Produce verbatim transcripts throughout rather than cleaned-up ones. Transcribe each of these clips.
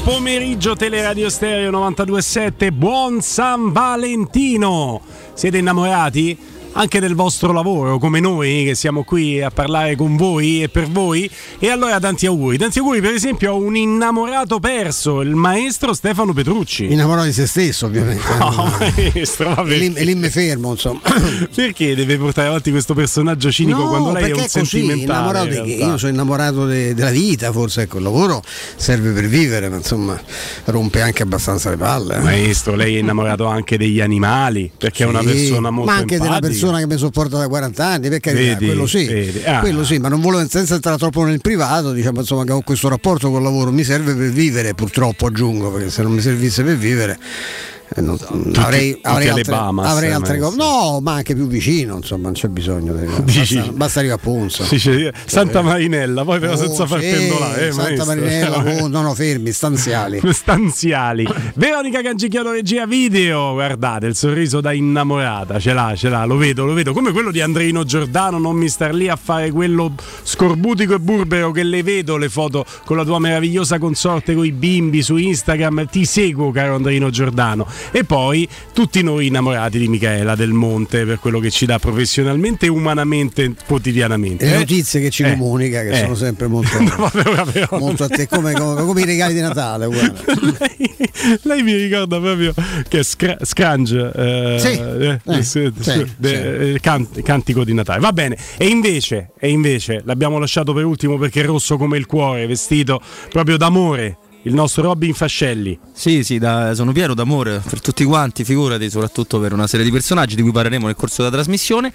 pomeriggio, Teleradio Stereo novantadue sette, buon San Valentino! Siete innamorati? Anche del vostro lavoro, come noi che siamo qui a parlare con voi e per voi, e allora tanti auguri. Tanti auguri per esempio a un innamorato perso, il maestro Stefano Petrucci. Innamorato di se stesso, ovviamente. No, maestro, vabbè. E lì, e lì mi fermo, insomma. Perché deve portare avanti questo personaggio cinico no, quando lei è un è così, sentimentale? Innamorato di, io sono innamorato de, della vita, forse ecco, il lavoro serve per vivere, ma insomma rompe anche abbastanza le palle. Eh. Maestro, lei è innamorato anche degli animali, perché sì, è una persona molto ma anche empatica. Della persona che mi sopporta da quaranta anni, perché vedi, quello sì, ah. quello sì, ma non volevo senza entrare troppo nel privato, diciamo insomma che ho questo rapporto col lavoro, mi serve per vivere, purtroppo aggiungo, perché se non mi servisse per vivere eh, non, tutti, avrei, tutti avrei altre, Bahamas, avrei altre cose, no, ma anche più vicino, insomma non c'è bisogno di, basta, basta arrivare a Ponza, sì, Santa Marinella, poi però oh, senza far sì, pendolare eh, Santa Marinella, oh, no no fermi, stanziali stanziali. Veronica Cangichiano, regia video, guardate il sorriso da innamorata, ce l'ha, ce l'ha, lo vedo, lo vedo, come quello di Andreino Giordano, non mi star lì a fare quello scorbutico e burbero che le vedo le foto con la tua meravigliosa consorte con i bimbi su Instagram, ti seguo caro Andreino Giordano. E poi tutti noi innamorati di Micaela Del Monte per quello che ci dà professionalmente e umanamente quotidianamente. Le eh? notizie che ci eh. comunica che eh. sono sempre molto, vabbè, vabbè, molto a te, come, come, come i regali di Natale. lei, lei mi ricorda proprio che è scra- Scrunge eh, sì. eh, Eh. sì, sì. de, sì. Can- cantico di Natale. Va bene. E invece, e invece l'abbiamo lasciato per ultimo perché è rosso come il cuore, vestito proprio d'amore, il nostro Robin Fascelli. Sì, sì, da, sono pieno d'amore per tutti quanti, figurati, soprattutto per una serie di personaggi di cui parleremo nel corso della trasmissione.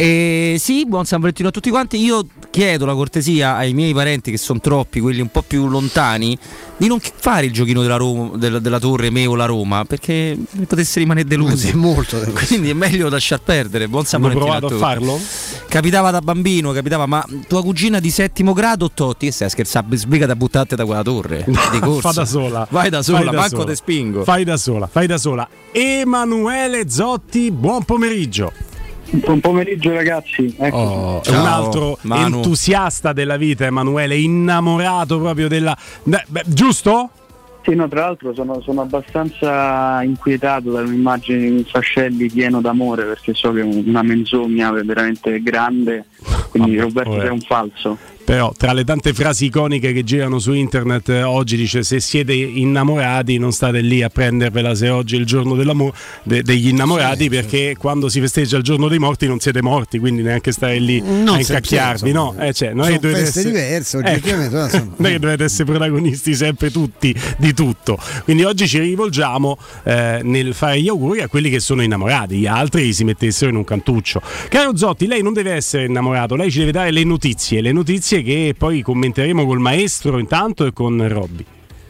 E sì, buon San Valentino a tutti quanti. Io chiedo la cortesia ai miei parenti, che sono troppi, quelli un po' più lontani, di non fare il giochino della, Roma, della, della Torre Meo la Roma, perché potesse rimanere delusi. È molto deluso. Quindi è meglio lasciar perdere. Buon San Hanno Valentino provato a, a farlo? Capitava da bambino, capitava, ma tua cugina di settimo grado, Totti, che stai a scherzare, sbriga da buttarti da quella torre di corsa. Fa da sola. Vai da sola, Vai da manco sola. te spingo. Fai da sola, fai da sola. Emanuele Zotti, buon pomeriggio. Buon pomeriggio ragazzi. Ecco. Oh, un altro Manu. Entusiasta della vita, Emanuele, innamorato proprio della... Beh, giusto? Sì, no, tra l'altro sono, sono abbastanza inquietato dall'immagine di un Fascelli pieno d'amore, perché so che è una menzogna veramente grande, quindi oh, Roberto oh, sei un falso. Però tra le tante frasi iconiche che girano su internet eh, oggi dice: se siete innamorati non state lì a prendervela se oggi è il giorno dell'amore de- degli innamorati, sì, perché sì. Quando si festeggia il giorno dei morti non siete morti, quindi neanche stare lì non a incacchiarvi, no? Eh, cioè, non sono è che dovete feste essere... diverse oggettivamente, eh, non è che dovete essere protagonisti sempre tutti di tutto, quindi oggi ci rivolgiamo eh, nel fare gli auguri a quelli che sono innamorati, gli altri si mettessero in un cantuccio. Caro Zotti, lei non deve essere innamorato, lei ci deve dare le notizie, le notizie che poi commenteremo col maestro intanto e con Robby.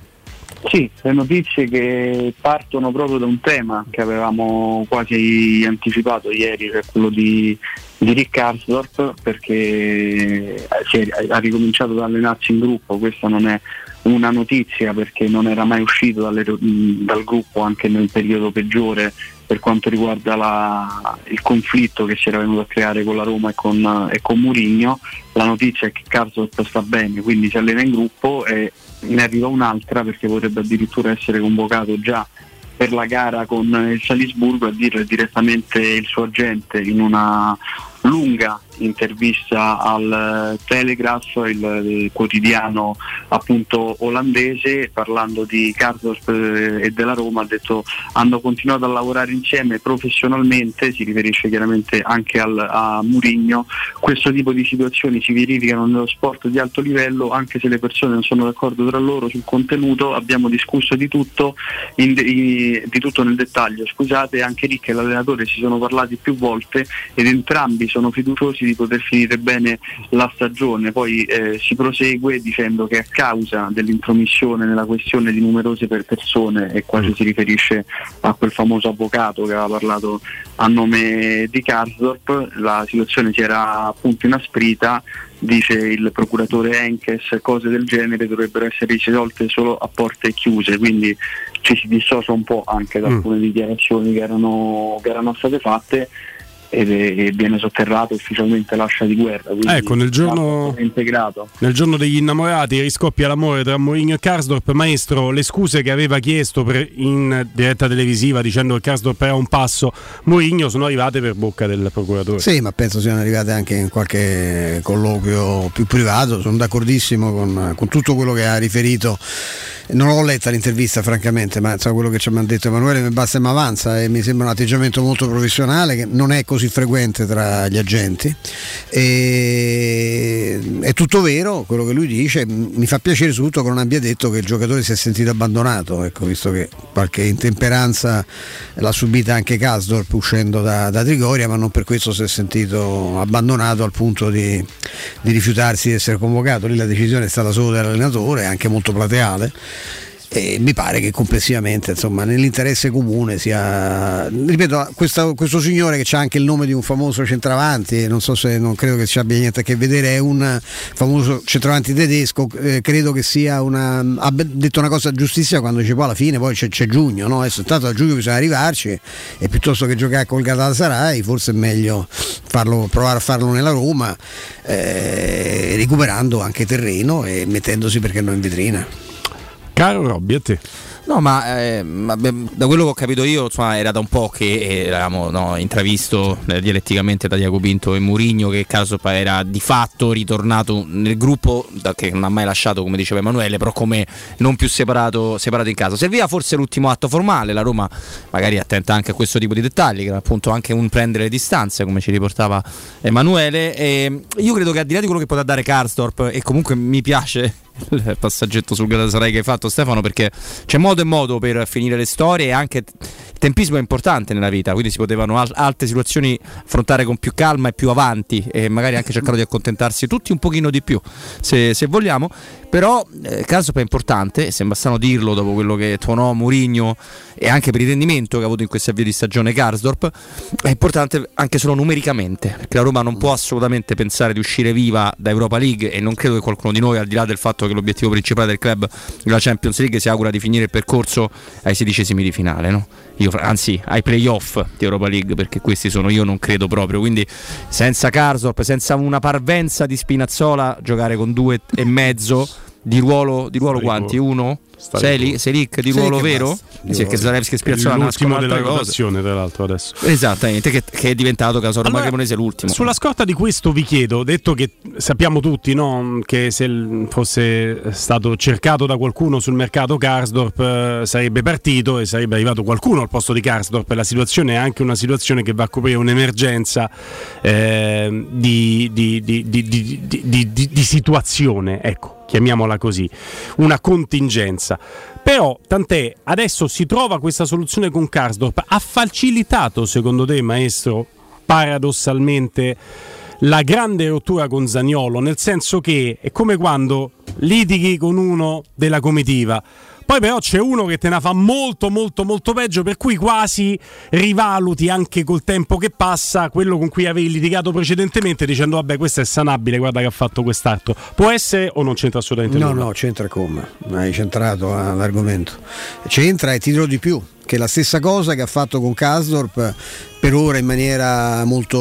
Sì, le notizie che partono proprio da un tema che avevamo quasi anticipato ieri, cioè quello di, di Rick Karsdorp, perché ha ricominciato ad allenarsi in gruppo. Questa non è una notizia perché non era mai uscito dalle, dal gruppo anche nel periodo peggiore per quanto riguarda la, il conflitto che si era venuto a creare con la Roma e con, e con Mourinho. La notizia è che Karsdorp sta bene, quindi si allena in gruppo, e ne arriva un'altra perché potrebbe addirittura essere convocato già per la gara con il Salisburgo, a dire direttamente il suo agente in una lunga intervista al Telegraph, il, il quotidiano appunto olandese, parlando di Karsdorp e della Roma. Ha detto: hanno continuato a lavorare insieme professionalmente, si riferisce chiaramente anche al, a Mourinho. Questo tipo di situazioni si verificano nello sport di alto livello, anche se le persone non sono d'accordo tra loro sul contenuto. Abbiamo discusso di tutto, in de, in, di tutto nel dettaglio, scusate. Anche Rick e l'allenatore si sono parlati più volte ed entrambi sono fiduciosi di poter finire bene la stagione. Poi eh, si prosegue dicendo che a causa dell'intromissione nella questione di numerose persone, e qua ci si riferisce a quel famoso avvocato che aveva parlato a nome di Karsdorp, la situazione si era appunto inasprita. Dice il procuratore Henkes, cose del genere dovrebbero essere risolte solo a porte chiuse, quindi ci si dissocia un po' anche da alcune dichiarazioni che erano, che erano state fatte. e, e viene sotterrato ufficialmente l'ascia di guerra. Ecco, nel giorno, integrato. nel giorno degli innamorati riscoppia l'amore tra Mourinho e Karsdorp. Maestro, le scuse che aveva chiesto per, in diretta televisiva dicendo che Karsdorp era un passo, Mourinho sono arrivate per bocca del procuratore. Sì, ma penso siano arrivate anche in qualche colloquio più privato. Sono d'accordissimo con, con tutto quello che ha riferito. Non l'ho letta l'intervista francamente, ma insomma, quello che ci ha detto Emanuele mi basta e mi avanza, e mi sembra un atteggiamento molto professionale che non è così frequente tra gli agenti, e è tutto vero quello che lui dice. Mi fa piacere soprattutto che non abbia detto che il giocatore si è sentito abbandonato, ecco, visto che qualche intemperanza l'ha subita anche Karsdorp uscendo da, da Trigoria, ma non per questo si è sentito abbandonato al punto di, di rifiutarsi di essere convocato. Lì la decisione è stata solo dell'allenatore, anche molto plateale. E mi pare che complessivamente, insomma, nell'interesse comune sia, ripeto, questa, questo signore che ha anche il nome di un famoso centravanti, non so se, non credo che ci abbia niente a che vedere, è un famoso centravanti tedesco, eh, credo che sia una, ha detto una cosa giustissima quando dice poi alla fine poi c'è, c'è giugno, no? Adesso tanto a giugno bisogna arrivarci, e piuttosto che giocare col Galatasaray forse è meglio farlo, provare a farlo nella Roma, eh, recuperando anche terreno e mettendosi, perché no, in vetrina. Caro Robby, a te. No, ma, eh, ma da quello che ho capito io, insomma, era da un po' che eravamo, no, intravisto eh, dialetticamente da Diaco Pinto e Mourinho, che Karsdorp era di fatto ritornato nel gruppo, da, che non ha mai lasciato, come diceva Emanuele, però come non più separato, separato in casa. Serviva forse l'ultimo atto formale, la Roma magari attenta anche a questo tipo di dettagli, che era appunto anche un prendere le distanze, come ci riportava Emanuele. E io credo che al di là di quello che potrà dare Karsdorp, e comunque mi piace il passaggetto sul Galatasaray che hai fatto, Stefano, perché c'è modo e modo per finire le storie, e anche il tempismo è importante nella vita, quindi si potevano al- altre situazioni affrontare con più calma e più avanti, e magari anche cercare di accontentarsi tutti un pochino di più, se, se vogliamo. Però eh, Karsdorp è importante, e sembra strano dirlo dopo quello che tuonò Mourinho e anche per il rendimento che ha avuto in questo avvio di stagione Karsdorp, è importante anche solo numericamente, perché la Roma non può assolutamente pensare di uscire viva da Europa League, e non credo che qualcuno di noi, al di là del fatto che l'obiettivo principale del club è la Champions League, si augura di finire il percorso ai sedicesimi di finale, no? Io, anzi ai playoff di Europa League, perché questi sono, io non credo proprio, quindi senza Karsdorp, senza una parvenza di Spinazzola, giocare con due e mezzo di ruolo, di ruolo quanti? Uno? Selic, Selic di ruolo Selic vero? Sì, perché Zalewski e Spinazzola l'ultimo della rotazione, tra l'altro, adesso. Esattamente, che, che è diventato caso Roma Cremonese l'ultimo. Sulla scorta di questo vi chiedo, detto che sappiamo tutti, no, che se fosse stato cercato da qualcuno sul mercato Karsdorp eh, sarebbe partito e sarebbe arrivato qualcuno al posto di Karsdorp. La situazione è anche una situazione che va a coprire un'emergenza eh, di, di, di, di, di, di, di, di situazione, ecco, chiamiamola così, una contingenza. Però tant'è, adesso si trova questa soluzione con Karsdorp. Ha facilitato, secondo te, maestro, paradossalmente la grande rottura con Zaniolo, nel senso che è come quando litighi con uno della comitiva, poi però c'è uno che te ne fa molto molto molto peggio, per cui quasi rivaluti anche col tempo che passa quello con cui avevi litigato precedentemente, dicendo vabbè, questo è sanabile, guarda che ha fatto quest'altro. Può essere, o non c'entra assolutamente no, nulla? No, c'entra come, hai centrato l'argomento. C'entra, e ti dirò di più, che è la stessa cosa che ha fatto con Karsdorp, per ora in maniera molto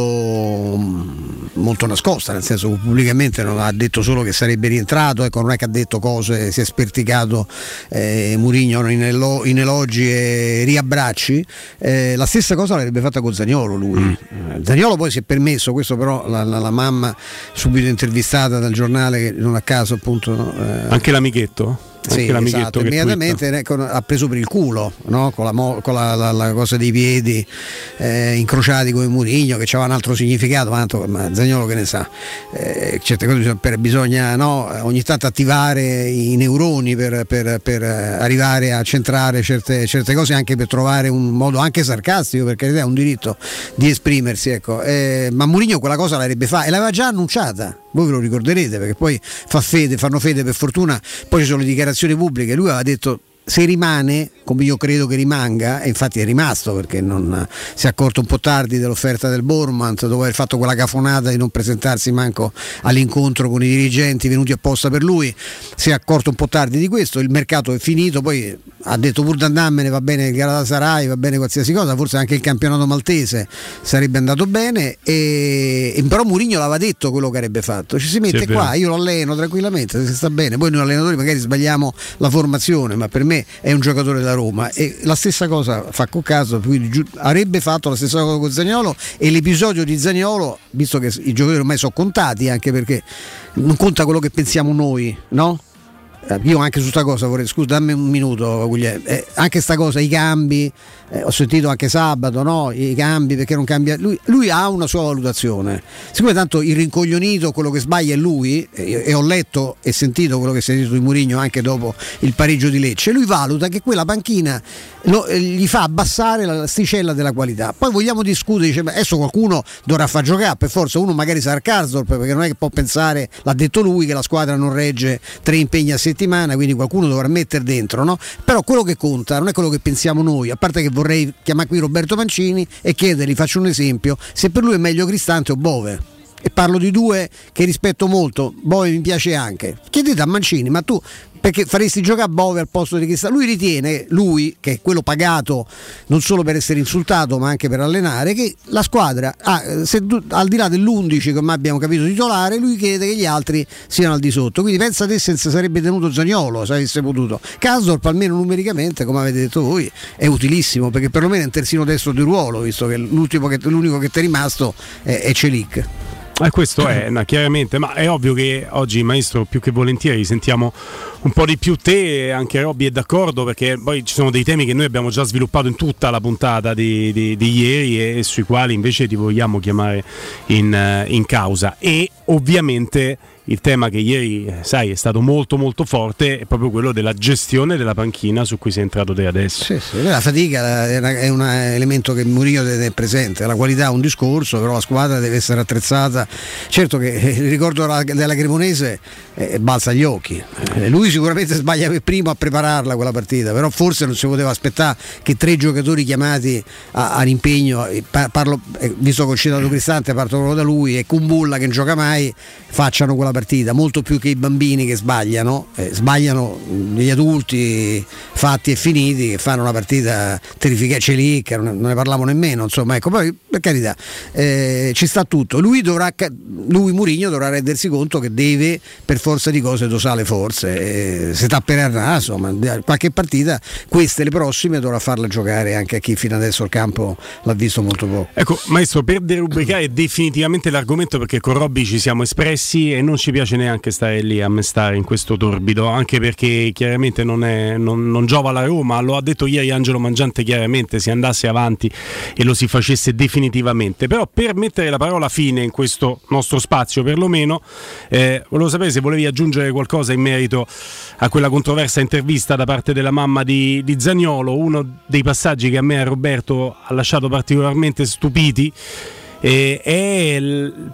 molto nascosta, nel senso che pubblicamente non ha detto solo che sarebbe rientrato, ecco, non è che ha detto cose, si è sperticato eh, Mourinho in, elo- in elogi e riabbracci. Eh, la stessa cosa l'avrebbe fatta con Zaniolo lui. Mm. Eh, Zaniolo poi si è permesso, questo però la, la, la mamma subito intervistata dal giornale, che non a caso appunto eh, anche l'amichetto? Sì, esatto, immediatamente ecco, ha preso per il culo, no? Con, la, mo- con la, la, la cosa dei piedi eh, incrociati come Mourinho, che aveva un altro significato, tanto, ma Zaniolo che ne sa, eh, certe cose per, bisogna no, ogni tanto attivare i neuroni per, per, per arrivare a centrare certe, certe cose, anche per trovare un modo anche sarcastico, perché è un diritto di esprimersi, ecco. Eh, ma Mourinho quella cosa l'avrebbe fatta e l'aveva già annunciata. Voi ve lo ricorderete, perché poi fa fede, fanno fede per fortuna, poi ci sono le dichiarazioni pubbliche. Lui aveva detto se rimane, come io credo che rimanga, e infatti è rimasto perché non si è accorto un po' tardi dell'offerta del Bournemouth, dopo aver fatto quella cafonata di non presentarsi manco all'incontro con i dirigenti venuti apposta per lui, si è accorto un po' tardi di questo, il mercato è finito, poi ha detto pur d'andammene, va bene il Galatasaray, va bene qualsiasi cosa, forse anche il campionato maltese sarebbe andato bene, e, e però Mourinho l'aveva detto quello che avrebbe fatto, ci si mette qua, io lo alleno tranquillamente, se sta bene, poi noi allenatori magari sbagliamo la formazione, ma per me è un giocatore da Roma, e la stessa cosa fa con caso, quindi giu- avrebbe fatto la stessa cosa con Zaniolo, e l'episodio di Zaniolo, visto che i giocatori ormai sono contati, anche perché non conta quello che pensiamo noi, no? Io anche su sta cosa vorrei, scusa, dammi un minuto, Guglielmo. Eh, anche sta cosa, i cambi, eh, ho sentito anche sabato, no? I cambi, perché non cambia. Lui, lui ha una sua valutazione. Siccome tanto il rincoglionito, quello che sbaglia è lui, e, e ho letto e sentito quello che si è detto di Mourinho anche dopo il pareggio di Lecce, lui valuta che quella panchina lo, eh, gli fa abbassare la sticella della qualità. Poi vogliamo discutere, dice, ma adesso qualcuno dovrà far giocare, per forza uno magari sarà Karsdorp, perché non è che può pensare, l'ha detto lui, che la squadra non regge tre impegni a settimana, quindi qualcuno dovrà mettere dentro, no? Però quello che conta non è quello che pensiamo noi, a parte che vorrei chiamare qui Roberto Mancini e chiedergli, faccio un esempio, se per lui è meglio Cristante o Bove, e parlo di due che rispetto molto, Bove mi piace anche, chiedete a Mancini, ma tu perché faresti giocare Bove al posto di Cristante? Lui ritiene, lui che è quello pagato non solo per essere insultato ma anche per allenare, che la squadra ah, se, al di là dell'undici, come abbiamo capito, titolare, lui chiede che gli altri siano al di sotto, quindi pensa te se sarebbe tenuto Zaniolo se avesse potuto. Karsdorp almeno numericamente, come avete detto voi, è utilissimo, perché perlomeno è un terzino destro di ruolo, visto che, l'ultimo che l'unico che ti è rimasto è, è Celic. Eh, questo è, no, chiaramente, ma è ovvio che oggi, maestro, più che volentieri sentiamo un po' di più te, anche Robby è d'accordo, perché poi ci sono dei temi che noi abbiamo già sviluppato in tutta la puntata di, di, di ieri, e sui quali invece ti vogliamo chiamare in, in causa. E ovviamente il tema che ieri, sai, è stato molto molto forte è proprio quello della gestione della panchina su cui sei entrato te adesso. Sì, sì, la fatica è un elemento che Mourinho è presente, la qualità è un discorso, però la squadra deve essere attrezzata. Certo che il ricordo della Cremonese eh, balza agli occhi, eh, lui sicuramente sbaglia per primo a prepararla quella partita, però forse non si poteva aspettare che tre giocatori chiamati a, all'impegno, parlo, eh, visto che ho citato Cristante, parto proprio da lui, e Kumbulla che non gioca mai, facciano quella partita, molto più che i bambini che sbagliano, eh, sbagliano gli adulti fatti e finiti che fanno una partita terrificante, Celic, non ne parliamo nemmeno, insomma, ecco, poi per carità eh, ci sta tutto, lui dovrà, lui Mourinho dovrà rendersi conto che deve per forza di cose dosare le forze, eh, se tapperà il naso, ma qualche partita, queste le prossime, dovrà farla giocare anche a chi fino adesso il campo l'ha visto molto poco. Ecco, maestro, per derubricare definitivamente l'argomento, perché con Robby ci siamo espressi e non ci piace neanche stare lì a mestare in questo torbido, anche perché chiaramente non, è, non, non giova alla Roma, lo ha detto ieri Angelo Mangiante chiaramente, si andasse avanti e lo si facesse definitivamente. Però per mettere la parola fine in questo nostro spazio perlomeno, eh, volevo sapere se volevi aggiungere qualcosa in merito a quella controversa intervista da parte della mamma di, di Zaniolo. Uno dei passaggi che a me e a Roberto ha lasciato particolarmente stupiti eh, è l-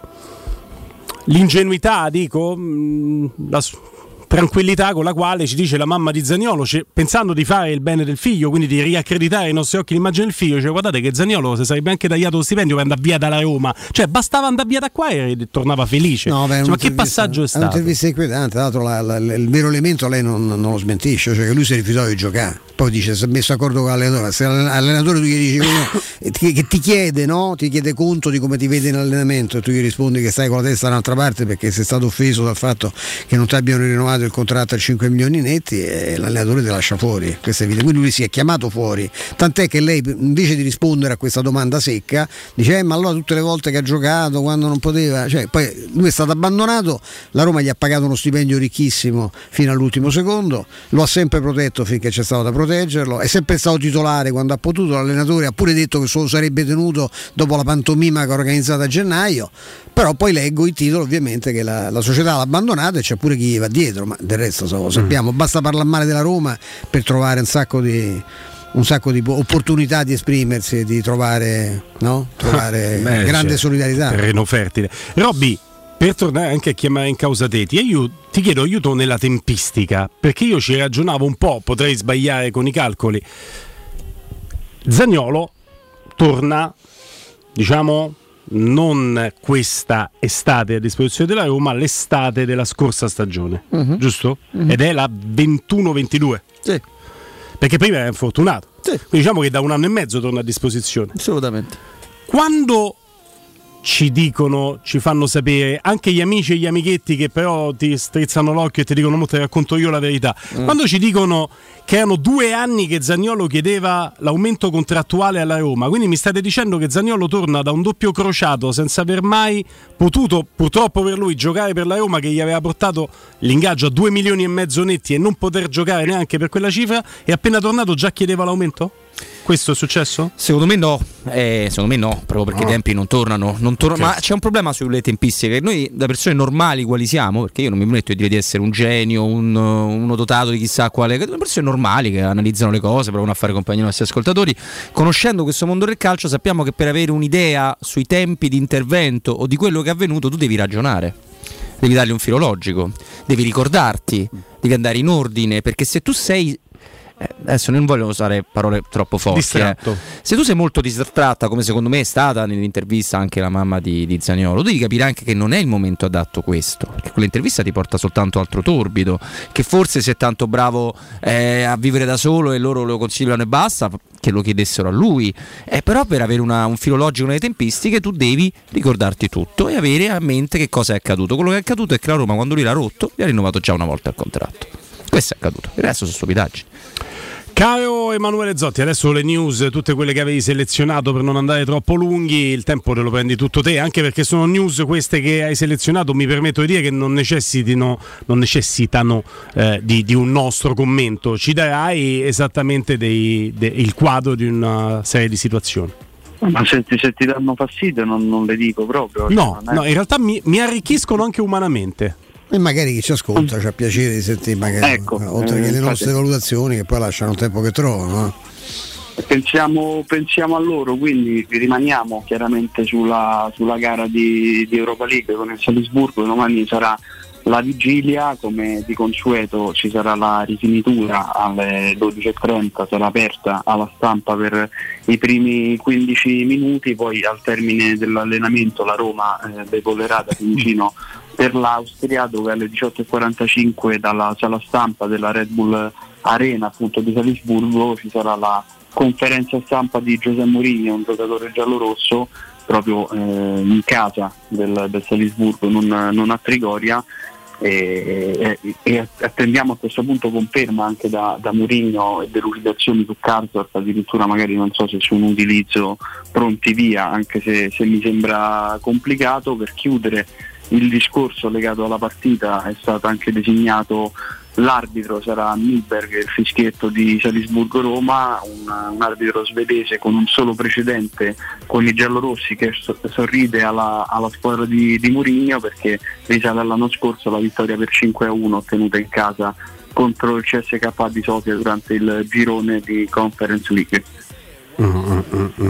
l'ingenuità, dico, la tranquillità con la quale ci dice la mamma di Zaniolo, cioè, pensando di fare il bene del figlio, quindi di riaccreditare ai nostri occhi l'immagine del figlio, cioè guardate che Zaniolo si sarebbe anche tagliato lo stipendio per andare via dalla Roma, cioè bastava andare via da qua e tornava felice. No, beh, cioè, ma che passaggio è stato? È un'intervista inquietante, tra l'altro la, la, la, il vero elemento lei non, non lo smentisce, cioè che lui si è rifiutato di giocare, poi dice si è messo d'accordo con l'allenatore, se l'allenatore tu gli dici che, che ti chiede, no? Ti chiede conto di come ti vede in allenamento e tu gli rispondi che stai con la testa da un'altra parte perché sei stato offeso dal fatto che non ti abbiano rinnovato il contratto a cinque milioni netti, e l'allenatore ti lascia fuori, questo è evidente. Quindi lui si è chiamato fuori, tant'è che lei invece di rispondere a questa domanda secca dice eh, ma allora tutte le volte che ha giocato quando non poteva, cioè, poi lui è stato abbandonato, la Roma gli ha pagato uno stipendio ricchissimo fino all'ultimo secondo, lo ha sempre protetto finché c'è stato da proteggerlo, è sempre stato titolare quando ha potuto, l'allenatore ha pure detto che solo sarebbe tenuto dopo la pantomima che ha organizzato a gennaio, però poi leggo il titolo ovviamente che la, la società l'ha abbandonato e c'è pure chi va dietro, ma del resto so, lo sappiamo, mm. basta parlare male della Roma per trovare un sacco di un sacco di opportunità di esprimersi, di trovare, no? trovare Beh, grande solidarietà. Terreno fertile. Robby, per tornare anche a chiamare in causa te, ti, aiuto, ti chiedo aiuto nella tempistica, perché io ci ragionavo un po', potrei sbagliare con i calcoli. Zaniolo torna, diciamo, non questa estate a disposizione della Roma, l'estate della scorsa stagione, uh-huh. giusto? Uh-huh. Ed è la ventuno ventidue. Sì. Perché prima era infortunato. Sì. Quindi diciamo che da un anno e mezzo torna a disposizione. Assolutamente. Quando ci dicono, ci fanno sapere anche gli amici e gli amichetti che però ti strizzano l'occhio e ti dicono mo te racconto io la verità, mm. quando ci dicono che erano due anni che Zaniolo chiedeva l'aumento contrattuale alla Roma, quindi mi state dicendo che Zaniolo torna da un doppio crociato senza aver mai potuto, purtroppo per lui, giocare per la Roma che gli aveva portato l'ingaggio a due milioni e mezzo netti e non poter giocare neanche per quella cifra, e appena tornato già chiedeva l'aumento? Questo è successo? Secondo me no, eh, secondo me no, proprio perché no. I tempi non tornano, non tornano okay. Ma c'è un problema sulle tempistiche. Noi da persone normali quali siamo, perché io non mi permetto di dire di essere un genio, un, uno dotato di chissà quale, persone normali che analizzano le cose, provano a fare compagnia ai nostri ascoltatori, conoscendo questo mondo del calcio sappiamo che per avere un'idea sui tempi di intervento o di quello che è avvenuto tu devi ragionare, devi dargli un filo logico, devi ricordarti, devi andare in ordine, perché se tu sei Eh, adesso non voglio usare parole troppo forti, eh. Se tu sei molto distratta, come secondo me è stata nell'intervista anche la mamma di, di Zaniolo, devi capire anche che non è il momento adatto questo, perché quell'intervista ti porta soltanto altro torbido, che forse sei tanto bravo eh, a vivere da solo e loro lo consigliano e basta, che lo chiedessero a lui, eh, però per avere una, un filo logico nelle tempistiche tu devi ricordarti tutto e avere a mente che cosa è accaduto. Quello che è accaduto è che la Roma, quando lui l'ha rotto, gli ha rinnovato già una volta il contratto. Questo è accaduto, il resto sono stupidaggini. Caro Emanuele Zotti, adesso le news, tutte quelle che avevi selezionato per non andare troppo lunghi, il tempo te lo prendi tutto te, anche perché sono news queste che hai selezionato, mi permetto di dire che non necessitano, non necessitano eh, di, di un nostro commento, ci darai esattamente dei, de, il quadro di una serie di situazioni. Ma se ti, se ti danno fastidio non, non le dico proprio. No, cioè, no, in realtà mi, mi arricchiscono anche umanamente. E magari chi ci ascolta c'ha piacere di sentire, magari, ecco, oltre eh, che le infatti, nostre valutazioni che poi lasciano il tempo che trovano, no? pensiamo, pensiamo a loro, quindi rimaniamo chiaramente sulla, sulla gara di, di Europa League con il Salisburgo. Domani sarà la vigilia, come di consueto ci sarà la rifinitura alle dodici e trenta, sarà aperta alla stampa per i primi quindici minuti, poi al termine dell'allenamento la Roma eh, decollerà da Fiumicino per l'Austria, dove alle diciotto e quarantacinque dalla sala stampa della Red Bull Arena, appunto di Salisburgo, ci sarà la conferenza stampa di José Mourinho, un giocatore giallorosso, proprio eh, in casa del, del Salisburgo, non, non a Trigoria, e, e, e attendiamo a questo punto conferma anche da, da Mourinho e delucidazioni su Karsdorp, addirittura magari non so se su un utilizzo pronti via, anche se, se mi sembra complicato. Per chiudere il discorso legato alla partita è stato anche designato l'arbitro, sarà Milberg, il fischietto di Salisburgo-Roma, un, un arbitro svedese con un solo precedente con i giallorossi, che so, sorride alla, alla squadra di, di Mourinho, perché risale all'anno scorso la vittoria per cinque a uno ottenuta in casa contro il C S K A di Sofia durante il girone di Conference League. Mm-hmm.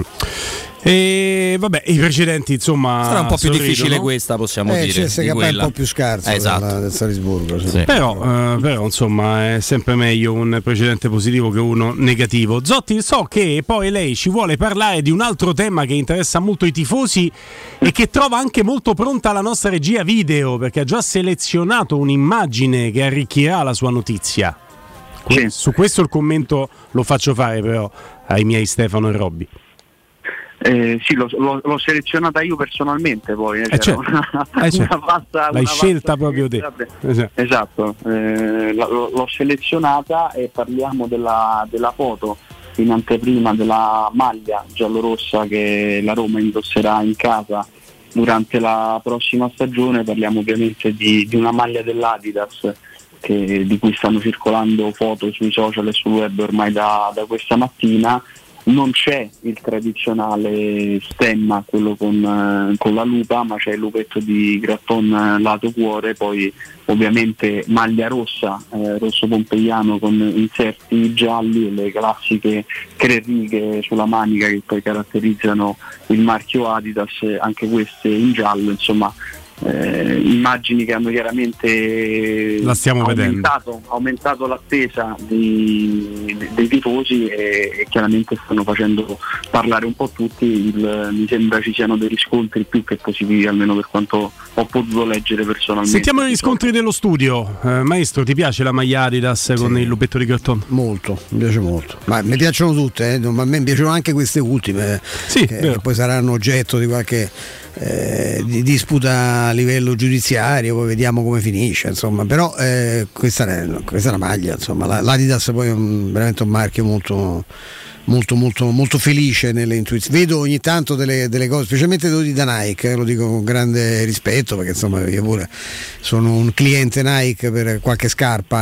E vabbè, i precedenti insomma sarà un po' più sorridono. Difficile questa, possiamo eh, dire, C S K A è un po' più scarso, esatto, della, del Salisburgo, sì. Sì. Però, eh, però insomma è sempre meglio un precedente positivo che uno negativo. Zotti, so che poi lei ci vuole parlare di un altro tema che interessa molto i tifosi e che trova anche molto pronta la nostra regia video, perché ha già selezionato un'immagine che arricchirà la sua notizia. Sì. Su questo il commento lo faccio fare però ai miei Stefano e Robby. Eh, sì, l'ho, l'ho, l'ho selezionata io personalmente, poi eh, eh certo. una, eh certo. una vasta, l'hai una scelta vasta proprio te. esatto, esatto. Eh, l'ho, l'ho selezionata e parliamo della, della foto in anteprima della maglia giallorossa che la Roma indosserà in casa durante la prossima stagione. Parliamo ovviamente di, di una maglia dell'Adidas che, di cui stanno circolando foto sui social e sul web ormai da, da questa mattina. Non c'è il tradizionale stemma, quello con, eh, con la lupa, ma c'è il lupetto di Gratton lato cuore, poi ovviamente maglia rossa, eh, rosso pompeiano con inserti gialli e le classiche tre righe sulla manica che poi caratterizzano il marchio Adidas, anche queste in giallo. Insomma, eh, immagini che hanno chiaramente la stiamo aumentato, vedendo. aumentato l'attesa di, dei tifosi e, e chiaramente stanno facendo parlare un po' tutti. Il, mi sembra ci siano dei riscontri più che positivi, almeno per quanto ho potuto leggere personalmente. Sentiamo i riscontri dello studio. Eh, maestro, ti piace la maglia Adidas con sì. il lupetto di cartone? Molto, mi piace molto. Ma mi piacciono tutte, eh, ma a me piacciono anche queste ultime, sì, che, che poi saranno oggetto di qualche eh, di disputa a livello giudiziario, poi vediamo come finisce, insomma. Però eh, questa, è, questa è una maglia, insomma. La, L'Adidas poi è un, veramente un marchio molto molto molto molto felice nelle intuizioni. Vedo ogni tanto delle, delle cose, specialmente di da Nike, eh, lo dico con grande rispetto, perché insomma io pure sono un cliente Nike per qualche scarpa,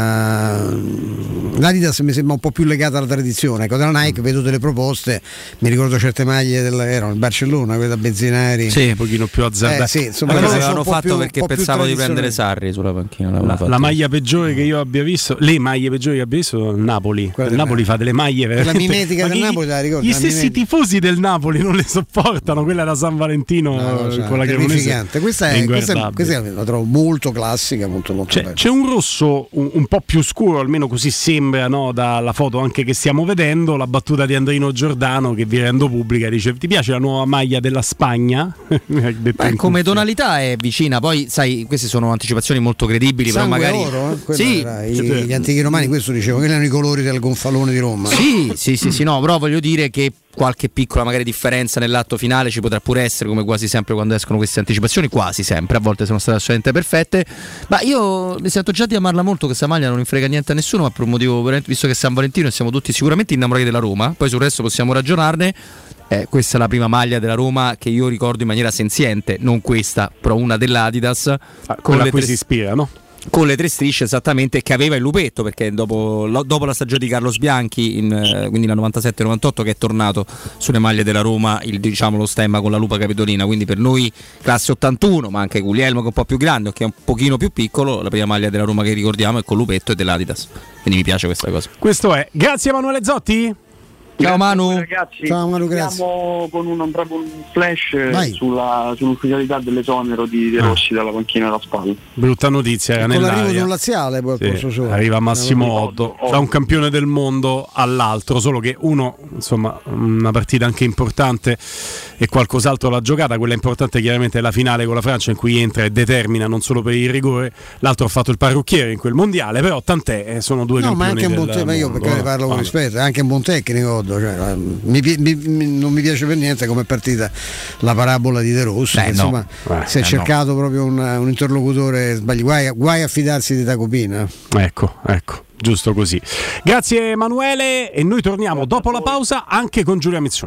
ma l'Adidas mi sembra un po' più legata alla tradizione. Ecco, dalla Nike vedo delle proposte, mi ricordo certe maglie del, erano il Barcellona, quelle da benzinari, sì, un pochino più azzardate. Eh, sì, insomma, allora, l'avevano fatto più, perché pensavo di prendere Sarri sulla panchina. La, la maglia peggiore che io abbia visto, le maglie peggiori che abbia visto, il Napoli. Il Napoli fa delle maglie veramente. Mimetica del Napoli, la ricordo, gli stessi tifosi del Napoli non le sopportano, quella da San Valentino, no, no, cioè, con la Cremonese. Questa è, questa, questa la trovo molto classica, molto, molto c'è, c'è un rosso un, un po' più scuro, almeno così sembra, no, dalla foto anche che stiamo vedendo. La battuta di Andrino Giordano, che vi rendo pubblica, dice: ti piace la nuova maglia della Spagna? Beh, come tonalità è vicina, poi sai, queste sono anticipazioni molto credibili. Sangue però magari oro, eh? Sì, era, i, gli antichi romani questo dicevano, che erano i colori del gonfalone di Roma. Sì, sì, sì, sì, no, però voglio dire che qualche piccola magari differenza nell'atto finale ci potrà pure essere, come quasi sempre quando escono queste anticipazioni, quasi sempre, a volte sono state assolutamente perfette. Ma io mi sento già di amarla molto questa maglia, non frega niente a nessuno, ma per un motivo, visto che è San Valentino e siamo tutti sicuramente innamorati della Roma, poi sul resto possiamo ragionarne. Eh, questa è la prima maglia della Roma che io ricordo in maniera senziente, non questa, però una dell'Adidas, ah, con la cui tre... si ispira, no? Con le tre strisce esattamente, che aveva il lupetto, perché dopo, lo, dopo la stagione di Carlos Bianchi, in, quindi la novantasette novantotto, che è tornato sulle maglie della Roma il, diciamo, lo stemma con la lupa capitolina, quindi per noi classe ottantuno, ma anche Guglielmo che è un po' più grande, che è un pochino più piccolo, la prima maglia della Roma che ricordiamo è con lupetto e dell'Adidas, quindi mi piace questa cosa. Questo è. Grazie Emanuele Zotti. Ciao Manu. Ragazzi, ciao Manu, grazie. Siamo con un, proprio un flash sulla, sull'ufficialità dell'esonero di De Rossi ah. dalla panchina alla spalla. Brutta notizia, era con nell'aria. l'arrivo di un laziale poi sì, arriva Massimo Otto da un campione del mondo all'altro, solo che uno, insomma, una partita anche importante e qualcos'altro l'ha giocata. Quella importante chiaramente è la finale con la Francia, in cui entra e determina non solo per il rigore, l'altro ha fatto il parrucchiere in quel mondiale, però tant'è, sono due no, campioni. Ma anche un buon te- ma io perché ne parlo con rispetto, è anche un buon tecnico. Cioè, mi, mi, non mi piace per niente come è partita la parabola di De Rossi. Beh, insomma, no. eh, si è eh, cercato no. proprio un, un interlocutore sbagliato. Guai, guai a fidarsi di Tacopina. Ecco, ecco, giusto così. Grazie Emanuele, e noi torniamo dopo la pausa anche con Giulia Mizzoni.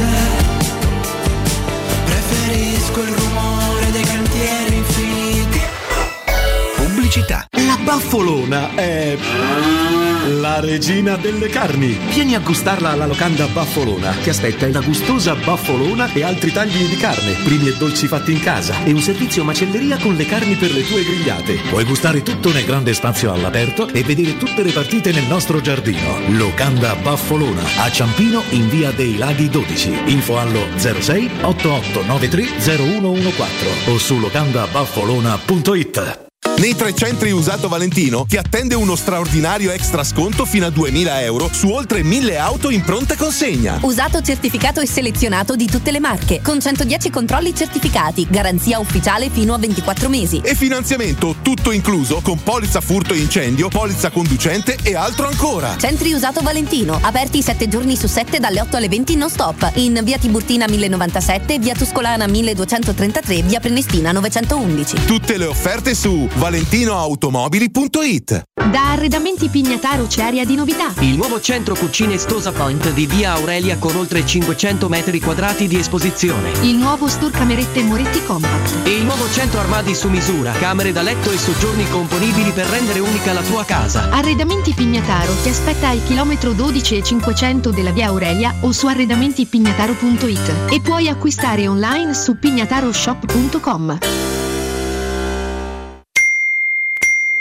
Preferisco il rumore dei cantieri infiniti. Pubblicità. La Baffolona è la regina delle carni. Vieni a gustarla alla locanda Baffolona. Ti aspetta una gustosa baffolona e altri tagli di carne, primi e dolci fatti in casa, e un servizio macelleria con le carni per le tue grigliate. Puoi gustare tutto nel grande spazio all'aperto e vedere tutte le partite nel nostro giardino. Locanda Baffolona a Ciampino in via dei Laghi dodici. Info allo zero sei otto otto nove tre zero uno uno quattro o su locanda baffolona punto it. Nei tre centri usato Valentino ti attende uno straordinario extra sconto fino a duemila euro su oltre mille auto in pronta consegna. Usato certificato e selezionato di tutte le marche, con centodieci controlli certificati, garanzia ufficiale fino a ventiquattro mesi. E finanziamento tutto incluso con polizza furto e incendio, polizza conducente e altro ancora. Centri usato Valentino, aperti sette giorni su sette dalle otto alle venti non stop, in via Tiburtina mille novantasette, via Tuscolana milleduecentotrentatré, via Prenestina novecentoundici. Tutte le offerte su valentino automobili punto it. Da Arredamenti Pignataro c'è aria di novità. Il nuovo centro cucine Stosa Point di via Aurelia con oltre cinquecento metri quadrati di esposizione. Il nuovo store camerette Moretti Compact. E il nuovo centro armadi su misura, camere da letto e soggiorni componibili per rendere unica la tua casa. Arredamenti Pignataro ti aspetta al chilometro dodici e cinquecento della via Aurelia o su arredamenti pignataro punto it, e puoi acquistare online su pignataroshop punto com.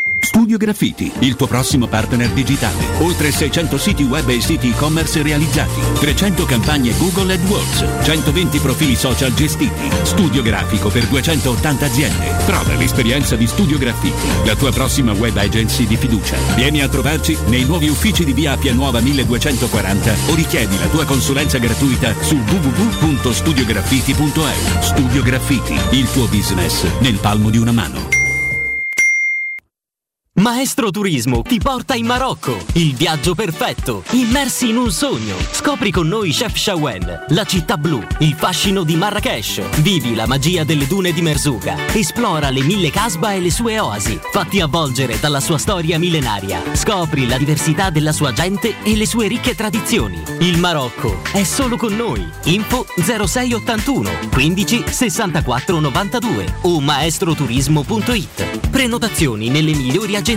Studio Graffiti, il tuo prossimo partner digitale. Oltre seicento siti web e siti e-commerce realizzati, trecento campagne Google AdWords, centoventi profili social gestiti, studio grafico per duecentottanta aziende. Prova l'esperienza di Studio Graffiti, la tua prossima web agency di fiducia. Vieni a trovarci nei nuovi uffici di via Appia Nuova milleduecentoquaranta o richiedi la tua consulenza gratuita su w w w punto studio graffiti punto e u. Studio Graffiti, il tuo business nel palmo di una mano. Maestro Turismo ti porta in Marocco, il viaggio perfetto, immersi in un sogno. Scopri con noi Chef Shawen, la città blu, il fascino di Marrakesh. Vivi la magia delle dune di Merzouga. Esplora le mille casba e le sue oasi. Fatti avvolgere dalla sua storia millenaria. Scopri la diversità della sua gente e le sue ricche tradizioni. Il Marocco è solo con noi. Info zero sei ottantuno quindici sessantaquattro novantadue o maestroturismo punto it. Prenotazioni nelle migliori agenzie.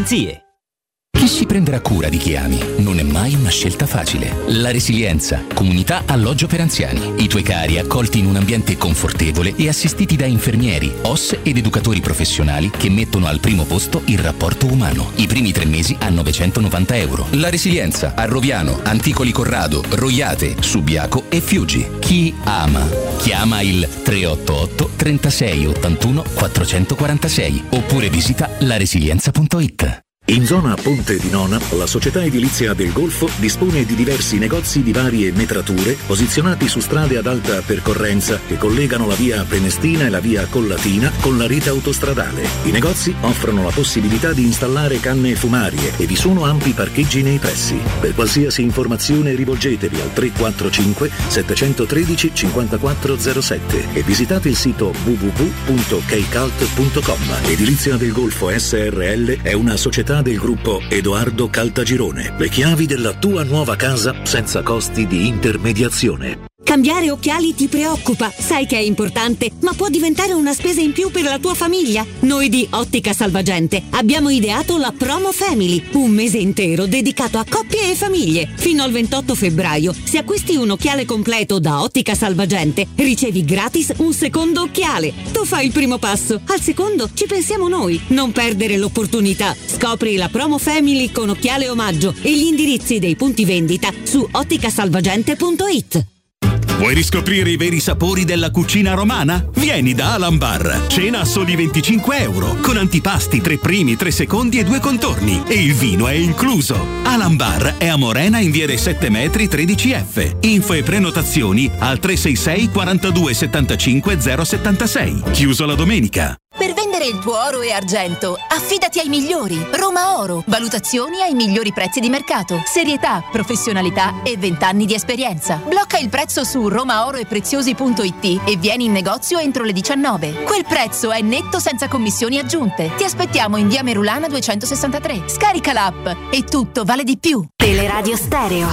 Chi si prenderà cura di chi ami non è mai una scelta facile. La Resilienza, comunità alloggio per anziani. I tuoi cari accolti in un ambiente confortevole e assistiti da infermieri, O S ed educatori professionali che mettono al primo posto il rapporto umano. I primi tre mesi a novecentonovanta euro. La Resilienza a Roviano, Anticoli Corrado, Roiate, Subiaco e Fiuggi. Chi ama chiama il tre otto otto trentasei ottantuno quattrocentoquarantasei oppure visita la resilienza punto it. In zona Ponte di Nona, la società edilizia del Golfo dispone di diversi negozi di varie metrature posizionati su strade ad alta percorrenza che collegano la via Prenestina e la via Collatina con la rete autostradale. I negozi offrono la possibilità di installare canne fumarie e vi sono ampi parcheggi nei pressi. Per qualsiasi informazione rivolgetevi al tre quattro cinque sette uno tre cinque quattro zero sette e visitate il sito w w w punto keicalt punto com. Edilizia del Golfo S R L è una società del gruppo Edoardo Caltagirone. Le chiavi della tua nuova casa senza costi di intermediazione. Cambiare occhiali ti preoccupa, sai che è importante, ma può diventare una spesa in più per la tua famiglia. Noi di Ottica Salvagente abbiamo ideato la Promo Family, un mese intero dedicato a coppie e famiglie. Fino al ventotto febbraio, se acquisti un occhiale completo da Ottica Salvagente, ricevi gratis un secondo occhiale. Tu fai il primo passo, al secondo ci pensiamo noi. Non perdere l'opportunità. Scopri la Promo Family con occhiale omaggio e gli indirizzi dei punti vendita su otticasalvagente punto it. Vuoi riscoprire i veri sapori della cucina romana? Vieni da Alan Bar. Cena a soli venticinque euro, con antipasti, tre primi, tre secondi e due contorni. E il vino è incluso. Alan Bar è a Morena in via dei sette metri tredici F. Info e prenotazioni al tre sei sei quarantadue settantacinque zero settantasei. Chiuso la domenica. Per vendere il tuo oro e argento, affidati ai migliori. Roma Oro. Valutazioni ai migliori prezzi di mercato. Serietà, professionalità e vent'anni di esperienza. Blocca il prezzo su romaoroepreziosi punto it e vieni in negozio entro le diciannove. Quel prezzo è netto senza commissioni aggiunte. Ti aspettiamo in via Merulana duecentosessantatré. Scarica l'app e tutto vale di più. Teleradio Stereo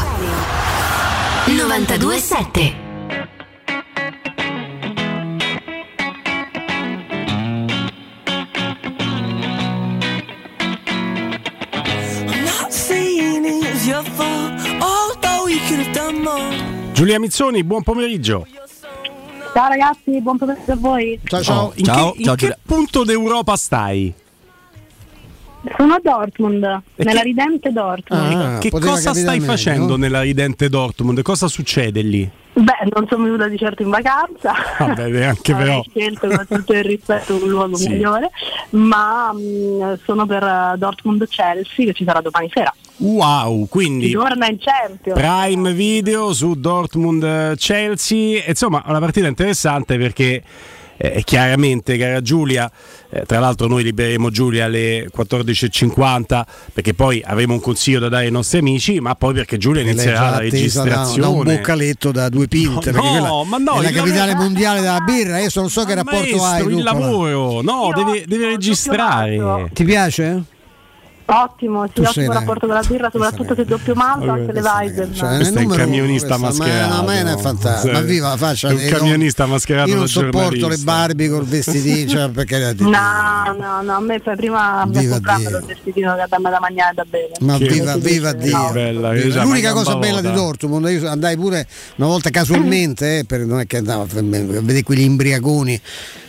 novantadue sette. Giulia Mizzoni, buon pomeriggio. Ciao ragazzi, buon pomeriggio a voi. Ciao ciao. Oh, in ciao, che, ciao, in che punto d'Europa stai? Sono a Dortmund, e nella che... ridente Dortmund. Ah, che cosa stai facendo nella ridente Dortmund? Cosa succede lì? Beh, non sono venuta di certo in vacanza. Vabbè, neanche però. Ho scelto con tutto il rispetto un luogo sì. migliore, ma mh, sono per Dortmund Chelsea che ci sarà domani sera. Wow, quindi si torna in Champions. Prime Video su Dortmund Chelsea, insomma una partita interessante perché eh, chiaramente, cara Giulia, eh, tra l'altro noi libereremo Giulia alle quattordici e cinquanta perché poi avremo un consiglio da dare ai nostri amici, ma poi perché Giulia inizierà la registrazione da, da un bocchetto da due pinte, no, perché no, ma no, è la capitale lavoro... mondiale della birra. Adesso non so che rapporto maestro, hai tu, il lavoro, no, deve, deve registrare. Ti piace? Ottimo, sì, ottimo rapporto con la birra, soprattutto se doppio malto, anche le Weizen. Cioè, questo è un camionista mascherato. Ma è fantastico, ma viva la faccia. È un camionista mascherato. Io non sopporto le Barbie col vestitino, cioè, perché no, no, no, a me fai prima mi comprare il vestitino che dammi da mangiare da bene. Ma che viva, viva Dio. No. Bella, l'unica cosa bella di Dortmund, io andai pure una volta casualmente, eh, per, non è che andavo a vedere quegli imbriaconi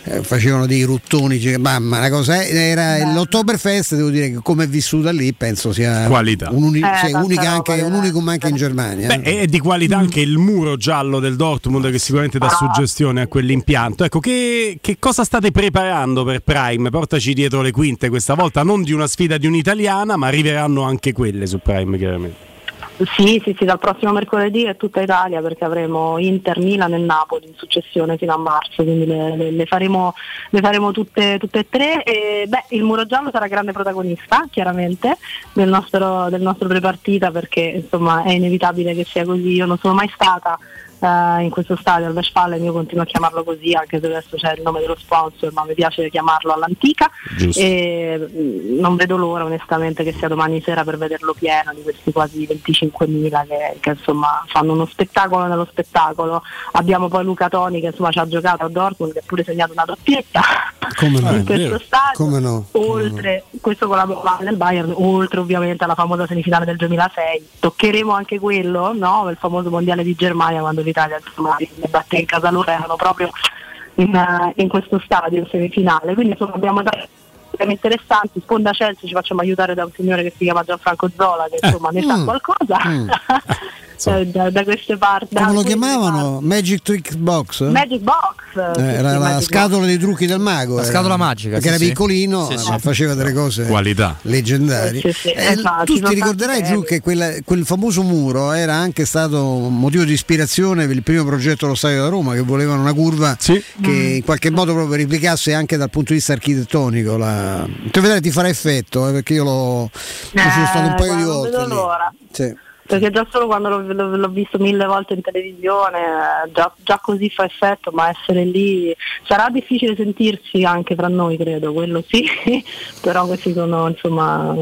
eh, facevano dei ruttoni, cioè, mamma, una cosa era Beh. l'Oktoberfest, devo dire che come è vissuta lì penso sia qualità. Un, uni- eh, cioè, unica anche, un unicum anche in Germania. Beh, è di qualità anche il muro giallo del Dortmund, che sicuramente dà suggestione a quell'impianto. Ecco, che, che cosa state preparando per Prime? Portaci dietro le quinte questa volta, non di una sfida di un'italiana, ma arriveranno anche quelle su Prime, chiaramente. Sì, sì, sì, dal prossimo mercoledì è tutta Italia, perché avremo Inter, Milan e Napoli in successione fino a marzo, quindi le, le, le faremo, le faremo tutte, tutte e tre. E, beh, il Muro Giallo sarà grande protagonista, chiaramente, del nostro, del nostro prepartita, perché insomma è inevitabile che sia così. Io non sono mai stata Uh, in questo stadio al Westfalen, io continuo a chiamarlo così anche se adesso c'è il nome dello sponsor, ma mi piace chiamarlo all'antica. Giusto. E mh, non vedo l'ora onestamente che sia domani sera per vederlo pieno di questi quasi venticinquemila che, che insomma fanno uno spettacolo nello spettacolo. Abbiamo poi Luca Toni che insomma ci ha giocato a Dortmund, che ha pure segnato una doppietta come no, in questo stadio. Come no? Oltre questo con la Bavarian del Bayern, oltre ovviamente alla famosa semifinale del duemilasei, toccheremo anche quello, no? Il famoso mondiale di Germania, quando l'Italia insomma ne batte in casa loro, erano proprio in, uh, in questo stadio in semifinale, quindi insomma abbiamo dato temi interessanti. Sponda Chelsea ci facciamo aiutare da un signore che si chiama Gianfranco Zola, che insomma eh, ne sa mm, qualcosa mm. eh, da, da queste parti. Come lo chiamavano? Magic Trick Box? Magic Box eh, sì, era sì, la Magic scatola Box. dei trucchi del mago, la era, scatola magica perché sì, era sì. piccolino, sì, ma sì. faceva delle cose qualità leggendarie. Sì, sì, eh, esatto, tu ti ricorderai giù che quella, quel famoso muro era anche stato motivo di ispirazione per il primo progetto dello stadio da Roma, che volevano una curva sì. che mm. in qualche modo proprio replicasse anche dal punto di vista architettonico la... tu vedrai ti farà effetto eh, perché io l'ho eh, ci sono stato un paio di volte non vedo l'ora. Sì. Perché già solo quando l'ho, l'ho, l'ho visto mille volte in televisione già, già così fa effetto, ma essere lì sarà difficile sentirsi anche tra noi, credo, quello sì, però questi sono insomma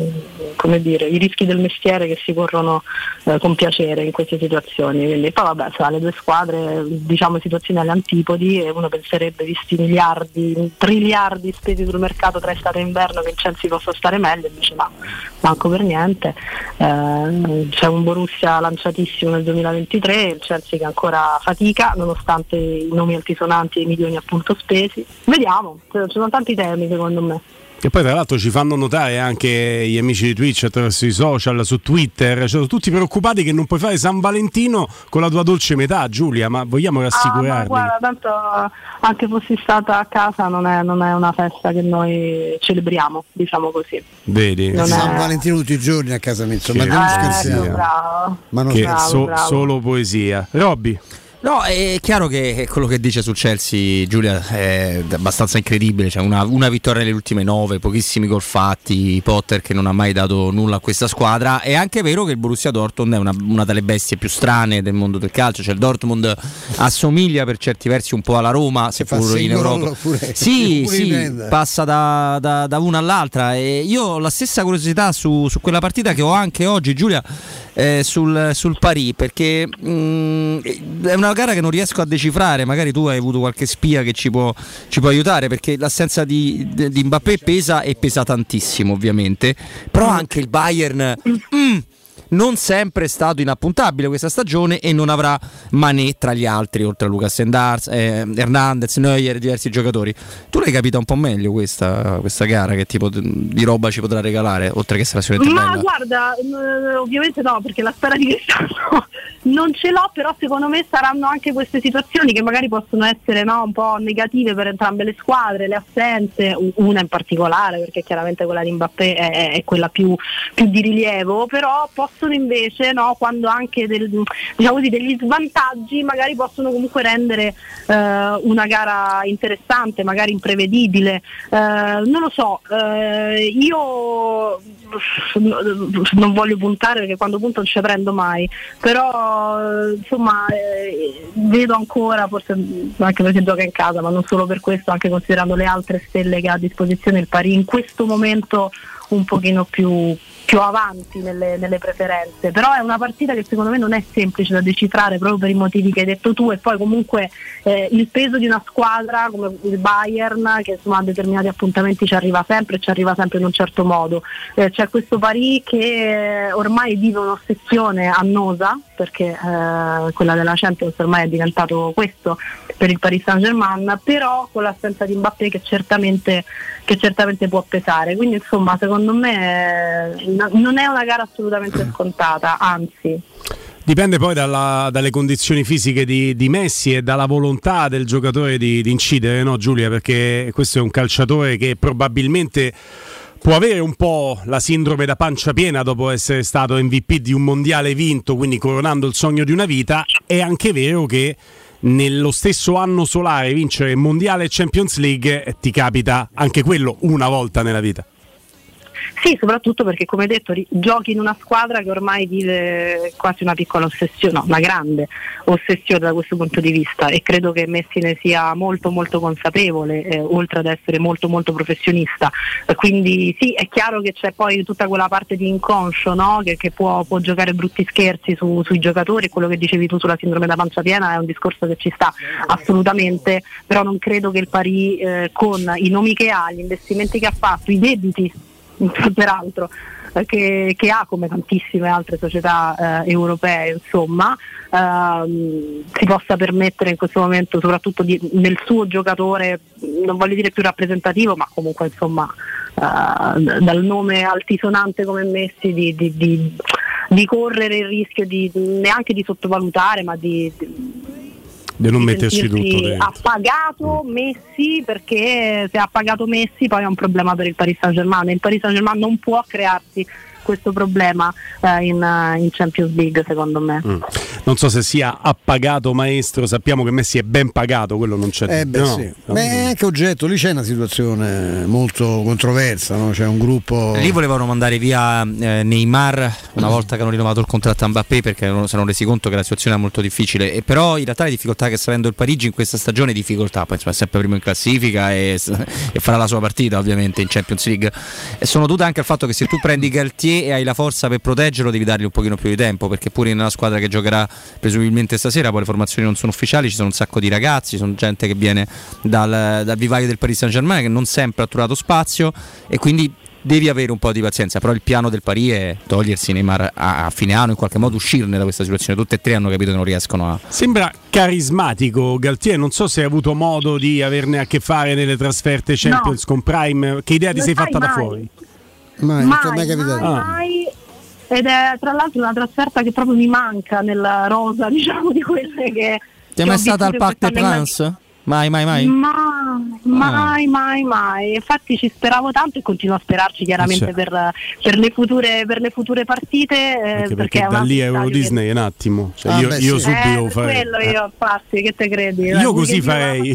come dire i rischi del mestiere che si corrono eh, con piacere in queste situazioni. Quindi poi vabbè, tra le due squadre diciamo situazioni alle antipodi, e uno penserebbe, visti miliardi, triliardi spesi sul mercato tra estate e inverno, che il Chelsea possa stare meglio, invece no, manco per niente. Eh, c'è un Borussia lanciatissimo nel duemilaventitré, il Chelsea che ancora fatica nonostante i nomi altisonanti e i milioni appunto spesi. Vediamo, ci sono tanti temi secondo me. Che poi tra l'altro ci fanno notare anche gli amici di Twitch attraverso i social, su Twitter, cioè, sono tutti preoccupati che non puoi fare San Valentino con la tua dolce metà, Giulia, ma vogliamo rassicurarvi? Ah, ma guarda, tanto anche fossi stata a casa non è, non è una festa che noi celebriamo, diciamo così. Vedi? Non San è... Valentino tutti i giorni a casa mia, ma non scherziamo. Eh, bravo. Ma non che bravo, so, bravo. Solo poesia. Robby? No, è chiaro che quello che dice sul Chelsea Giulia è abbastanza incredibile, cioè una, una vittoria nelle ultime nove, pochissimi gol fatti, Potter che non ha mai dato nulla a questa squadra. È anche vero che il Borussia Dortmund è una, una delle bestie più strane del mondo del calcio, cioè il Dortmund assomiglia per certi versi un po' alla Roma, seppur in Europa. Pure, sì, pure sì, passa da, da, da una all'altra, e io ho la stessa curiosità su, su quella partita che ho anche oggi, Giulia, eh, sul, sul Paris, perché mh, è una gara che non riesco a decifrare. Magari tu hai avuto qualche spia che ci può, ci può aiutare, perché l'assenza di, di Mbappé pesa e pesa tantissimo ovviamente, però anche il Bayern mm, non sempre è stato inappuntabile questa stagione e non avrà Mané tra gli altri, oltre a Lucas Endars, eh, Hernandez, Neuer e diversi giocatori. Tu l'hai capita un po' meglio questa, questa gara, che tipo di roba ci potrà regalare, oltre che essere sicuramente Ma bella? guarda, eh, ovviamente no, perché la sfera di cristallo non ce l'ho, però secondo me saranno anche queste situazioni che magari possono essere no, un po' negative per entrambe le squadre, le assenze, una in particolare, perché chiaramente quella di Mbappé è, è quella più, più di rilievo, però possono invece, no, quando anche del, diciamo così, degli svantaggi magari possono comunque rendere eh, una gara interessante, magari imprevedibile, eh, non lo so, eh, io non voglio puntare perché quando punto non ci prendo mai, però insomma eh, vedo ancora, forse anche perché gioca in casa, ma non solo per questo, anche considerando le altre stelle che ha a disposizione il Paris in questo momento un pochino più, più avanti nelle, nelle preferenze. Però è una partita che secondo me non è semplice da decifrare proprio per i motivi che hai detto tu, e poi comunque eh, il peso di una squadra come il Bayern, che insomma a determinati appuntamenti ci arriva sempre e ci arriva sempre in un certo modo, eh, c'è questo Paris che ormai vive un'ossessione annosa perché eh, quella della Champions ormai è diventato questo per il Paris Saint-Germain, però con l'assenza di Mbappé che certamente, che certamente può pesare, quindi insomma secondo me eh, non è una gara assolutamente scontata, anzi. Dipende poi dalla, dalle condizioni fisiche di, di Messi e dalla volontà del giocatore di, di incidere, no Giulia? Perché questo è un calciatore che probabilmente può avere un po' la sindrome da pancia piena dopo essere stato M V P di un mondiale vinto, quindi coronando il sogno di una vita. È anche vero che nello stesso anno solare vincere mondiale e Champions League ti capita anche quello una volta nella vita. Sì, soprattutto perché come detto ri- giochi in una squadra che ormai vive quasi una piccola ossessione, no, una grande ossessione da questo punto di vista, e credo che Messi ne sia molto molto consapevole, eh, oltre ad essere molto molto professionista, eh, quindi sì, è chiaro che c'è poi tutta quella parte di inconscio, no? che, che può, può giocare brutti scherzi su, sui giocatori, e quello che dicevi tu sulla sindrome da pancia piena è un discorso che ci sta assolutamente, però non credo che il Paris eh, con i nomi che ha, gli investimenti che ha fatto, i debiti peraltro che, che ha come tantissime altre società eh, europee, insomma ehm, si possa permettere in questo momento, soprattutto di, nel suo giocatore, non voglio dire più rappresentativo, ma comunque insomma eh, dal nome altisonante come Messi, di, di, di, di correre il rischio di neanche di sottovalutare, ma di, di di non metterci tutto dentro. Ha pagato Messi, perché se ha pagato Messi poi è un problema per il Paris Saint-Germain. Il Paris Saint-Germain non può crearsi questo problema eh, in, in Champions League, secondo me. Mm. Non so se sia appagato maestro, sappiamo che Messi è ben pagato, quello non c'è. Eh beh, no. sì. Beh, è anche oggetto, lì c'è una situazione molto controversa, no? C'è un gruppo. Lì volevano mandare via eh, Neymar una volta che hanno rinnovato il contratto a Mbappé, perché non si erano resi conto che la situazione è molto difficile, e però in realtà le difficoltà che sta avendo il Parigi in questa stagione, difficoltà, poi insomma, è sempre primo in classifica e, e farà la sua partita ovviamente in Champions League, e sono dovute anche al fatto che se tu prendi Galtier e hai la forza per proteggerlo devi dargli un pochino più di tempo, perché pure nella squadra che giocherà presumibilmente stasera, poi le formazioni non sono ufficiali, ci sono un sacco di ragazzi, sono gente che viene dal, dal vivaio del Paris Saint-Germain che non sempre ha trovato spazio, e quindi devi avere un po' di pazienza. Però il piano del Paris è togliersi Neymar a, a fine anno, in qualche modo uscirne da questa situazione. Tutte e tre hanno capito che non riescono a... Sembra carismatico Galtier, non so se hai avuto modo di averne a che fare nelle trasferte Champions no. con Prime. Che idea ti non sei fatta mai. da fuori? Mai, mai, mai, capitato. mai, ah. mai. Ed è tra l'altro una trasferta che proprio mi manca nella rosa, diciamo, di quelle che... Ti è mai stata al Parc des Princes? Mai, mai, mai? Ma, mai, ah. mai, mai. Infatti ci speravo tanto e continuo a sperarci chiaramente cioè. per, per, le future, per le future partite. Eh, perché, perché perché da lì a Euro Disney è un attimo. Cioè, ah, io, beh, io sì. subito eh, farei. quello io, infatti, che te credi? Io così farei.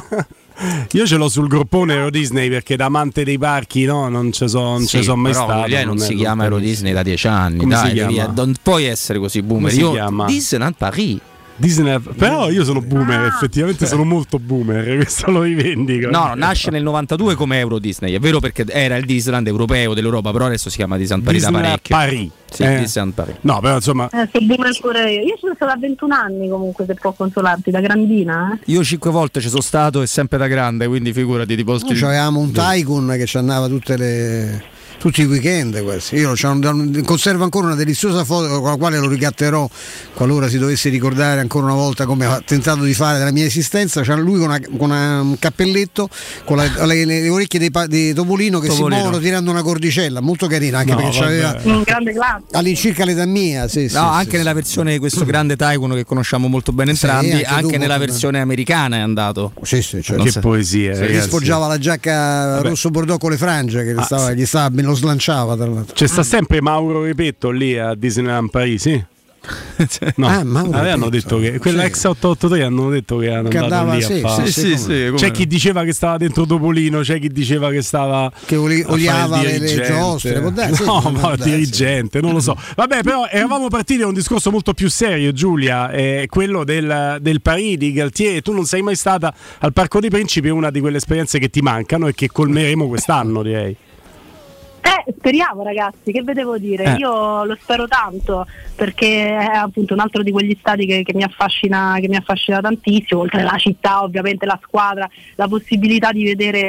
Io ce l'ho sul groppone Euro Disney, perché da amante dei parchi no, non ci sono sì, son mai però stato. Lei non, non si chiama Euro Disney da dieci anni. Come dai, si chiama? Via. Non puoi essere così boomer. Come Io, si chiama? Disneyland Paris. Disney, però io sono boomer, ah. effettivamente sono molto boomer, questo lo rivendico. No, no, nasce nel novantadue come Euro Disney, è vero, perché era il Disneyland europeo dell'Europa, però adesso si chiama Disneyland Paris da parecchio. Paris. Sì, eh. Disneyland Paris. No, però insomma. Eh, sono boomer pure io. Io sono stata a ventuno anni comunque, se può consolarti, da grandina. Eh. Io cinque volte ci sono stato e sempre da grande, quindi figurati di posti. Noi avevamo un Tycoon che ci andava tutte le. tutti i weekend questi. Io conservo ancora una deliziosa foto con la quale lo ricatterò qualora si dovesse ricordare ancora una volta come ha tentato di fare della mia esistenza. C'era lui con, una, con una, un cappelletto con la, le, le orecchie dei, di Topolino che Topolino. si muovono tirando una cordicella, molto carina, anche no, perché c'aveva un grande classe all'incirca l'età mia. Sì, no, sì, anche sì, nella sì. versione di questo grande Tycoon che conosciamo molto bene entrambi, sì, anche, anche nella come... versione americana è andato. Sì, sì, certo. Che poesia, sì, gli sfoggiava la giacca Vabbè. rosso bordeaux con le frange che ah, stava, sì. gli stava, lo slanciava tra l'altro. C'è sta sempre Mauro Repetto lì a Disneyland Paris, sì? No, ah, avevano detto che quella sì. ex otto otto tre hanno detto che hanno che andato andava, lì sì, a fare. Sì, sì, sì, c'è chi diceva che stava dentro Topolino, c'è chi diceva che stava che oliava le, le giostre, può dare, no, sì, ma dirigente, non lo so. Vabbè, però eravamo partiti da un discorso molto più serio, Giulia, eh, quello del, del Paris di Galtier. Tu non sei mai stata al Parco dei Principi, è una di quelle esperienze che ti mancano e che colmeremo quest'anno, direi. Eh, speriamo ragazzi, che vedevo dire, eh. io lo spero tanto, perché è appunto un altro di quegli stadi che, che mi affascina, che mi affascina tantissimo, oltre alla città, ovviamente la squadra, la possibilità di vedere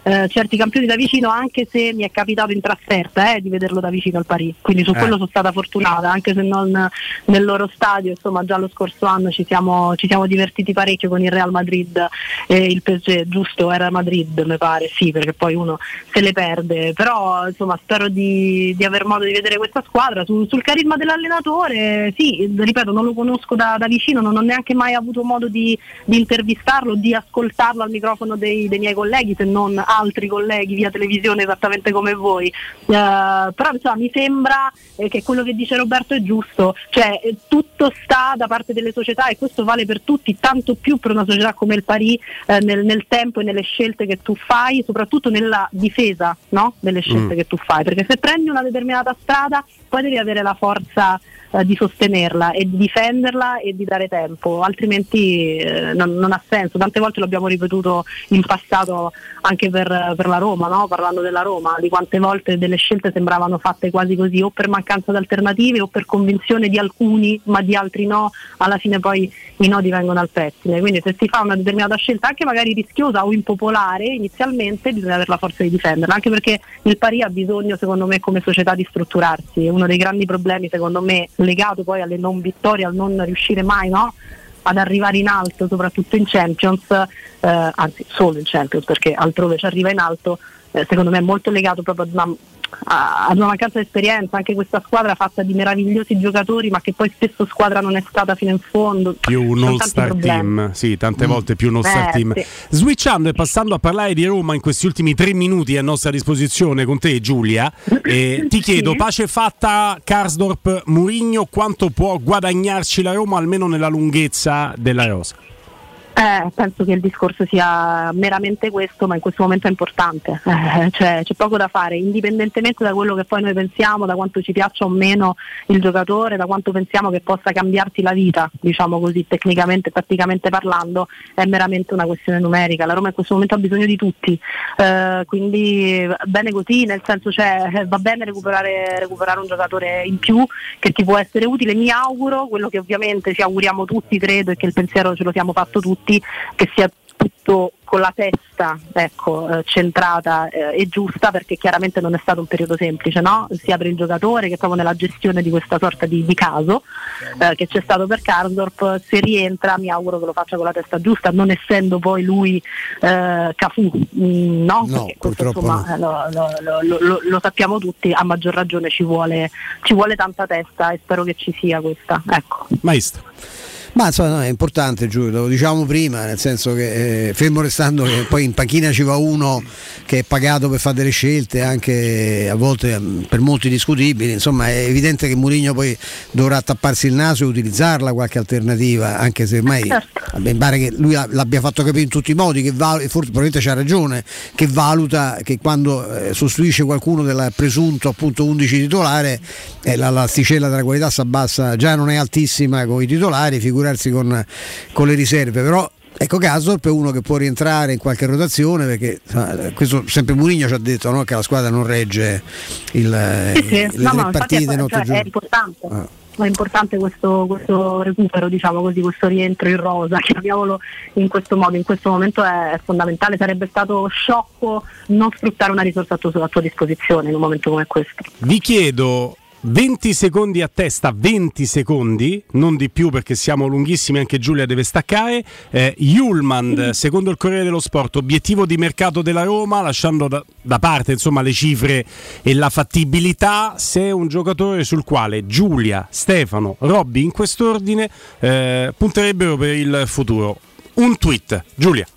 eh, certi campioni da vicino, anche se mi è capitato in trasferta eh, di vederlo da vicino al Paris, quindi su eh. quello sono stata fortunata, anche se non nel loro stadio. Insomma, già lo scorso anno ci siamo, ci siamo divertiti parecchio con il Real Madrid e il P S G, giusto? Era Madrid mi pare, sì, perché poi uno se le perde, però insomma spero di, di aver modo di vedere questa squadra. Su, sul carisma dell'allenatore, sì, ripeto, non lo conosco da, da vicino, non ho neanche mai avuto modo di, di intervistarlo, di ascoltarlo al microfono dei, dei miei colleghi, se non altri colleghi via televisione esattamente come voi, uh, però insomma mi sembra eh, che quello che dice Roberto è giusto, cioè eh, tutto sta da parte delle società, e questo vale per tutti, tanto più per una società come il Paris, eh, nel, nel tempo e nelle scelte che tu fai, soprattutto nella difesa, no? delle scelte mm. che tu fai, perché se prendi una determinata strada poi devi avere la forza eh, di sostenerla e di difenderla e di dare tempo, altrimenti eh, non, non ha senso. Tante volte l'abbiamo ripetuto in passato anche per, per la Roma, no? Parlando della Roma, di quante volte delle scelte sembravano fatte quasi così, o per mancanza di alternative o per convinzione di alcuni ma di altri no, alla fine poi i nodi vengono al pettine. Quindi se si fa una determinata scelta, anche magari rischiosa o impopolare inizialmente, bisogna avere la forza di difenderla, anche perché il Paris ha bisogno, secondo me, come società di strutturarsi. Uno dei grandi problemi, secondo me, legato poi alle non vittorie, al non riuscire mai, no? ad arrivare in alto, soprattutto in Champions, eh, anzi solo in Champions, perché altrove ci arriva in alto, eh, secondo me è molto legato proprio ad una, a, ad una mancanza di esperienza. Anche questa squadra fatta di meravigliosi giocatori, ma che poi spesso squadra non è stata fino in fondo. Più un all-star team, sì, tante mm. volte più un all-star eh, team. Sì. Switchando e passando a parlare di Roma in questi ultimi tre minuti a nostra disposizione con te, Giulia, eh, ti chiedo, sì. pace fatta Karsdorp Mourinho, quanto può guadagnarci la Roma almeno nella lunghezza della rosa? Eh, penso che il discorso sia meramente questo, ma in questo momento è importante, eh, cioè, c'è poco da fare, indipendentemente da quello che poi noi pensiamo, da quanto ci piaccia o meno il giocatore, da quanto pensiamo che possa cambiarti la vita, diciamo così, tecnicamente, tatticamente parlando, è meramente una questione numerica. La Roma in questo momento ha bisogno di tutti, eh, quindi bene così, nel senso, cioè, va bene recuperare, recuperare un giocatore in più che ti può essere utile. Mi auguro, quello che ovviamente ci auguriamo tutti, credo, e che il pensiero ce lo siamo fatto tutti, che sia tutto con la testa, ecco, eh, centrata eh, e giusta, perché chiaramente non è stato un periodo semplice, no? Sia per il giocatore che proprio nella gestione di questa sorta di, di caso eh, che c'è stato per Karsdorp. Se rientra mi auguro che lo faccia con la testa giusta, non essendo poi lui eh, Cafù, mm, no? No, perché questo, insomma, no. lo, lo, lo, lo, lo sappiamo tutti, a maggior ragione ci vuole, ci vuole tanta testa, e spero che ci sia questa, ecco. Maestro. Ma insomma, no, è importante, Giulio, lo diciamo prima, nel senso che eh, fermo restando che poi in panchina ci va uno che è pagato per fare delle scelte anche a volte per molti discutibili, insomma è evidente che Mourinho poi dovrà tapparsi il naso e utilizzarla qualche alternativa, anche se ormai mi pare che lui l'abbia fatto capire in tutti i modi, che val- forse probabilmente c'ha ragione, che valuta che quando eh, sostituisce qualcuno del presunto appunto undici titolare, eh, la l'asticella della qualità si abbassa, già non è altissima con i titolari, figurati Con, con le riserve. Però ecco, Karsdorp è uno che può rientrare in qualche rotazione, perché insomma, questo sempre Mourinho ci ha detto, no? Che la squadra non regge il, sì, sì. le no, tre no, partite in otto cioè, giorni. È importante. Ah. È importante questo, questo recupero, diciamo così, questo rientro in rosa, chiamiamolo in questo modo, in questo momento è, è fondamentale. Sarebbe stato sciocco non sfruttare una risorsa a tua, a tua disposizione in un momento come questo. Vi chiedo venti secondi a testa, venti secondi, non di più perché siamo lunghissimi, anche Giulia deve staccare. eh, Hjulmand, secondo il Corriere dello Sport, obiettivo di mercato della Roma, lasciando da, da parte insomma le cifre e la fattibilità, se è un giocatore sul quale Giulia, Stefano, Robby in quest'ordine eh, punterebbero per il futuro. Un tweet, Giulia.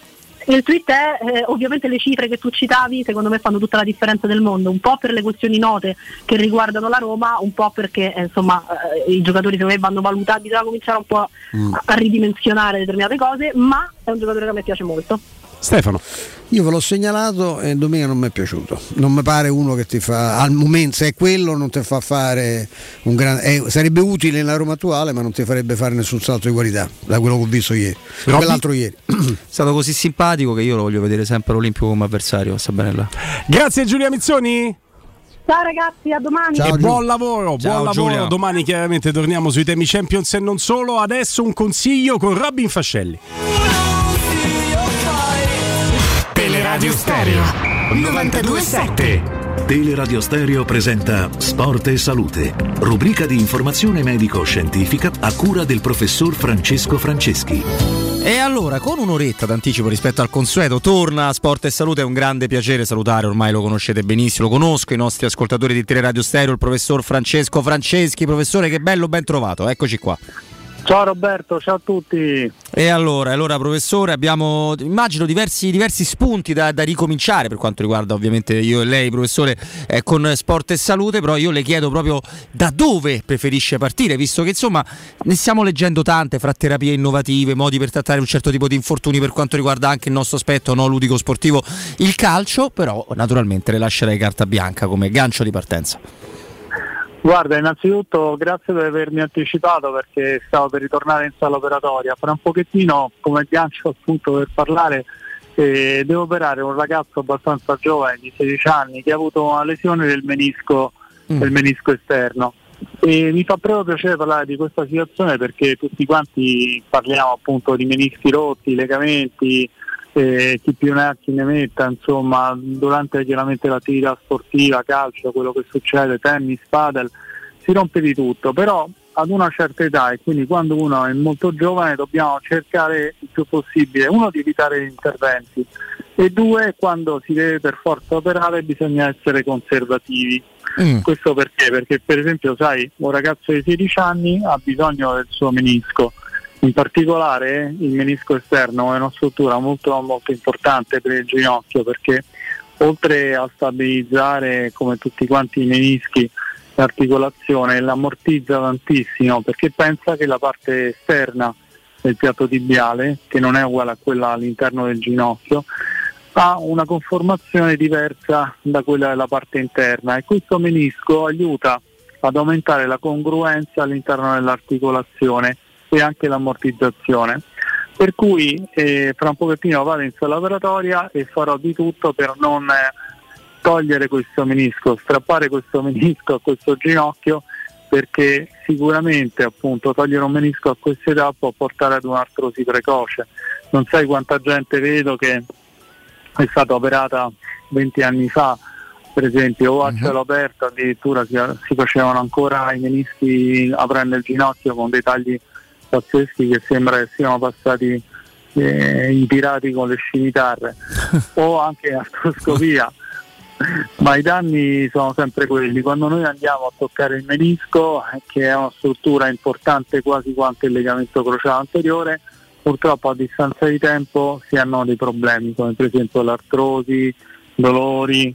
Il tweet è eh, ovviamente le cifre che tu citavi, secondo me fanno tutta la differenza del mondo, un po' per le questioni note che riguardano la Roma, un po' perché eh, insomma eh, i giocatori secondo me vanno valutati, bisogna cominciare un po' mm. a, a ridimensionare determinate cose, ma è un giocatore che a me piace molto. Stefano. Io ve l'ho segnalato e domenica non mi è piaciuto, non mi pare uno che ti fa, al momento se è quello non ti fa fare un gran, eh, sarebbe utile nella Roma attuale, ma non ti farebbe fare nessun salto di qualità, da quello che ho visto ieri, Robby? quell'altro ieri è stato così simpatico che io lo voglio vedere sempre all'Olimpico come avversario, sta bene là. Grazie Giulia Mizzoni. Ciao ragazzi, a domani. Ciao, e buon lavoro, Ciao, buon Giulia. lavoro. Domani chiaramente torniamo sui temi Champions e non solo. Adesso un consiglio con Robin Fascelli. Teleradio Stereo novantadue sette. Teleradio Stereo presenta Sport e Salute, rubrica di informazione medico-scientifica a cura del professor Francesco Franceschi. E allora, con un'oretta d'anticipo rispetto al consueto, torna Sport e Salute. È un grande piacere salutare, ormai lo conoscete benissimo, lo conosco, i nostri ascoltatori di Teleradio Stereo, il professor Francesco Franceschi. Professore, che bello, ben trovato, eccoci qua. Ciao Roberto, ciao a tutti. E allora, allora professore, abbiamo immagino diversi, diversi spunti da, da ricominciare per quanto riguarda ovviamente io e lei, professore, eh, con Sport e Salute, però io le chiedo proprio da dove preferisce partire, visto che insomma ne stiamo leggendo tante fra terapie innovative, modi per trattare un certo tipo di infortuni per quanto riguarda anche il nostro aspetto no ludico sportivo, il calcio, però naturalmente le lascerei carta bianca come gancio di partenza. Guarda, innanzitutto grazie per avermi anticipato perché stavo per ritornare in sala operatoria. Fra un pochettino, come gancio appunto per parlare, eh, devo operare un ragazzo abbastanza giovane di sedici anni che ha avuto una lesione del menisco, mm. del menisco esterno. E mi fa proprio piacere parlare di questa situazione perché tutti quanti parliamo appunto di menischi rotti, legamenti, eh, chi più ne ha chi ne metta, insomma durante chiaramente l'attività sportiva, calcio, quello che succede, tennis, padel, si rompe di tutto, però ad una certa età e quindi quando uno è molto giovane dobbiamo cercare il più possibile, uno, di evitare gli interventi e due, quando si deve per forza operare bisogna essere conservativi. Mm. Questo perché? Perché per esempio sai, un ragazzo di sedici anni ha bisogno del suo menisco. In particolare il menisco esterno è una struttura molto molto importante per il ginocchio perché oltre a stabilizzare come tutti quanti i menischi l'articolazione, l'ammortizza tantissimo perché pensa che la parte esterna del piatto tibiale, che non è uguale a quella all'interno del ginocchio, ha una conformazione diversa da quella della parte interna e questo menisco aiuta ad aumentare la congruenza all'interno dell'articolazione e anche l'ammortizzazione, per cui eh, fra un pochettino vado in sala operatoria e farò di tutto per non eh, togliere questo menisco, strappare questo menisco a questo ginocchio, perché sicuramente appunto togliere un menisco a questa età può portare ad un'artrosi precoce. Non sai quanta gente vedo che è stata operata venti anni fa, per esempio, o a uh-huh. cielo aperto, addirittura si, si facevano ancora i menischi aprendo il ginocchio con dei tagli pazzeschi che sembra che siano passati eh, i pirati con le scimitarre o anche artroscopia, ma i danni sono sempre quelli. Quando noi andiamo a toccare il menisco, che è una struttura importante quasi quanto il legamento crociato anteriore, purtroppo a distanza di tempo si hanno dei problemi come per esempio l'artrosi, dolori,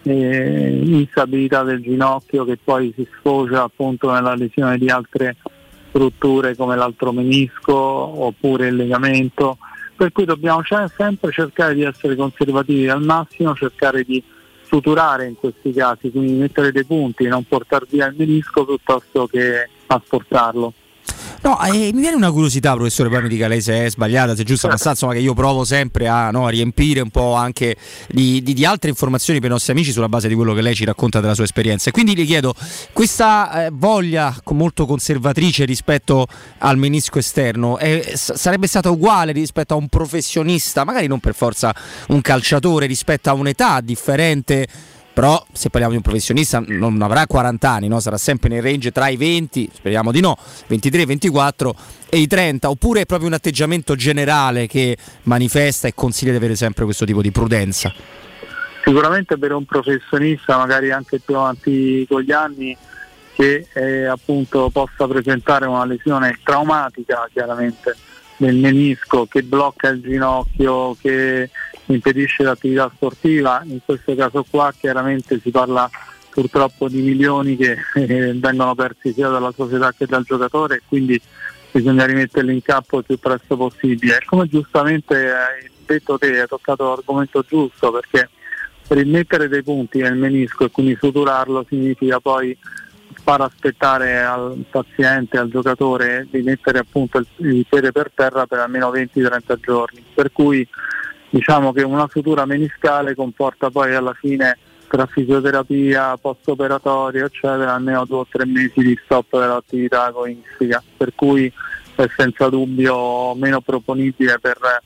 eh, instabilità del ginocchio che poi si sfocia appunto nella lesione di altre strutture come l'altro menisco oppure il legamento, per cui dobbiamo c- sempre cercare di essere conservativi al massimo, cercare di suturare in questi casi, quindi mettere dei punti e non portare via il menisco piuttosto che asportarlo. No, eh, mi viene una curiosità, professore, poi mi dica lei se è sbagliata, se è giusta, ma insomma che io provo sempre a, no, a riempire un po' anche di, di, di altre informazioni per i nostri amici sulla base di quello che lei ci racconta della sua esperienza. E quindi le chiedo, questa eh, voglia molto conservatrice rispetto al menisco esterno eh, s- sarebbe stata uguale rispetto a un professionista, magari non per forza un calciatore, rispetto a un'età differente? Però se parliamo di un professionista non avrà quaranta anni, no? Sarà sempre nel range tra i venti, speriamo di no, ventitré ventiquattro e i trenta, oppure è proprio un atteggiamento generale che manifesta e consiglia di avere sempre questo tipo di prudenza? Sicuramente per un professionista magari anche più avanti con gli anni che eh, appunto possa presentare una lesione traumatica chiaramente del menisco che blocca il ginocchio, che impedisce l'attività sportiva, in questo caso qua chiaramente si parla purtroppo di milioni che eh, vengono persi sia dalla società che dal giocatore, quindi bisogna rimetterli in campo il più presto possibile. Come giustamente hai detto te, hai toccato l'argomento giusto, perché rimettere dei punti nel menisco e quindi suturarlo significa poi far aspettare al paziente, al giocatore, di mettere appunto il, il piede per terra per almeno venti trenta giorni, per cui diciamo che una sutura meniscale comporta poi alla fine tra fisioterapia, post-operatorio eccetera almeno due o tre mesi di stop dell'attività agonistica, per cui è senza dubbio meno proponibile per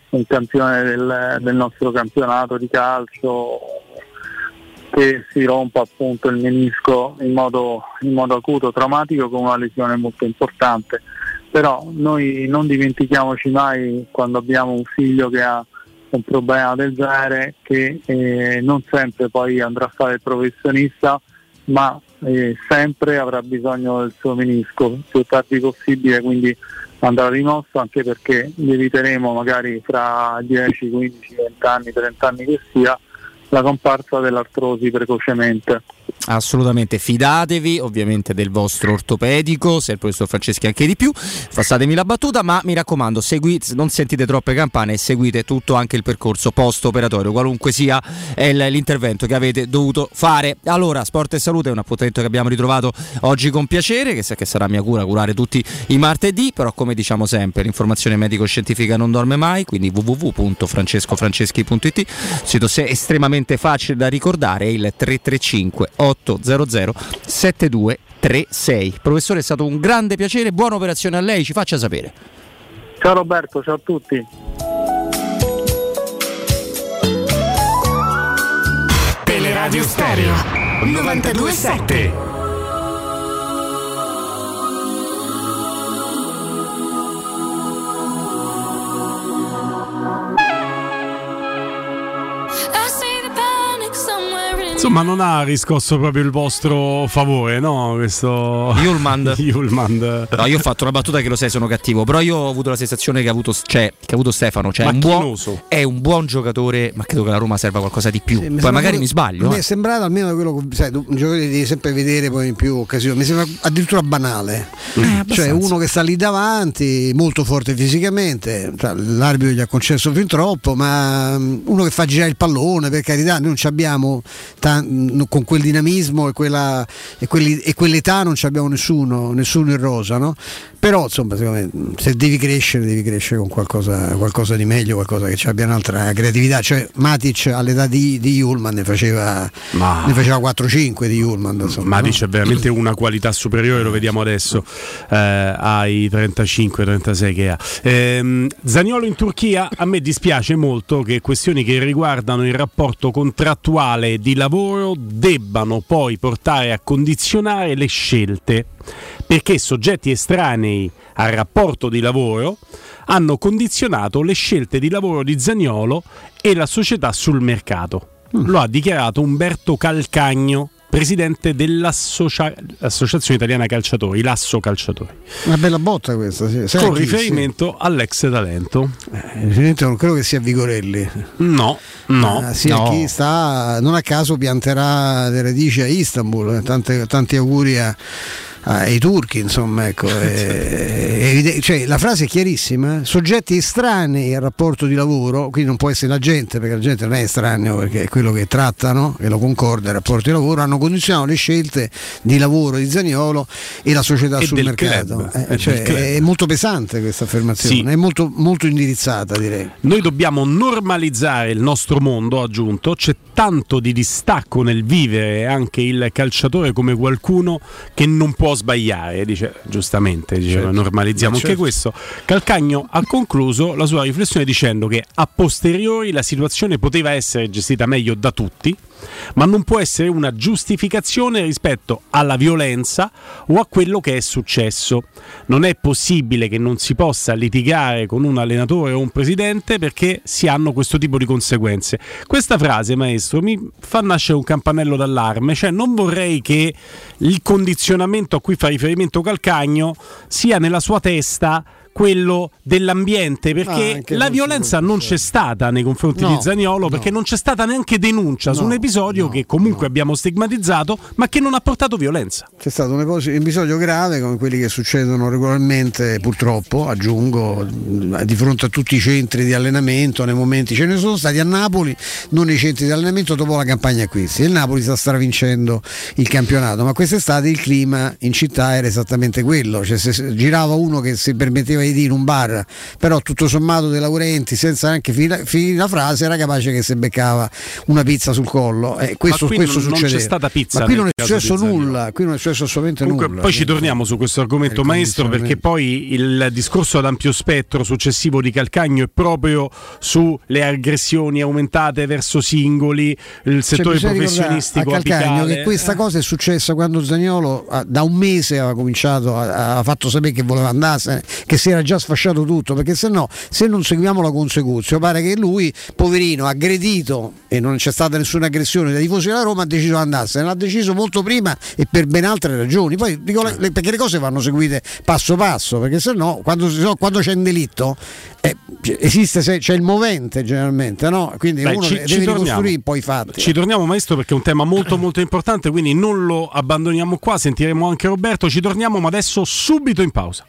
un campione del, del nostro campionato di calcio che si rompa appunto il menisco in modo, in modo acuto, traumatico, con una lesione molto importante. Però noi non dimentichiamoci mai, quando abbiamo un figlio che ha un problema del genere, che eh, non sempre poi andrà a fare il professionista, ma eh, sempre avrà bisogno del suo menisco più tardi possibile, quindi andrà rimosso, anche perché gli eviteremo magari fra dieci, quindici, venti anni, trenta anni che sia, la comparsa dell'artrosi precocemente. Assolutamente, fidatevi ovviamente del vostro ortopedico, se il professor Franceschi anche di più, passatemi la battuta, ma mi raccomando, seguite, non sentite troppe campane e seguite tutto, anche il percorso post operatorio, qualunque sia l'intervento che avete dovuto fare. Allora, Sport e Salute è un appuntamento che abbiamo ritrovato oggi con piacere, che, che sarà mia cura curare tutti i martedì, però come diciamo sempre l'informazione medico-scientifica non dorme mai, quindi w w w punto francesco franceschi punto i t, sito se estremamente facile da ricordare, è il tre tre cinque otto zero zero sette due tre sei. Professore, è stato un grande piacere, buona operazione a lei, ci faccia sapere. Ciao Roberto, ciao a tutti. Teleradio Stereo novantadue sette. Insomma, non ha riscosso proprio il vostro favore, no? Questo Yulman. Yulman. No, io ho fatto una battuta che lo sai, sono cattivo, però io ho avuto la sensazione che ha avuto, cioè, che ha avuto Stefano, cioè un buon, è un buon giocatore, ma credo che la Roma serva qualcosa di più. Sì, poi magari quello, mi sbaglio. Mi eh. è sembrato, almeno quello, sai, un giocatore devi sempre vedere poi in più occasioni. Mi sembra addirittura banale. Eh, cioè uno che sta lì davanti, molto forte fisicamente, cioè, l'arbitro gli ha concesso fin troppo, ma uno che fa girare il pallone, per carità, noi non ci abbiamo con quel dinamismo e, quella, e, quelli, e quell'età non ci abbiamo nessuno, nessuno in rosa, no? Però insomma, secondo me, se devi crescere, devi crescere con qualcosa, qualcosa di meglio, qualcosa che ci abbia un'altra creatività. Cioè Matic all'età di, di Yulman ne faceva, Ma... ne faceva quattro cinque di Yulman. Insomma, Matic no? è veramente una qualità superiore, lo vediamo adesso eh, ai trentacinque trentasei che ha. Eh, Zaniolo in Turchia, a me dispiace molto che questioni che riguardano il rapporto contrattuale di lavoro debbano poi portare a condizionare le scelte, perché soggetti estranei al rapporto di lavoro hanno condizionato le scelte di lavoro di Zaniolo e la società sul mercato. Mm. Lo ha dichiarato Umberto Calcagno, presidente dell'Associazione Italiana Calciatori, l'Asso Calciatori. Una bella botta questa, sì. Con chi, riferimento sì. all'ex talento. Eh, riferimento non credo che sia Vigorelli. No, no. Ah, sia no. Chi sta, non a caso pianterà le radici a Istanbul. Eh, tante, tanti auguri a ai turchi, insomma, ecco. è, è, cioè, la frase è chiarissima: soggetti estranei al rapporto di lavoro, quindi non può essere la gente, perché la gente non è estraneo, perché è quello che trattano e lo concorda il rapporto di lavoro, hanno condizionato le scelte di lavoro di Zaniolo e la società e sul mercato. Eh, cioè, è molto pesante questa affermazione, sì. È molto, molto indirizzata, direi. Noi dobbiamo normalizzare il nostro mondo, ha aggiunto. C'è tanto di distacco nel vivere anche il calciatore come qualcuno che non può sbagliare, dice giustamente, dice, certo. Normalizziamo certo. Anche questo. Calcagno ha concluso la sua riflessione dicendo che a posteriori la situazione poteva essere gestita meglio da tutti, ma non può essere una giustificazione rispetto alla violenza o a quello che è successo. Non è possibile che non si possa litigare con un allenatore o un presidente perché si hanno questo tipo di conseguenze. Questa frase, maestro, mi fa nascere un campanello d'allarme, cioè non vorrei che il condizionamento a cui fa riferimento Calcagno sia nella sua testa quello dell'ambiente, perché ah, la violenza non c'è stata nei confronti no, di Zaniolo, perché no. Non c'è stata neanche denuncia no, su un episodio no, che comunque no. abbiamo stigmatizzato, ma che non ha portato violenza. C'è stato un episodio grave come quelli che succedono regolarmente, purtroppo, aggiungo, di fronte a tutti i centri di allenamento nei momenti, ce ne sono stati a Napoli, non nei centri di allenamento dopo la campagna acquisti. Il Napoli sta stravincendo il campionato, ma quest'estate il clima in città era esattamente quello, cioè se girava uno che si permetteva mercoledì in un bar, però tutto sommato De Laurenti senza neanche finire la frase era capace che si beccava una pizza sul collo, e questo, ma qui questo non, succede. Non c'è stata pizza, ma qui non è successo nulla, qui non è successo assolutamente Comunque, nulla. Poi ci torniamo su questo argomento, maestro, perché poi il discorso ad ampio spettro successivo di Calcagno è proprio sulle aggressioni aumentate verso singoli, il settore cioè, professionistico a Calcagno apicale. Che questa cosa è successa quando Zaniolo da un mese aveva cominciato, ha fatto sapere che voleva andarsene, che si era già sfasciato tutto, perché se no, se non seguiamo la consecuzione, pare che lui, poverino, aggredito, e non c'è stata nessuna aggressione dai tifosi della Roma, ha deciso di andarsene, l'ha deciso molto prima e per ben altre ragioni. Poi dico, le, perché le cose vanno seguite passo passo, perché se no quando, quando c'è un delitto eh, esiste, se, c'è il movente generalmente, no? Quindi Beh, uno ci, deve ci ricostruire poi i fatti. Ci torniamo, maestro, perché è un tema molto molto importante, quindi non lo abbandoniamo qua, sentiremo anche Roberto, ci torniamo, ma adesso subito in pausa.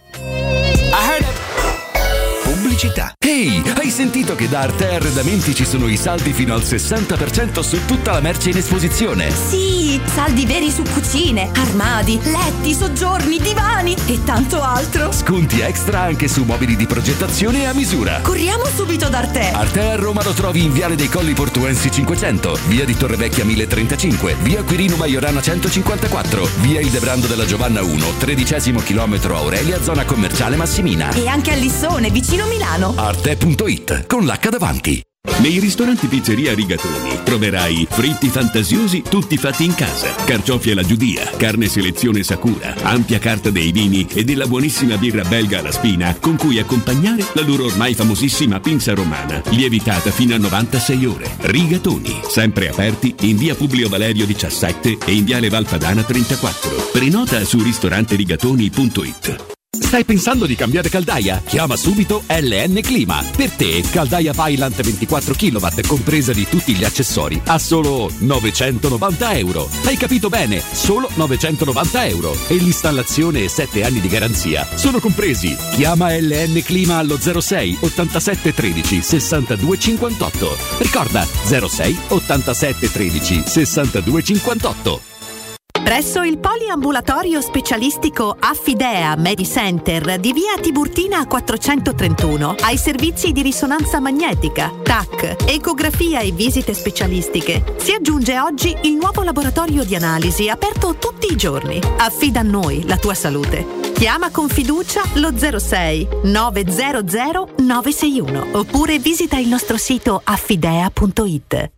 Pubblicità. Ehi, hey, hai sentito che da Arte Arredamenti ci sono i saldi fino al sessanta per cento su tutta la merce in esposizione? Sì, saldi veri su cucine, armadi, letti, soggiorni, divani e tanto altro. Sconti extra anche su mobili di progettazione a misura. Corriamo subito da Arte. Arte a Roma lo trovi in Viale dei Colli Portuensi cinquecento, via di Torrevecchia mille trentacinque, via Quirino Maiorana centocinquantaquattro, via Il Debrando della Giovanna uno, tredicesimo chilometro Aurelia, zona commerciale Massimina. E anche a Lissone, vicino Milano. Arte punto it con l'H davanti. Nei ristoranti Pizzeria Rigatoni troverai fritti fantasiosi tutti fatti in casa, carciofi alla giudia, carne selezione Sakura, ampia carta dei vini e della buonissima birra belga alla spina con cui accompagnare la loro ormai famosissima pinza romana, lievitata fino a novantasei ore. Rigatoni, sempre aperti in via Publio Valerio diciassette e in viale Valpadana trentaquattro. Prenota su ristoranterigatoni punto it. Stai pensando di cambiare caldaia? Chiama subito L N Clima. Per te, caldaia Vaillant ventiquattro chilowatt compresa di tutti gli accessori a solo novecentonovanta euro. Hai capito bene? Solo novecentonovanta euro. E l'installazione e sette anni di garanzia sono compresi. Chiama L N Clima allo zero sei ottantasette tredici sessantadue cinquantotto. Ricorda zero sei ottantasette tredici sessantadue cinquantotto. Presso il poliambulatorio specialistico Affidea Medicenter di via Tiburtina quattrocentotrentuno hai servizi di risonanza magnetica, T A C, ecografia e visite specialistiche. Si aggiunge oggi il nuovo laboratorio di analisi aperto tutti i giorni. Affida a noi la tua salute. Chiama con fiducia lo zero sei novecento nove sei uno oppure visita il nostro sito affidea punto it.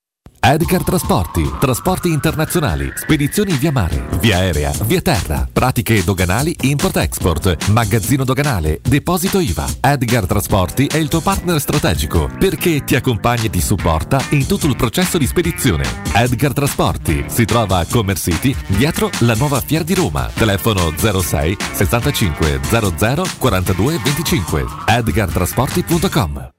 Edgar Trasporti, trasporti internazionali, spedizioni via mare, via aerea, via terra, pratiche doganali import-export, magazzino doganale, deposito I V A. Edgar Trasporti è il tuo partner strategico perché ti accompagna e ti supporta in tutto il processo di spedizione. Edgar Trasporti si trova a Commerce City, dietro la nuova Fiera di Roma. Telefono zero sei sessantacinque zero zero quarantadue venticinque. edgar trasporti punto com.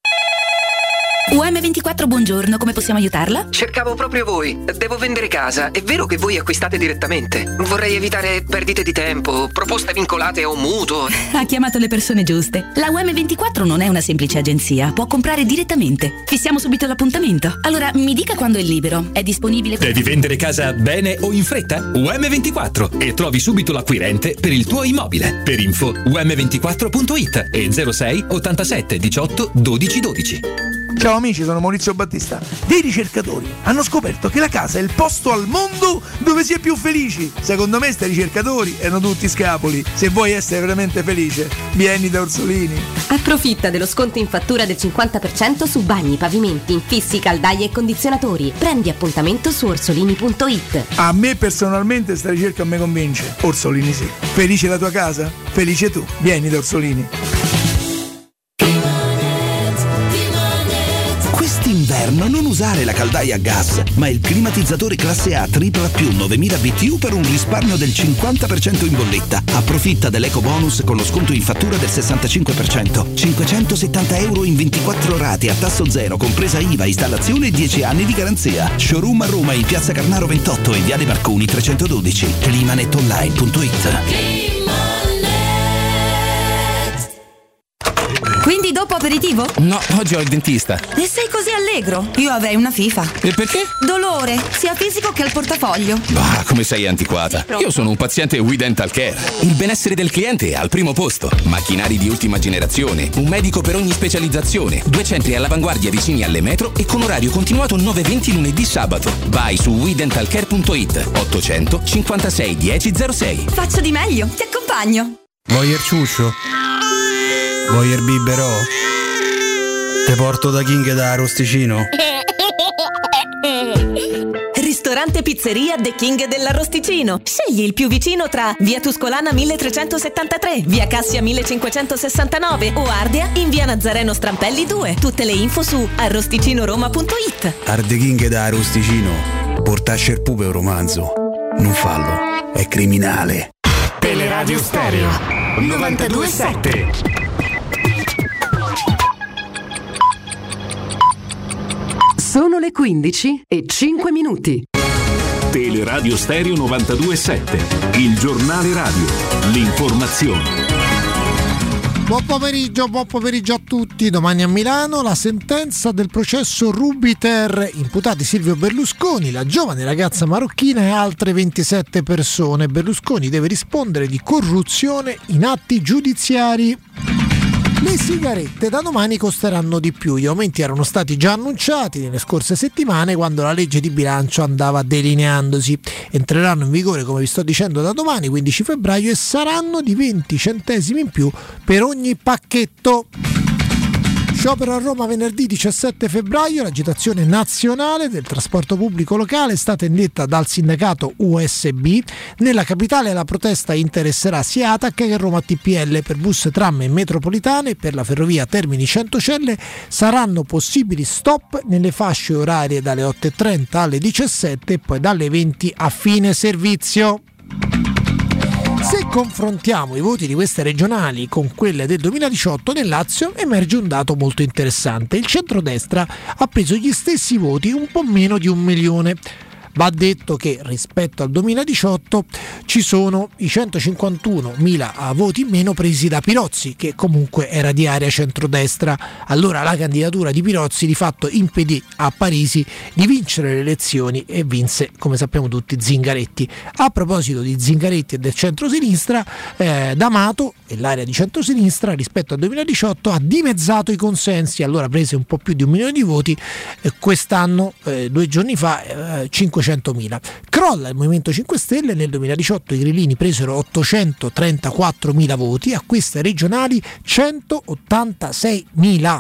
U M ventiquattro, buongiorno, come possiamo aiutarla? Cercavo proprio voi. Devo vendere casa. È vero che voi acquistate direttamente? Vorrei evitare perdite di tempo, proposte vincolate o mutuo. Ha chiamato le persone giuste. La U M ventiquattro non è una semplice agenzia, può comprare direttamente. Fissiamo subito l'appuntamento. Allora, mi dica quando è libero. È disponibile? Devi vendere casa bene o in fretta? U M ventiquattro e trovi subito l'acquirente per il tuo immobile. Per info U M ventiquattro punto it e zero sei ottantasette diciotto dodici dodici. Ciao amici, sono Maurizio Battista. Dei ricercatori hanno scoperto che la casa è il posto al mondo dove si è più felici. Secondo me sti ricercatori erano tutti scapoli. Se vuoi essere veramente felice, vieni da Orsolini. Approfitta dello sconto in fattura del cinquanta per cento su bagni, pavimenti, infissi, caldaie e condizionatori. Prendi appuntamento su orsolini punto it. A me personalmente sta ricerca me convince. Orsolini sì. Felice la tua casa? Felice tu. Vieni da Orsolini. Quest'inverno non usare la caldaia a gas, ma il climatizzatore classe A tripla più novemila B T U per un risparmio del cinquanta per cento in bolletta. Approfitta dell'eco bonus con lo sconto in fattura del sessantacinque per cento. cinquecentosettanta euro in ventiquattro rate a tasso zero, compresa I V A, installazione e dieci anni di garanzia. Showroom a Roma in piazza Carnaro ventotto e viale Marconi trecentododici. climanet online punto it. Quindi dopo aperitivo? No, oggi ho il dentista. E sei così allegro? Io avrei una FIFA. E perché? Dolore, sia fisico che al portafoglio. Bah, come sei antiquata. Io sono un paziente We Dental Care. Il benessere del cliente è al primo posto. Macchinari di ultima generazione, un medico per ogni specializzazione, due centri all'avanguardia vicini alle metro e con orario continuato nove venti lunedì sabato. Vai su we dental care punto it. ottocento cinquantasei dieci zero sei. Faccio di meglio, ti accompagno. Voyer ciuscio? Voyer biberò? Te porto da King da Arrosticino? Ristorante Pizzeria The King dell'Arrosticino. Scegli il più vicino tra via Tuscolana milletrecentosettantatré, via Cassia millecinquecentosessantanove o Ardea in via Nazareno Strampelli due. Tutte le info su arrosticinoroma punto it. Arde King da Arrosticino. Portasce il pupe un romanzo. Non fallo, è criminale. Teleradio Stereo novantadue sette. Sono le quindici e cinque minuti. Teleradio Stereo novantadue sette, il giornale radio, l'informazione. Buon pomeriggio, buon pomeriggio a tutti. Domani a Milano la sentenza del processo Rubiter, imputati Silvio Berlusconi, la giovane ragazza marocchina e altre ventisette persone. Berlusconi deve rispondere di corruzione in atti giudiziari. Le sigarette da domani costeranno di più. Gli aumenti erano stati già annunciati nelle scorse settimane quando la legge di bilancio andava delineandosi. Entreranno in vigore, come vi sto dicendo, da domani, quindici febbraio, e saranno di venti centesimi in più per ogni pacchetto. Sciopero a Roma venerdì diciassette febbraio. L'agitazione nazionale del trasporto pubblico locale è stata indetta dal sindacato U S B. Nella capitale la protesta interesserà sia Atac che Roma T P L. Per bus, tram e metropolitane, per la ferrovia Termini Centocelle saranno possibili stop nelle fasce orarie dalle otto e trenta alle diciassette e poi dalle venti a fine servizio. Se confrontiamo i voti di queste regionali con quelle del duemiladiciotto, nel Lazio emerge un dato molto interessante. Il centrodestra ha preso gli stessi voti, un po' meno di un milione. Va detto che rispetto al duemiladiciotto ci sono i centocinquantunomila voti in meno presi da Pirozzi, che comunque era di area centrodestra. Allora la candidatura di Pirozzi di fatto impedì a Parisi di vincere le elezioni e vinse, come sappiamo tutti, Zingaretti. A proposito di Zingaretti e del centrosinistra, eh, D'Amato e l'area di centrosinistra rispetto al duemiladiciotto ha dimezzato i consensi, allora prese un po' più di un milione di voti, eh, quest'anno, eh, due giorni fa, eh, cinquecentomila. Crolla il Movimento cinque Stelle. Nel duemiladiciotto i grillini presero ottocentotrentaquattromila voti, a queste regionali centottantaseimila.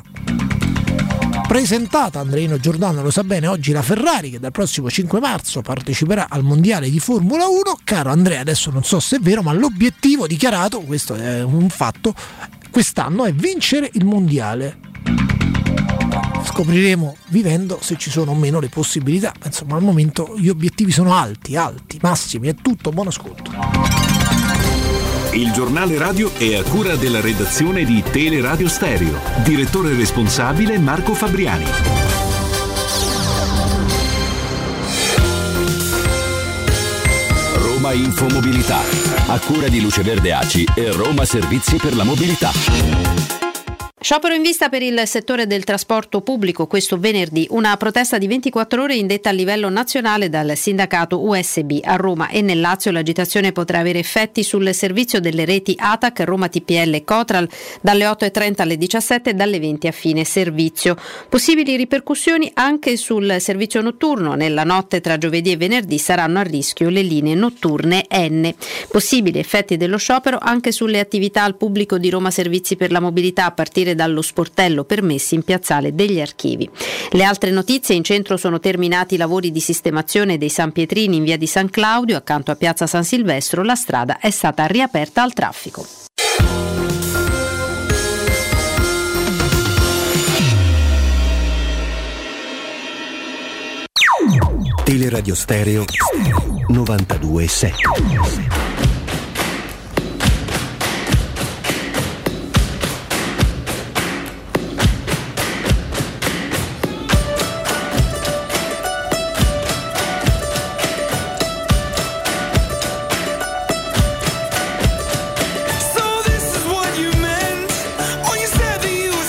Presentata, Andreino Giordano lo sa bene, oggi la Ferrari, che dal prossimo cinque marzo parteciperà al mondiale di Formula uno. Caro Andrea, adesso non so se è vero, ma l'obiettivo dichiarato, questo è un fatto, quest'anno è vincere il mondiale. Scopriremo vivendo se ci sono o meno le possibilità. Insomma, al momento gli obiettivi sono alti, alti, massimi. È tutto, buon ascolto. Il giornale radio è a cura della redazione di Teleradio Stereo. Direttore responsabile Marco Fabriani. Roma Infomobilità, a cura di Luce Verde A C I e Roma Servizi per la Mobilità. Sciopero in vista per il settore del trasporto pubblico questo venerdì, una protesta di ventiquattro ore indetta a livello nazionale dal sindacato U S B. A Roma e nel Lazio l'agitazione potrà avere effetti sul servizio delle reti Atac, Roma T P L e Cotral dalle otto e trenta alle diciassette e dalle venti a fine servizio. Possibili ripercussioni anche sul servizio notturno. Nella notte tra giovedì e venerdì saranno a rischio le linee notturne N. Possibili effetti dello sciopero anche sulle attività al pubblico di Roma Servizi per la Mobilità a partire dallo sportello permessi in Piazzale degli Archivi. Le altre notizie: in centro sono terminati i lavori di sistemazione dei San Pietrini in via di San Claudio, accanto a piazza San Silvestro la strada è stata riaperta al traffico. Teleradio Stereo novantadue sette. So this is what you meant when you said that you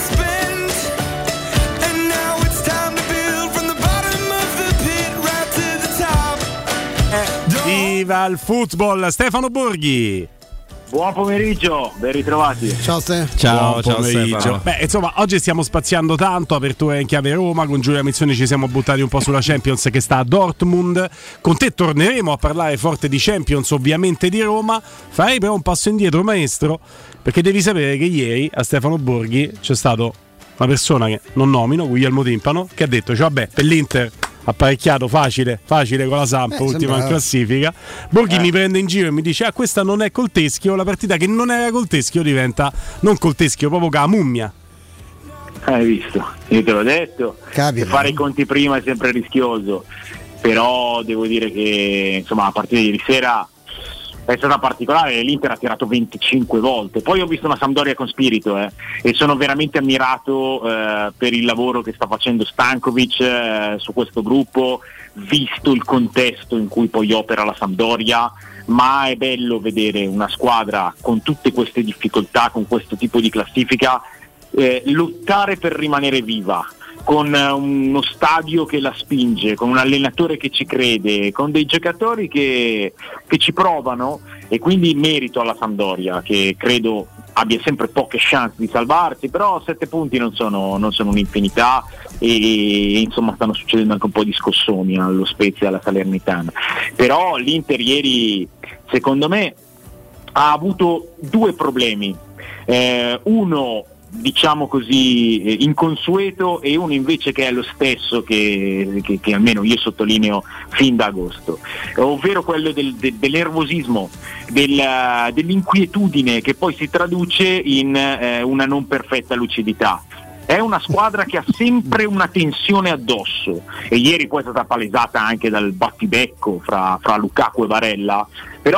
Revival Football. Stefano Borghi. Buon pomeriggio, ben ritrovati. Ciao Ste. Ciao, Buon ciao pomeriggio. Stefano. Beh, insomma, oggi stiamo spaziando tanto, apertura in chiave Roma, con Giulia Mizzoni ci siamo buttati un po' sulla Champions che sta a Dortmund. Con te torneremo a parlare forte di Champions, ovviamente di Roma. Farei però un passo indietro, maestro, perché devi sapere che ieri a Stefano Borghi c'è stato una persona che non nomino, Guglielmo Timpano, che ha detto, cioè, vabbè, per l'Inter apparecchiato facile, facile con la Samp, eh, ultima in classifica. Borghi eh. mi prende in giro e mi dice: ah, questa non è col teschio. La partita che non era col teschio diventa non col teschio, proprio con la mummia. Hai visto? Io te l'ho detto. Capita. Fare i conti prima è sempre rischioso, però devo dire che insomma la partita di ieri sera è stata particolare. L'Inter ha tirato venticinque volte. Poi ho visto una Sampdoria con spirito eh, e sono veramente ammirato eh, per il lavoro che sta facendo Stankovic eh, su questo gruppo, visto il contesto in cui poi opera la Sampdoria. Ma è bello vedere una squadra con tutte queste difficoltà, con questo tipo di classifica, eh, lottare per rimanere viva, con uno stadio che la spinge, con un allenatore che ci crede, con dei giocatori che, che ci provano, e quindi merito alla Sampdoria, che credo abbia sempre poche chance di salvarsi, però sette punti non sono, non sono un'infinità e, e insomma stanno succedendo anche un po' di scossoni allo Spezia e alla Salernitana. Però l'Inter ieri secondo me ha avuto due problemi, eh, uno diciamo così inconsueto e uno invece che è lo stesso che, che, che almeno io sottolineo fin da agosto, ovvero quello del, del, del nervosismo, del, dell'inquietudine che poi si traduce in eh, una non perfetta lucidità. È una squadra che ha sempre una tensione addosso, e ieri poi è stata palesata anche dal battibecco fra, fra Lukaku e Barella.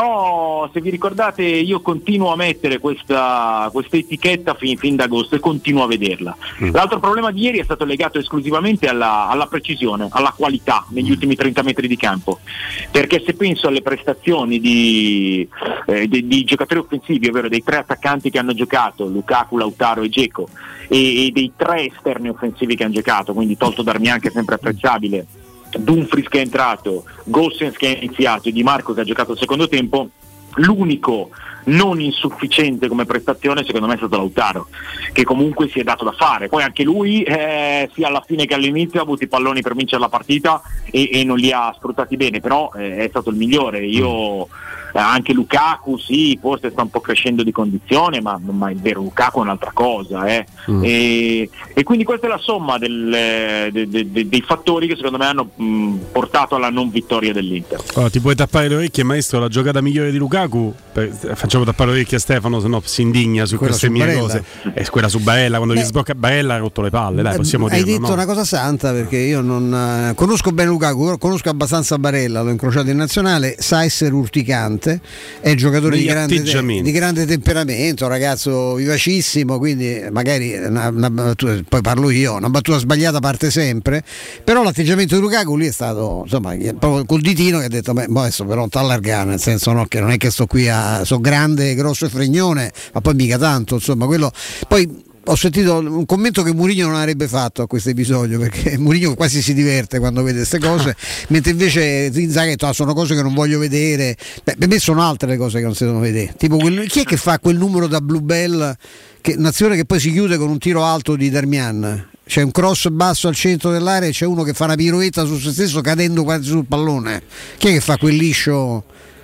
Però se vi ricordate io continuo a mettere questa, questa etichetta fin, fin da agosto e continuo a vederla. Mm. L'altro problema di ieri è stato legato esclusivamente alla, alla precisione, alla qualità negli ultimi trenta metri di campo, perché se penso alle prestazioni di, eh, di, di giocatori offensivi, ovvero dei tre attaccanti che hanno giocato, Lukaku, Lautaro e Dzeko, e, e dei tre esterni offensivi che hanno giocato, quindi tolto Darmian che è sempre apprezzabile, Dumfries che è entrato, Gosens che è iniziato e Di Marco che ha giocato il secondo tempo, l'unico non insufficiente come prestazione secondo me è stato Lautaro, che comunque si è dato da fare. Poi anche lui eh, sia alla fine che all'inizio ha avuto i palloni per vincere la partita e, e non li ha sfruttati bene, però eh, è stato il migliore. Io eh, anche Lukaku sì, forse sta un po' crescendo di condizione, ma, ma è vero, Lukaku è un'altra cosa eh. mm. e, e quindi questa è la somma del, de, de, de, dei fattori che secondo me hanno mh, portato alla non vittoria dell'Inter. Oh, ti puoi tappare le orecchie, maestro, la giocata migliore di Lukaku, per, facciamo tappare le orecchie a Stefano, se no si indigna su quella queste su mie Barella. cose. È quella su Barella, quando Beh, gli sblocca Barella ha rotto le palle, dai, possiamo hai dirlo. detto no? una cosa santa, perché io non uh, conosco bene Lukaku, conosco abbastanza Barella, l'ho incrociato in nazionale, sa essere urticante, è giocatore di grande, te- di grande temperamento, ragazzo vivacissimo, quindi magari una, una battuta, poi parlo io, una battuta sbagliata parte sempre, però l'atteggiamento di Lukaku lì è stato insomma proprio col ditino che ha detto beh, adesso però non t'allargare, nel senso no, che non è che sto qui a so grande, grosso e fregnone, ma poi mica tanto, insomma quello poi. Ho sentito un commento che Mourinho non avrebbe fatto a questo episodio, perché Mourinho quasi si diverte quando vede queste cose, mentre invece Inzaghi ha detto ah, sono cose che non voglio vedere. Beh, per me sono altre le cose che non si devono vedere, tipo quel, chi è che fa quel numero da Bluebell, che un'azione che poi si chiude con un tiro alto di Darmian, c'è un cross basso al centro dell'area e c'è uno che fa una piroetta su se stesso cadendo quasi sul pallone, chi è che fa quel liscio?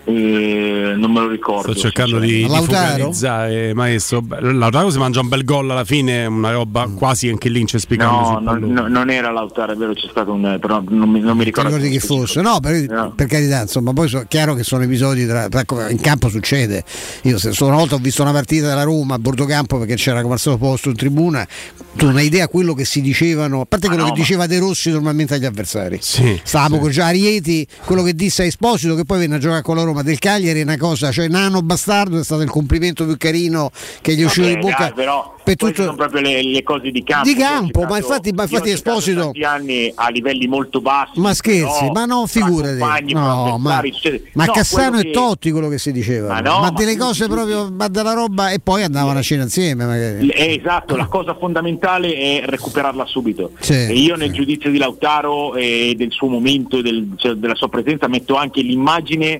Eh, non me lo ricordo. Sto cercando di, di focalizzare, maestro. Lautaro si mangia un bel gol alla fine, una roba mm. quasi anche lì incespicato. No, no, no, non era Lautaro, è vero, c'è stato un. Però non mi, non mi ricordo. Non ricordi chi fosse. No, per, no. per carità, insomma, poi so, chiaro che sono episodi tra, tra, in campo succede. Io se una volta ho visto una partita della Roma a Bordocampo perché c'era come al suo posto in tribuna. Tu non hai idea quello che si dicevano, a parte quello ah, no, che ma... diceva De Rossi normalmente agli avversari. Sì, Stavamo sì. con già Arieti, quello che disse a Esposito che poi venne a giocare con la Roma del Cagliari è una cosa, cioè nano bastardo è stato il complimento più carino che gli è uscito di bocca. Dai, però per tutto... sono proprio le, le cose di campo. Di campo, giocato, ma infatti, ma infatti Esposito tanti anni a livelli molto bassi. Ma scherzi, ma no, figurati. No, ma, ma no, Cassano che... e Totti quello che si diceva. Ma, no, ma, ma delle cose tutti, proprio, ma della roba e poi andavano a cena insieme magari. Eh, esatto, la cosa fondamentale è recuperarla subito. Sì, e io nel sì. giudizio di Lautaro e del suo momento, del, cioè, della sua presenza, metto anche l'immagine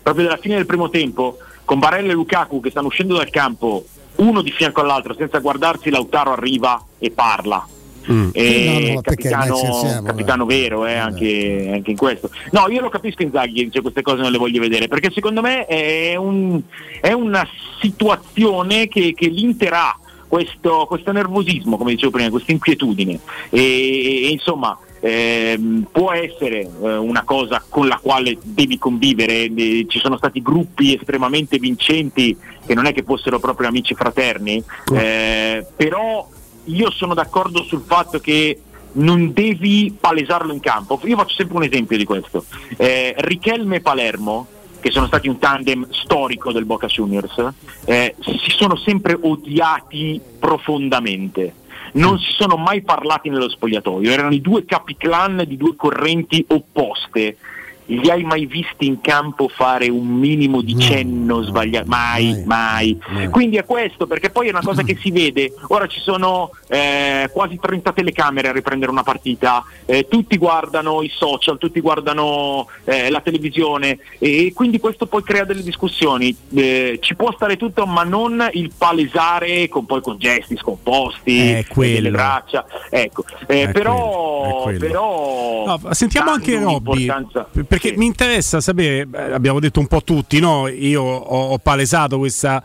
proprio dalla fine del primo tempo, con Barella e Lukaku che stanno uscendo dal campo uno di fianco all'altro senza guardarsi, Lautaro arriva e parla. Mm. E no, no, capitano, siamo, capitano vero eh, anche, anche in questo. No, io lo capisco Inzaghi che dice queste cose non le voglio vedere, perché secondo me è, un, è una situazione che, che l'Inter ha questo, questo nervosismo, come dicevo prima, questa inquietudine e, e insomma ehm, può essere eh, una cosa con la quale devi convivere. Eh, ci sono stati gruppi estremamente vincenti che non è che fossero proprio amici fraterni, eh, però io sono d'accordo sul fatto che non devi palesarlo in campo. Io faccio sempre un esempio di questo. Eh, Richelme e Palermo, che sono stati un tandem storico del Boca Juniors, eh, si sono sempre odiati profondamente. Non si sono mai parlati nello spogliatoio. Erano i due capiclan di due correnti opposte. Li hai mai visti in campo fare un minimo di cenno sbagliato? Mai, mai, mai. Quindi è questo, perché poi è una cosa che si vede. Ora ci sono eh, quasi trenta telecamere a riprendere una partita, eh, tutti guardano i social, tutti guardano eh, la televisione e quindi questo poi crea delle discussioni. Eh, ci può stare tutto, ma non il palesare con, poi con gesti scomposti, è delle braccia. Ecco, eh, però, quello, però no, sentiamo anche Robby. Perché mi interessa sapere, abbiamo detto un po' tutti, no? Io ho, ho palesato questa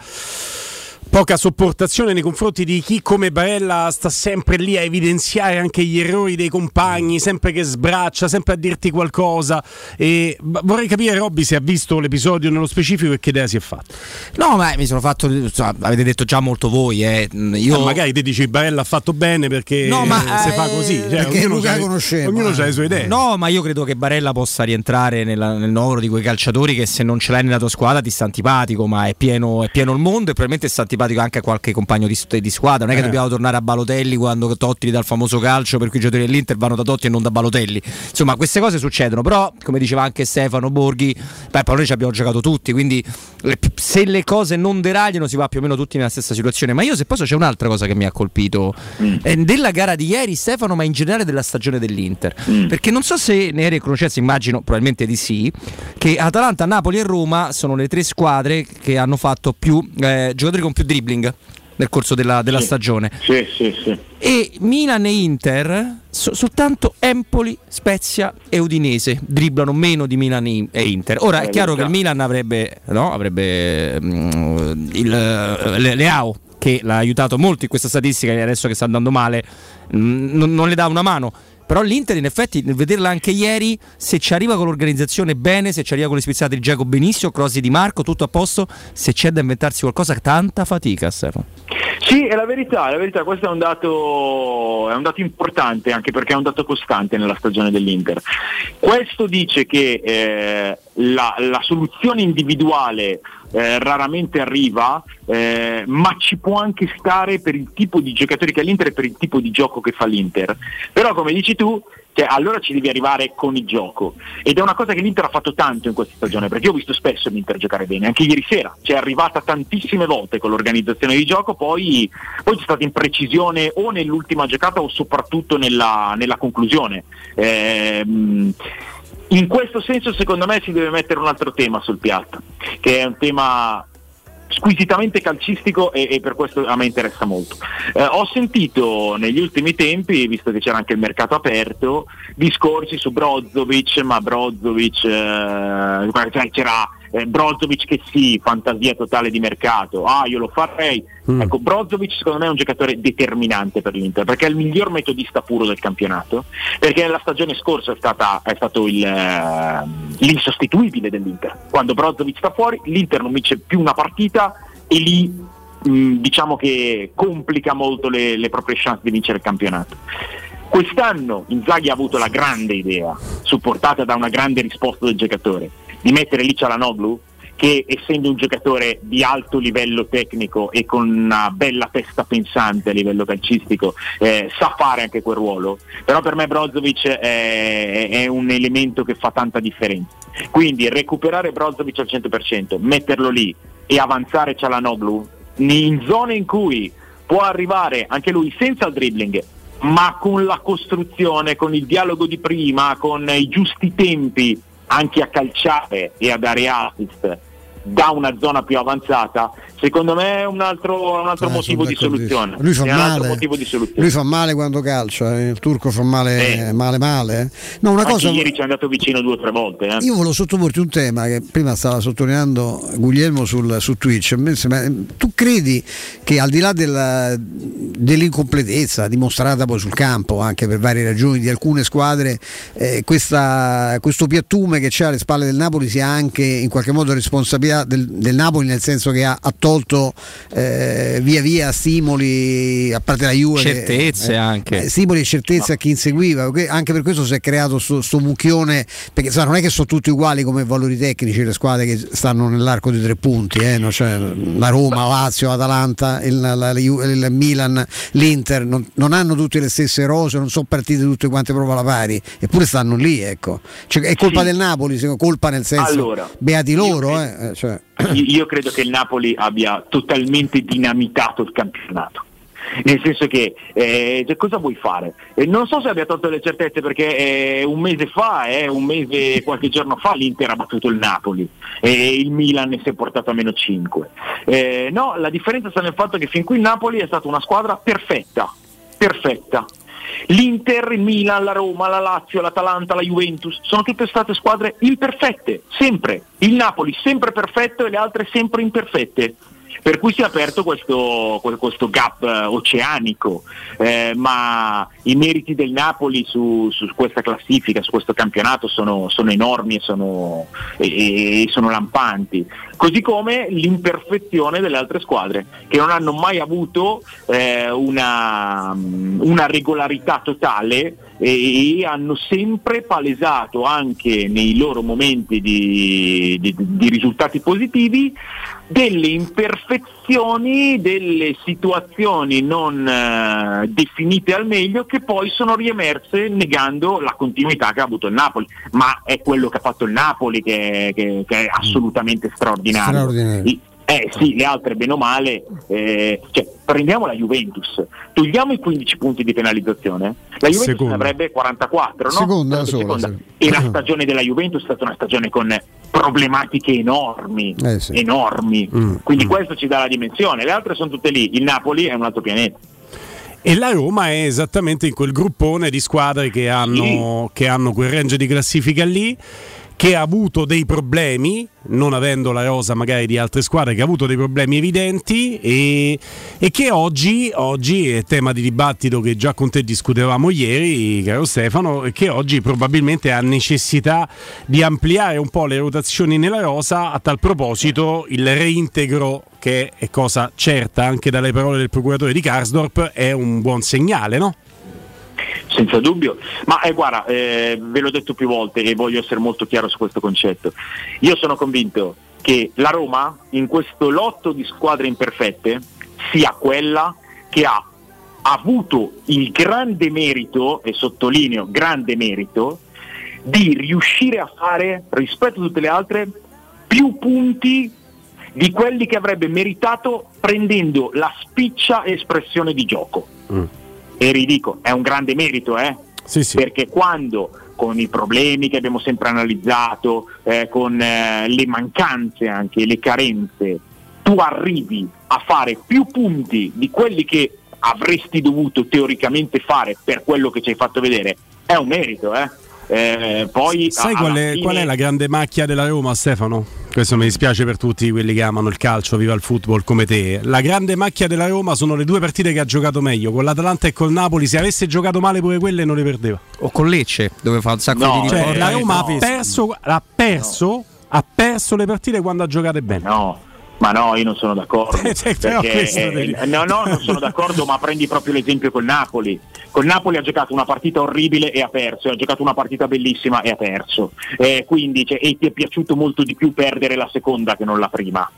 poca sopportazione nei confronti di chi come Barella sta sempre lì a evidenziare anche gli errori dei compagni, sempre che sbraccia, sempre a dirti qualcosa. E vorrei capire, Robby, se ha visto l'episodio nello specifico e che idea si è fatta. No, ma mi sono fatto, insomma, avete detto già molto voi, eh. Io... Eh, magari te dici Barella ha fatto bene perché no, ma, se eh, fa così, cioè, ognuno c'ha, ognuno ha le sue idee. No, ma io credo che Barella possa rientrare nella, nel novero di quei calciatori che se non ce l'hai nella tua squadra ti sta antipatico, ma è pieno, è pieno il mondo e probabilmente sta antipatico anche a qualche compagno di, di squadra. Non è che eh. dobbiamo tornare a Balotelli quando Totti dà il famoso calcio per cui i giocatori dell'Inter vanno da Totti e non da Balotelli. Insomma, queste cose succedono, però come diceva anche Stefano Borghi, beh, poi noi ci abbiamo giocato tutti, quindi se le cose non deragliano si va più o meno tutti nella stessa situazione. Ma io, se posso, c'è un'altra cosa che mi ha colpito mm. eh, della gara di ieri, Stefano, ma in generale della stagione dell'Inter, mm. perché non so se ne eri a conoscenza, immagino probabilmente di sì, che Atalanta, Napoli e Roma sono le tre squadre che hanno fatto più eh, giocatori con più dribbling nel corso della, della sì. stagione. Sì, sì, sì. E Milan e Inter, so, soltanto Empoli, Spezia e Udinese dribblano meno di Milan e Inter. Ora è chiaro che il Milan avrebbe, no, avrebbe mm, il le, Leao, che l'ha aiutato molto in questa statistica e adesso che sta andando male mm, non, non le dà una mano. Però l'Inter, in effetti, nel vederla anche ieri, se ci arriva con l'organizzazione bene, se ci arriva con le spizzate di Giacomo benissimo, crossi di Marco, tutto a posto, se c'è da inventarsi qualcosa, tanta fatica, Stefano. Sì, è la verità, è la verità, questo è un dato è un dato importante, anche perché è un dato costante nella stagione dell'Inter. Questo dice che eh, la, la soluzione individuale eh, raramente arriva, eh, ma ci può anche stare per il tipo di giocatori che ha l'Inter e per il tipo di gioco che fa l'Inter. Però, come dici tu, cioè, allora ci devi arrivare con il gioco, ed è una cosa che l'Inter ha fatto tanto in questa stagione, perché io ho visto spesso l'Inter giocare bene, anche ieri sera c'è arrivata tantissime volte con l'organizzazione di gioco, poi, poi c'è stata imprecisione o nell'ultima giocata o soprattutto nella, nella conclusione. Ehm, in questo senso secondo me si deve mettere un altro tema sul piatto, che è un tema squisitamente calcistico e, e per questo a me interessa molto. Eh, ho sentito negli ultimi tempi, visto che c'era anche il mercato aperto, discorsi su Brozovic, ma Brozovic eh, cioè c'era eh, Brozovic che sì, fantasia totale di mercato, ah io lo farei. Mm. Ecco, Brozovic secondo me è un giocatore determinante per l'Inter, perché è il miglior metodista puro del campionato, perché nella stagione scorsa è, stata, è stato il, eh, l'insostituibile dell'Inter. Quando Brozovic sta fuori l'Inter non vince più una partita e lì mh, diciamo che complica molto le, le proprie chance di vincere il campionato. Quest'anno Inzaghi ha avuto la grande idea, supportata da una grande risposta del giocatore, di mettere lì Çalhanoğlu, che essendo un giocatore di alto livello tecnico e con una bella testa pensante a livello calcistico eh, sa fare anche quel ruolo. Però per me Brozovic è, è un elemento che fa tanta differenza, quindi recuperare Brozovic al cento per cento, metterlo lì e avanzare Çalhanoğlu in zone in cui può arrivare anche lui senza il dribbling, ma con la costruzione, con il dialogo di prima, con i giusti tempi anche a calciare e a dare assist da una zona più avanzata, secondo me è un altro, un altro, eh, motivo, di soluzione. Lui fa, è male, un altro motivo di soluzione. Lui fa male quando calcia, eh. Il turco fa male eh. male male. No, una Anche cosa, ieri ci è andato vicino due o tre volte. Eh. Io volevo sottoporti un tema che prima stava sottolineando Guglielmo sul, su Twitch. Tu credi che al di là della, dell'incompletezza dimostrata poi sul campo, anche per varie ragioni di alcune squadre, eh, questa, questo piattume che c'è alle spalle del Napoli sia anche in qualche modo responsabilità Del, del Napoli, nel senso che ha, ha tolto eh, via via stimoli, a parte la Juve, certezze che, eh, anche eh, stimoli e certezze no. a chi inseguiva, anche per questo si è creato sto, sto mucchione, perché sa, non è che sono tutti uguali come valori tecnici le squadre che stanno nell'arco di tre punti, eh, no? Cioè, la Roma, Lazio, Atalanta, il, la, la, il Milan, l'Inter non, non hanno tutte le stesse rose, non sono partite tutte quante proprio alla pari, eppure stanno lì, ecco. Cioè, è colpa sì. del Napoli, colpa nel senso allora, beati loro, eh, cioè. Io credo che il Napoli abbia totalmente dinamitato il campionato, nel senso che eh, cosa vuoi fare? Eh, non so se abbia tolto le certezze, perché eh, un mese fa, eh, un mese qualche giorno fa l'Inter ha battuto il Napoli e il Milan ne si è portato a meno cinque. Eh, no, la differenza sta nel fatto che fin qui il Napoli è stata una squadra perfetta, perfetta. L'Inter, il Milan, la Roma, la Lazio, l'Atalanta, la Juventus sono tutte state squadre imperfette, sempre. Il Napoli sempre perfetto e le altre sempre imperfette. Per cui si è aperto questo, questo gap oceanico, eh, ma i meriti del Napoli su, su questa classifica, su questo campionato sono, sono enormi e sono, e, e sono lampanti, così come l'imperfezione delle altre squadre che non hanno mai avuto eh, una, una regolarità totale e hanno sempre palesato anche nei loro momenti di, di, di risultati positivi delle imperfezioni, delle situazioni non eh, definite al meglio, che poi sono riemerse negando la continuità che ha avuto il Napoli. Ma è quello che ha fatto il Napoli che, che, che è assolutamente straordinario. straordinario. I, Eh sì, le altre bene o male, eh, cioè, prendiamo la Juventus, togliamo i quindici punti di penalizzazione, la Juventus seconda. Ne avrebbe quarantaquattro, no? Seconda, sola, seconda. Sì. E la stagione della Juventus è stata una stagione con problematiche enormi, eh sì. enormi, mm, quindi mm. questo ci dà la dimensione, le altre sono tutte lì, il Napoli è un altro pianeta. E la Roma è esattamente in quel gruppone di squadre che hanno, sì. che hanno quel range di classifica lì, che ha avuto dei problemi, non avendo la rosa magari di altre squadre, che ha avuto dei problemi evidenti e, e che oggi, oggi è tema di dibattito che già con te discutevamo ieri, caro Stefano, e che oggi probabilmente ha necessità di ampliare un po' le rotazioni nella rosa. A tal proposito il reintegro, che è cosa certa anche dalle parole del procuratore di Karsdorp, è un buon segnale, no? Senza dubbio, ma eh, guarda, eh, ve l'ho detto più volte e voglio essere molto chiaro su questo concetto. Io sono convinto che la Roma in questo lotto di squadre imperfette sia quella che ha avuto il grande merito, e sottolineo grande merito, di riuscire a fare, rispetto a tutte le altre, più punti di quelli che avrebbe meritato prendendo la spiccia espressione di gioco. Mm. E ridico, è un grande merito, eh? Sì, sì. Perché quando con i problemi che abbiamo sempre analizzato, eh, con eh, le mancanze anche, le carenze, tu arrivi a fare più punti di quelli che avresti dovuto teoricamente fare per quello che ci hai fatto vedere, è un merito, eh? Eh, poi sai qual è, fine... qual è la grande macchia della Roma, Stefano? Questo mi dispiace per tutti quelli che amano il calcio, viva il football come te. La grande macchia della Roma sono le due partite che ha giocato meglio, con l'Atalanta e col Napoli. Se avesse giocato male pure quelle non le perdeva. O con Lecce, dove fa un sacco no, di cioè, riporti. La Roma no. ha perso, ha perso, no. ha perso le partite quando ha giocato bene. No. Ma no, io non sono d'accordo. perché, eh, no, no, non sono d'accordo, ma prendi proprio l'esempio col Napoli. Col Napoli ha giocato una partita orribile e ha perso, ha giocato una partita bellissima e ha perso. Eh, quindi, cioè, e ti è piaciuto molto di più perdere la seconda che non la prima.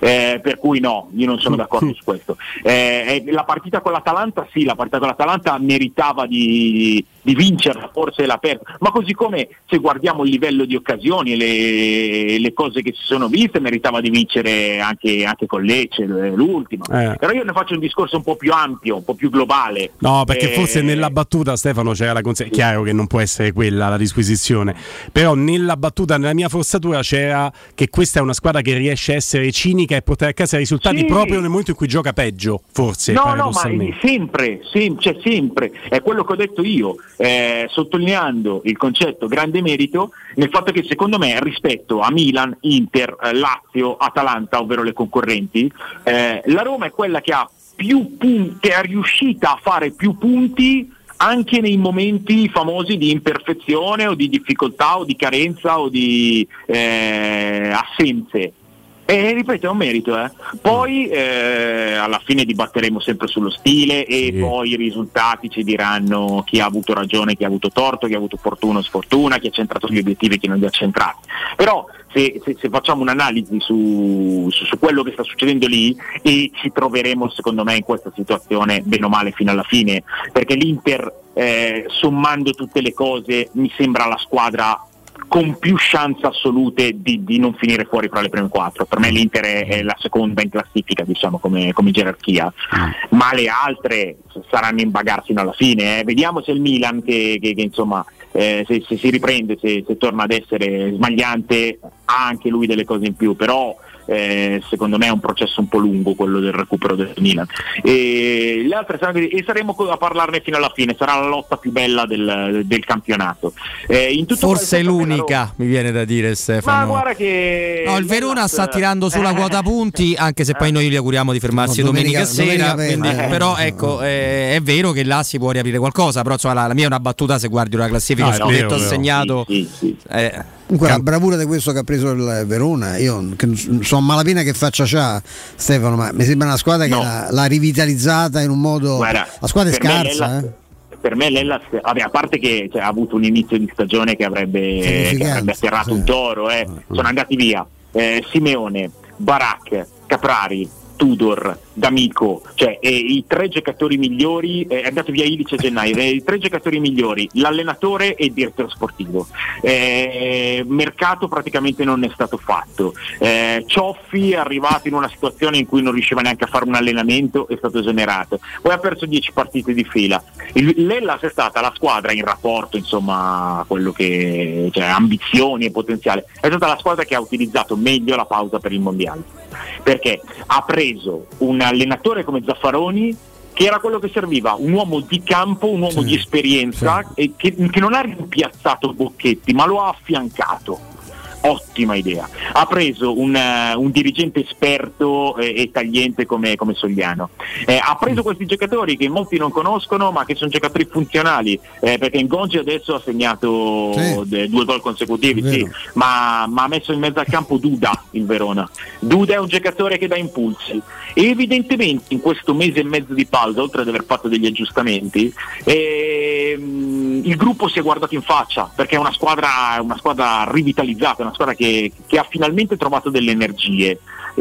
eh, per cui no, io non sono d'accordo su questo. Eh, la partita con l'Atalanta, sì, la partita con l'Atalanta meritava di, di vincerla, forse l'ha persa, ma così come se guardiamo il livello di occasioni e le, le cose che si sono viste, meritava di vincere anche, anche con Lecce, l'ultima. Eh. Però io ne faccio un discorso un po' più ampio, un po' più globale. No, perché eh, forse nella battuta, Stefano, c'era la conse- è chiaro che non può essere quella la disquisizione, però nella battuta, nella mia forzatura c'era che questa è una squadra che riesce a essere cinica e portare a casa risultati sì. proprio nel momento in cui gioca peggio, forse. No, no, ma sempre, sem- cioè sempre, è quello che ho detto io, eh, sottolineando il concetto grande merito nel fatto che secondo me rispetto a Milan, Inter, eh, Lazio, Atalanta, ovvero le concorrenti, eh, la Roma è quella che ha più punti, che è riuscita a fare più punti anche nei momenti famosi di imperfezione o di difficoltà o di carenza o di eh, assenze. E ripeto, è un merito, eh. Poi eh, alla fine dibatteremo sempre sullo stile e sì. poi i risultati ci diranno chi ha avuto ragione, chi ha avuto torto, chi ha avuto fortuna o sfortuna, chi ha centrato gli obiettivi e chi non li ha centrati. Però se, se, se facciamo un'analisi su, su, su quello che sta succedendo lì, e ci troveremo secondo me in questa situazione bene o male fino alla fine, perché l'Inter eh, sommando tutte le cose mi sembra la squadra con più chance assolute di, di non finire fuori fra le prime quattro. Per me l'Inter è, è la seconda in classifica, diciamo, come, come gerarchia, ma le altre saranno in bagarre fino alla fine. Eh. Vediamo se il Milan, che, che, che insomma eh, se, se si riprende, se, se torna ad essere smagliante, ha anche lui delle cose in più, però Eh, secondo me è un processo un po' lungo quello del recupero del Milan, e le altre saranno, e saremo a parlarne fino alla fine, sarà la lotta più bella del, del campionato, eh, in tutto forse è l'unica, mi viene da dire, Stefano. Ma guarda che no, il Verona Hellas, sta tirando sulla eh, quota punti, anche se poi noi gli auguriamo di fermarsi no, domenica, domenica sera, domenica quindi, eh, però ecco eh, è vero che là si può riaprire qualcosa, però insomma la, la mia è una battuta, se guardi una classifica, no, scudetto assegnato sì, sì, sì. Eh, Comunque la bravura di questo che ha preso il Verona, io che so a malapena che faccia c'ha Stefano, ma mi sembra una squadra no. che l'ha, l'ha rivitalizzata in un modo. Guarda, la squadra è scarsa. Eh. Per me l'Hellas, vabbè, a parte che cioè, ha avuto un inizio di stagione che avrebbe, che avrebbe atterrato sì. un toro, eh. sono andati via eh, Simeone, Barak, Caprari, Tudor, D'Amico, cioè eh, i tre giocatori migliori, eh, è andato via Ilic a gennaio, eh, i tre giocatori migliori, l'allenatore e il direttore sportivo. Eh, mercato praticamente non è stato fatto. Eh, Cioffi è arrivato in una situazione in cui non riusciva neanche a fare un allenamento, è stato esonerato. Poi ha perso dieci partite di fila. Il, L'Hellas è stata la squadra in rapporto, insomma, a quello che, cioè, ambizioni e potenziale, è stata la squadra che ha utilizzato meglio la pausa per il mondiale, perché ha preso un allenatore come Zaffaroni, che era quello che serviva, un uomo di campo, un uomo sì, di esperienza, sì. e che, che non ha rimpiazzato Bocchetti, ma lo ha affiancato. Ottima idea. Ha preso un, uh, un dirigente esperto eh, e tagliente come, come Sogliano. Eh, ha preso questi giocatori che molti non conoscono, ma che sono giocatori funzionali, eh, perché Ngongi adesso ha segnato sì. de, due gol consecutivi, sì, ma, ma ha messo in mezzo al campo Duda, il Verona. Duda è un giocatore che dà impulsi, e evidentemente in questo mese e mezzo di pausa, oltre ad aver fatto degli aggiustamenti, eh, il gruppo si è guardato in faccia, perché è una squadra, una squadra rivitalizzata, una squadra che, che ha finalmente trovato delle energie,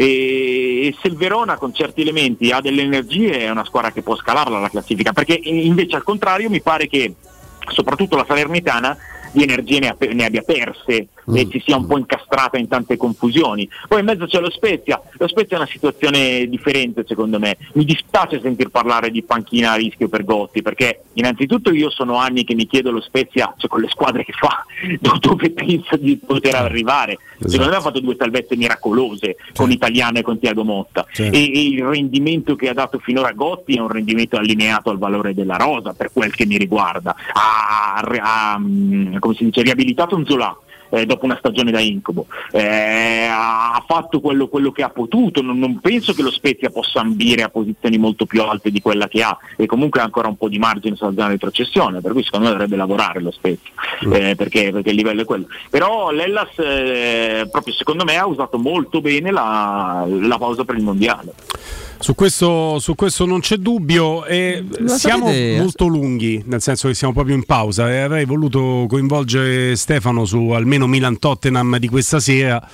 e, e se il Verona con certi elementi ha delle energie è una squadra che può scalarla la classifica, perché invece al contrario mi pare che soprattutto la Salernitana di energie ne, ne abbia perse mm. e ci sia un po' incastrata in tante confusioni. Poi in mezzo c'è lo Spezia. Lo Spezia è una situazione differente, secondo me. Mi dispiace sentir parlare di panchina a rischio per Gotti, perché innanzitutto io sono anni che mi chiedo lo Spezia, cioè con le squadre che fa, dove pensa di poter arrivare. Esatto. Secondo me ha fatto due salvezze miracolose, sì. con Italiano e con Thiago Motta, sì. e, e il rendimento che ha dato finora Gotti è un rendimento allineato al valore della rosa, per quel che mi riguarda. Ha, ha come si dice, riabilitato un Zola eh, dopo una stagione da incubo, eh, ha fatto quello, quello che ha potuto. Non, non penso che lo Spezia possa ambire a posizioni molto più alte di quella che ha, e comunque ha ancora un po' di margine sulla zona di retrocessione, per cui secondo me dovrebbe lavorare lo Spezia, eh, perché, perché il livello è quello. Però l'Hellas eh, proprio secondo me ha usato molto bene la, la pausa per il mondiale. Su questo, su questo non c'è dubbio, e siamo sapete... molto lunghi, nel senso che siamo proprio in pausa, e avrei voluto coinvolgere Stefano su almeno Milan-Tottenham di questa sera,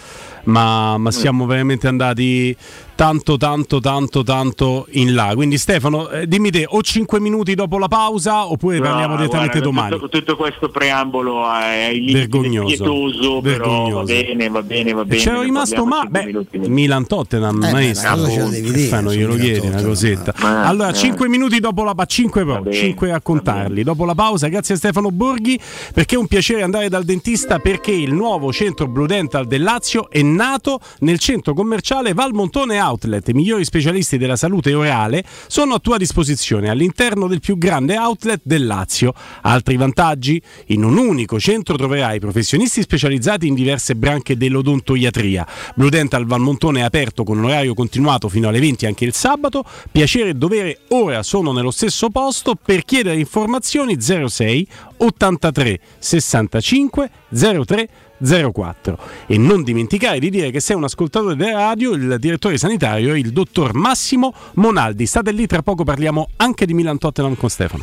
ma, ma siamo veramente andati tanto tanto tanto tanto in là. Quindi Stefano, eh, dimmi te, o cinque minuti dopo la pausa oppure no, parliamo direttamente guarda, domani. Tutto, tutto questo preambolo è vergognoso, però va bene, va bene, va bene. C'era rimasto ma beh, Milan Tottenham, eh, maestro, Stefano, glielo chiedi una cosetta. Ma, allora, eh. cinque minuti dopo la pausa, cinque proprio, cinque a contarli. Dopo la pausa, grazie a Stefano Borghi, perché è un piacere andare dal dentista, perché il nuovo centro Blue Dental del Lazio è nato nel centro commerciale Valmontone Outlet. I migliori specialisti della salute orale sono a tua disposizione all'interno del più grande outlet del Lazio. Altri vantaggi? In un unico centro troverai professionisti specializzati in diverse branche dell'odontoiatria. Blue Dental Valmontone è aperto con un orario continuato fino alle venti anche il sabato. Piacere e dovere ora sono nello stesso posto. Per chiedere informazioni zero sei ottantatré sessantacinque zero tre zero quattro. E non dimenticare di dire che sei un ascoltatore della radio, il direttore sanitario è il dottor Massimo Monaldi. State lì, tra poco parliamo anche di Milan Tottenham con Stefano.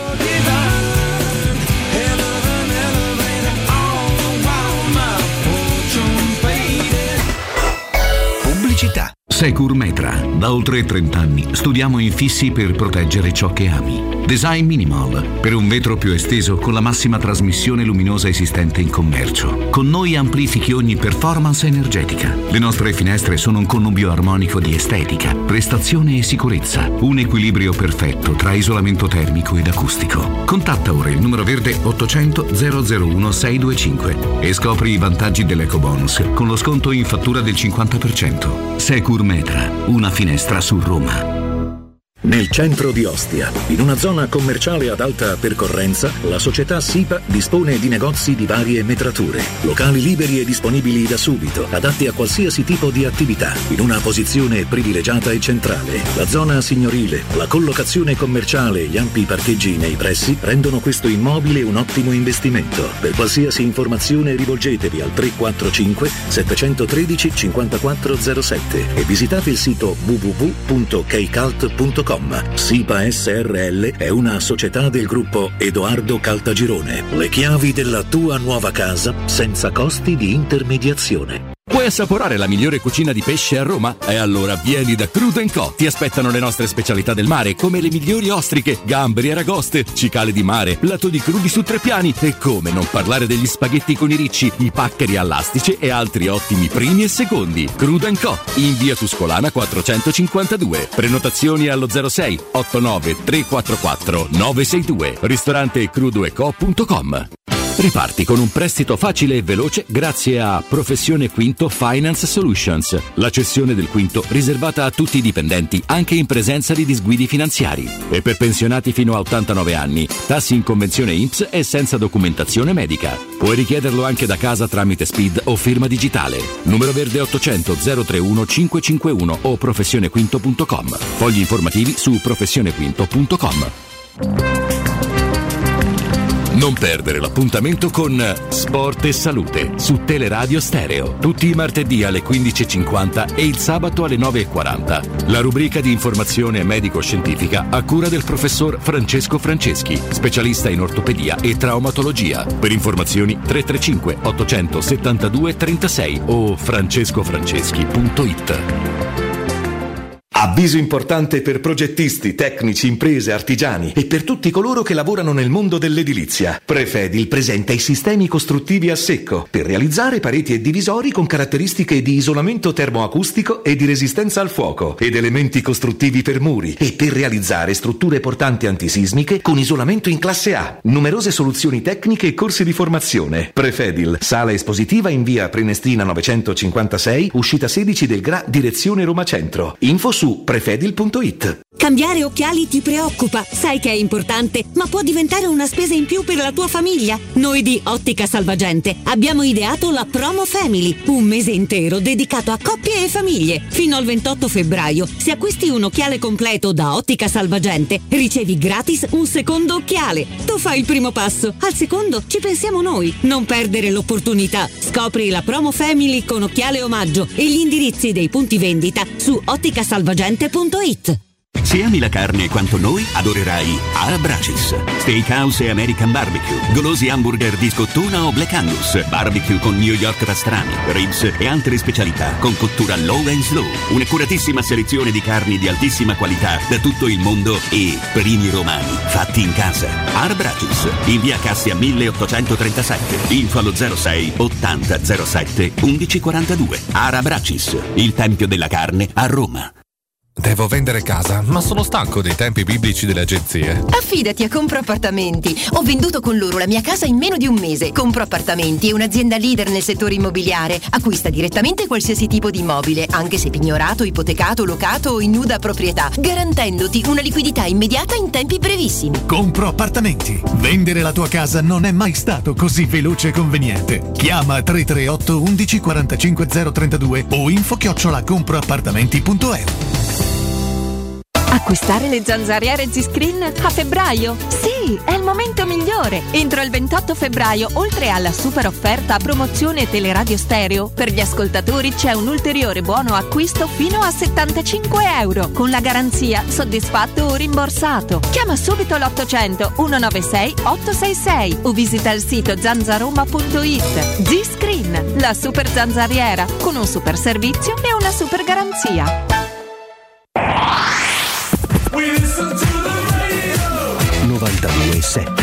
Pubblicità. Securmetra. Da oltre trenta anni studiamo infissi per proteggere ciò che ami. Design Minimal, per un vetro più esteso con la massima trasmissione luminosa esistente in commercio. Con noi amplifichi ogni performance energetica. Le nostre finestre sono un connubio armonico di estetica, prestazione e sicurezza. Un equilibrio perfetto tra isolamento termico ed acustico. Contatta ora il numero verde ottocento zero zero uno sei due cinque e scopri i vantaggi dell'ecobonus con lo sconto in fattura del cinquanta per cento. Securmetra, una finestra su Roma. Nel centro di Ostia, in una zona commerciale ad alta percorrenza, la società SIPA dispone di negozi di varie metrature, locali liberi e disponibili da subito, adatti a qualsiasi tipo di attività, in una posizione privilegiata e centrale. La zona signorile, la collocazione commerciale e gli ampi parcheggi nei pressi rendono questo immobile un ottimo investimento. Per qualsiasi informazione rivolgetevi al tre quattro cinque sette uno tre cinque zero sette e visitate il sito w w w punto keicalt punto com. SIPA S R L è una società del gruppo Edoardo Caltagirone. Le chiavi della tua nuova casa senza costi di intermediazione. Vuoi assaporare la migliore cucina di pesce a Roma? E allora vieni da Crudo and Co. Ti aspettano le nostre specialità del mare, come le migliori ostriche, gamberi e aragoste, cicale di mare, lato di crudi su tre piani e come non parlare degli spaghetti con i ricci, i paccheri all'astice e altri ottimi primi e secondi. Crudo and Co. in via Tuscolana quattrocentocinquantadue. Prenotazioni allo zero sei ottantanove tre quattro quattro nove sei due. Ristorante crudo e co punto com. Riparti con un prestito facile e veloce grazie a Professione Quinto Finance Solutions, la cessione del quinto riservata a tutti i dipendenti anche in presenza di disguidi finanziari. E per pensionati fino a ottantanove anni, tassi in convenzione I N P S e senza documentazione medica. Puoi richiederlo anche da casa tramite S P I D o firma digitale. Numero verde ottocento zero trentuno cinquecentocinquantuno o professionequinto punto com. Fogli informativi su professionequinto punto com. Non perdere l'appuntamento con Sport e Salute su Teleradio Stereo, tutti i martedì alle quindici e cinquanta e il sabato alle nove e quaranta. La rubrica di informazione medico-scientifica a cura del professor Francesco Franceschi, specialista in ortopedia e traumatologia. Per informazioni tre tre cinque ottocentosettantadue trentasei o francescofranceschi punto it. Avviso importante per progettisti, tecnici, imprese, artigiani e per tutti coloro che lavorano nel mondo dell'edilizia. Prefedil presenta i sistemi costruttivi a secco per realizzare pareti e divisori con caratteristiche di isolamento termoacustico e di resistenza al fuoco ed elementi costruttivi per muri e per realizzare strutture portanti antisismiche con isolamento in classe A. Numerose soluzioni tecniche e corsi di formazione. Prefedil, sala espositiva in via Prenestina novecentocinquantasei, uscita sedici del Gra, direzione Roma Centro. Info su prefedil punto it. Cambiare occhiali ti preoccupa, sai che è importante, ma può diventare una spesa in più per la tua famiglia. Noi di Ottica Salvagente abbiamo ideato la Promo Family, un mese intero dedicato a coppie e famiglie. Fino al ventotto febbraio, se acquisti un occhiale completo da Ottica Salvagente, ricevi gratis un secondo occhiale. Tu fai il primo passo, al secondo ci pensiamo noi. Non perdere l'opportunità. Scopri la Promo Family con occhiale omaggio e gli indirizzi dei punti vendita su ottica salvagente punto it. Se ami la carne quanto noi, adorerai Arabracis. Steakhouse e American Barbecue, golosi hamburger di scottuna o Black Angus, barbecue con New York pastrami, ribs e altre specialità con cottura low and slow. Un'accuratissima selezione di carni di altissima qualità da tutto il mondo e primi romani fatti in casa. Arabracis, in via Cassia milleottocentotrentasette, info allo zero sei ottanta zero sette undici quarantadue. Arabracis, il tempio della carne a Roma. Devo vendere casa, ma sono stanco dei tempi biblici delle agenzie. Affidati a Compro Appartamenti. Ho venduto con loro la mia casa in meno di un mese. Compro Appartamenti è un'azienda leader nel settore immobiliare. Acquista direttamente qualsiasi tipo di immobile, anche se pignorato, ipotecato, locato o in nuda proprietà, garantendoti una liquidità immediata in tempi brevissimi. Compro Appartamenti. Vendere la tua casa non è mai stato così veloce e conveniente. Chiama tre tre otto undici quarantacinque zero trentadue o info chiocciola comproappartamenti punto e u. Acquistare le zanzariere Z-Screen a febbraio? Sì, è il momento migliore! Entro il ventotto febbraio, oltre alla super offerta promozione teleradio stereo, per gli ascoltatori c'è un ulteriore buono acquisto fino a settantacinque euro, con la garanzia soddisfatto o rimborsato. Chiama subito l'ottocento centonovantasei ottocentosessantasei o visita il sito zanzaroma punto it. Z-Screen, la super zanzariera, con un super servizio e una super garanzia. novantadue sette.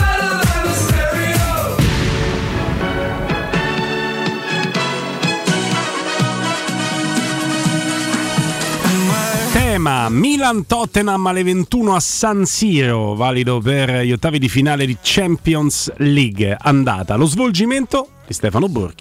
Tema Milan-Tottenham alle ventuno a San Siro, valido per gli ottavi di finale di Champions League. Andata, lo svolgimento di Stefano Borghi.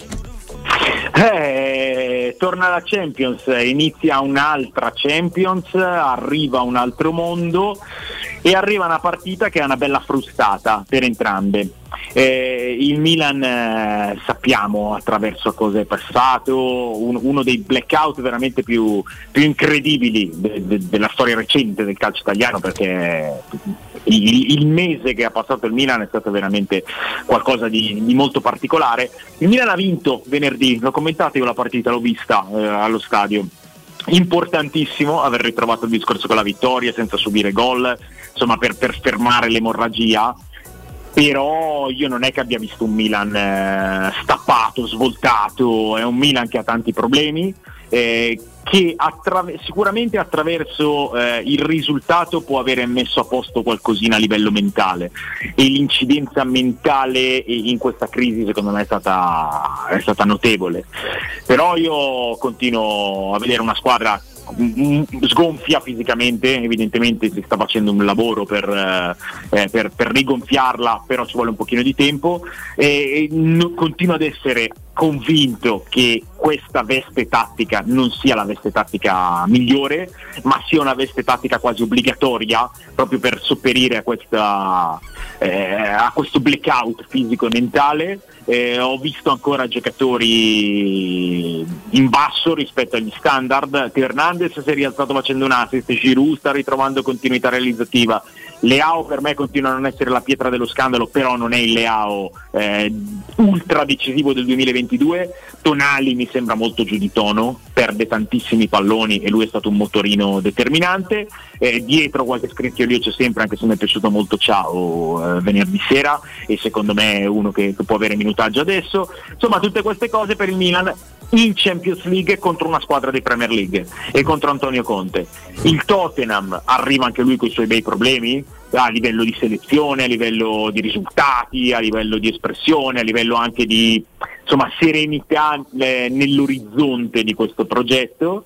Eh, torna la Champions, inizia un'altra Champions, arriva un altro mondo e arriva una partita che è una bella frustata per entrambe. Eh, il Milan eh, sappiamo attraverso cosa è passato, un, uno dei blackout veramente più, più incredibili de, de, della storia recente del calcio italiano, perché il, il mese che ha passato il Milan è stato veramente qualcosa di, di molto particolare. Il Milan ha vinto venerdì, l'ho commentato io la partita, l'ho vista eh, allo stadio. Importantissimo aver ritrovato il discorso con la vittoria senza subire gol, insomma, per, per fermare l'emorragia. Però io non è che abbia visto un Milan eh, stappato, svoltato, è un Milan che ha tanti problemi, eh, che attraver- sicuramente attraverso eh, il risultato può avere messo a posto qualcosina a livello mentale, e l'incidenza mentale in questa crisi secondo me è stata, è stata notevole. Però io continuo a vedere una squadra sgonfia fisicamente, evidentemente si sta facendo un lavoro per, eh, per, per rigonfiarla, però ci vuole un pochino di tempo, e, e no, continuo ad essere convinto che questa veste tattica non sia la veste tattica migliore, ma sia una veste tattica quasi obbligatoria proprio per sopperire a, questa, eh, a questo blackout fisico e mentale. Eh, ho visto ancora giocatori in basso rispetto agli standard. Teo Hernandez si è rialzato facendo un assist, Giroud sta ritrovando continuità realizzativa, Leao per me continua a non essere la pietra dello scandalo, però non è il Leao eh, ultra decisivo del duemilaventidue. Tonali mi sembra molto giù di tono, perde tantissimi palloni e lui è stato un motorino determinante. Eh, dietro qualche scricchiolio c'è sempre, anche se mi è piaciuto molto Ciao eh, venerdì sera, e secondo me è uno che, che può avere minutaggio adesso. Insomma, tutte queste cose per il Milan in Champions League contro una squadra di Premier League e contro Antonio Conte. Il Tottenham arriva anche lui con i suoi bei problemi a livello di selezione, a livello di risultati, a livello di espressione, a livello anche di, insomma, serenità eh, nell'orizzonte di questo progetto.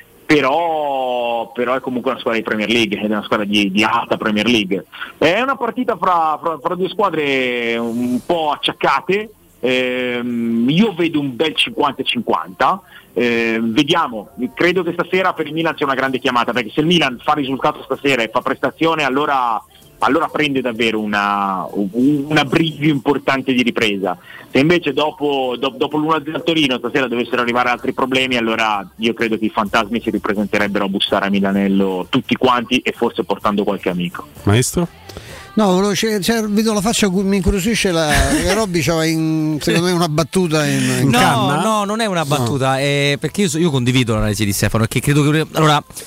Però, però è comunque una squadra di Premier League, è una squadra di, di alta Premier League. È una partita fra, fra, fra due squadre un po' acciaccate. Eh, io vedo un bel cinquanta cinquanta. Eh, vediamo, credo che stasera per il Milan c'è una grande chiamata, perché se il Milan fa risultato stasera e fa prestazione, allora, allora prende davvero una, un abbrivio importante di ripresa. Se invece dopo, dopo, dopo l'uno a zero a Torino stasera dovessero arrivare altri problemi, allora io credo che i fantasmi si ripresenterebbero a bussare a Milanello tutti quanti, e forse portando qualche amico. Maestro? No, c'è, c'è, vedo la faccia, mi incuriosisce la, che Robby c'aveva in, secondo me una battuta in, in no, canna. No, non è una battuta, no. È perché io, io condivido l'analisi di Stefano, perché credo che allora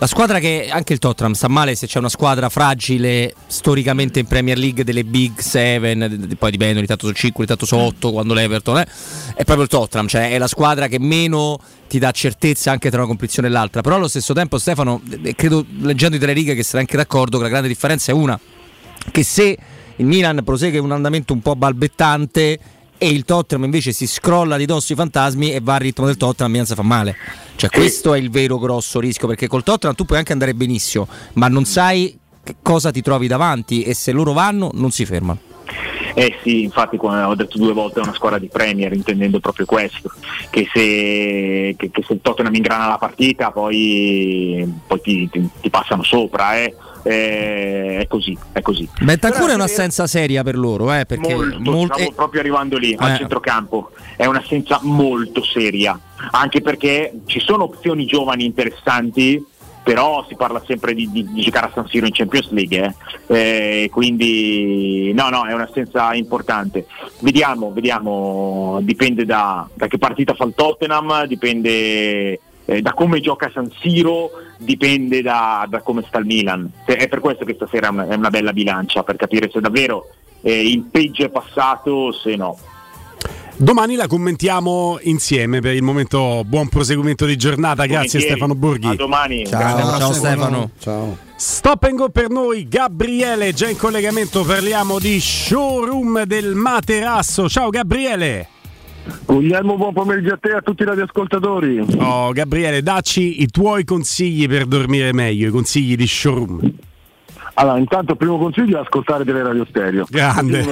La squadra che anche il Tottenham sta male se c'è una squadra fragile storicamente in Premier League delle Big Seven, poi dipende, ogni tanto su cinque, ogni tanto su otto quando l'Everton è, è proprio il Tottenham, cioè è la squadra che meno ti dà certezza anche tra una competizione e l'altra. Però allo stesso tempo, Stefano, credo, leggendo i Teleriga, che sarai anche d'accordo che la grande differenza è una, che se il Milan prosegue un andamento un po' balbettante e il Tottenham invece si scrolla di dosso i fantasmi e va al ritmo del Tottenham, Milan si fa male. Cioè questo è il vero grosso rischio, perché col Tottenham tu puoi anche andare benissimo, ma non sai che cosa ti trovi davanti, e se loro vanno non si fermano. Eh sì, infatti ho detto due volte è una squadra di Premier, intendendo proprio questo, che se, che, che se il Tottenham ingrana la partita poi, poi ti, ti, ti passano sopra, eh. Eh, è così, è così. Bentancur è un'assenza seria per loro, eh, perché molto, molto, stavo proprio arrivando lì, al eh. centrocampo, è un'assenza molto seria, anche perché ci sono opzioni giovani interessanti, però si parla sempre di, di, di giocare a San Siro in Champions League, eh. Eh, quindi no no è un'assenza importante. Vediamo, vediamo, dipende da, da che partita fa il Tottenham, dipende eh, da come gioca San Siro, dipende da, da come sta il Milan. È per questo che stasera è una bella bilancia, per capire se davvero eh, il peggio è passato, se no. Domani la commentiamo insieme. Per il momento buon proseguimento di giornata. Grazie Stefano Borghi. A domani. Ciao, ciao, ciao Stefano. Ciao. Stop and go per noi, Gabriele già in collegamento, parliamo di showroom del materasso. Ciao Gabriele. Guglielmo, buon pomeriggio a te e a tutti i radioascoltatori. Oh Gabriele, dacci i tuoi consigli per dormire meglio, i consigli di showroom. Allora, intanto il primo consiglio è ascoltare delle radio stereo. Grande.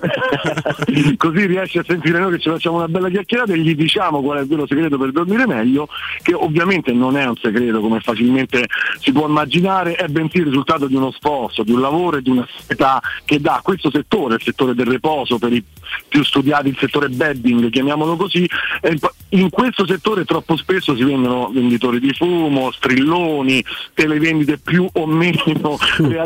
Così, così riesci a sentire noi che ci facciamo una bella chiacchierata e gli diciamo qual è il vero segreto per dormire meglio, che ovviamente non è un segreto come facilmente si può immaginare, è bensì il risultato di uno sforzo, di un lavoro e di una società che dà questo settore, il settore del riposo, per i più studiati il settore bedding, chiamiamolo così. In questo settore troppo spesso si vendono venditori di fumo, strilloni, televendite più o meno realistiche.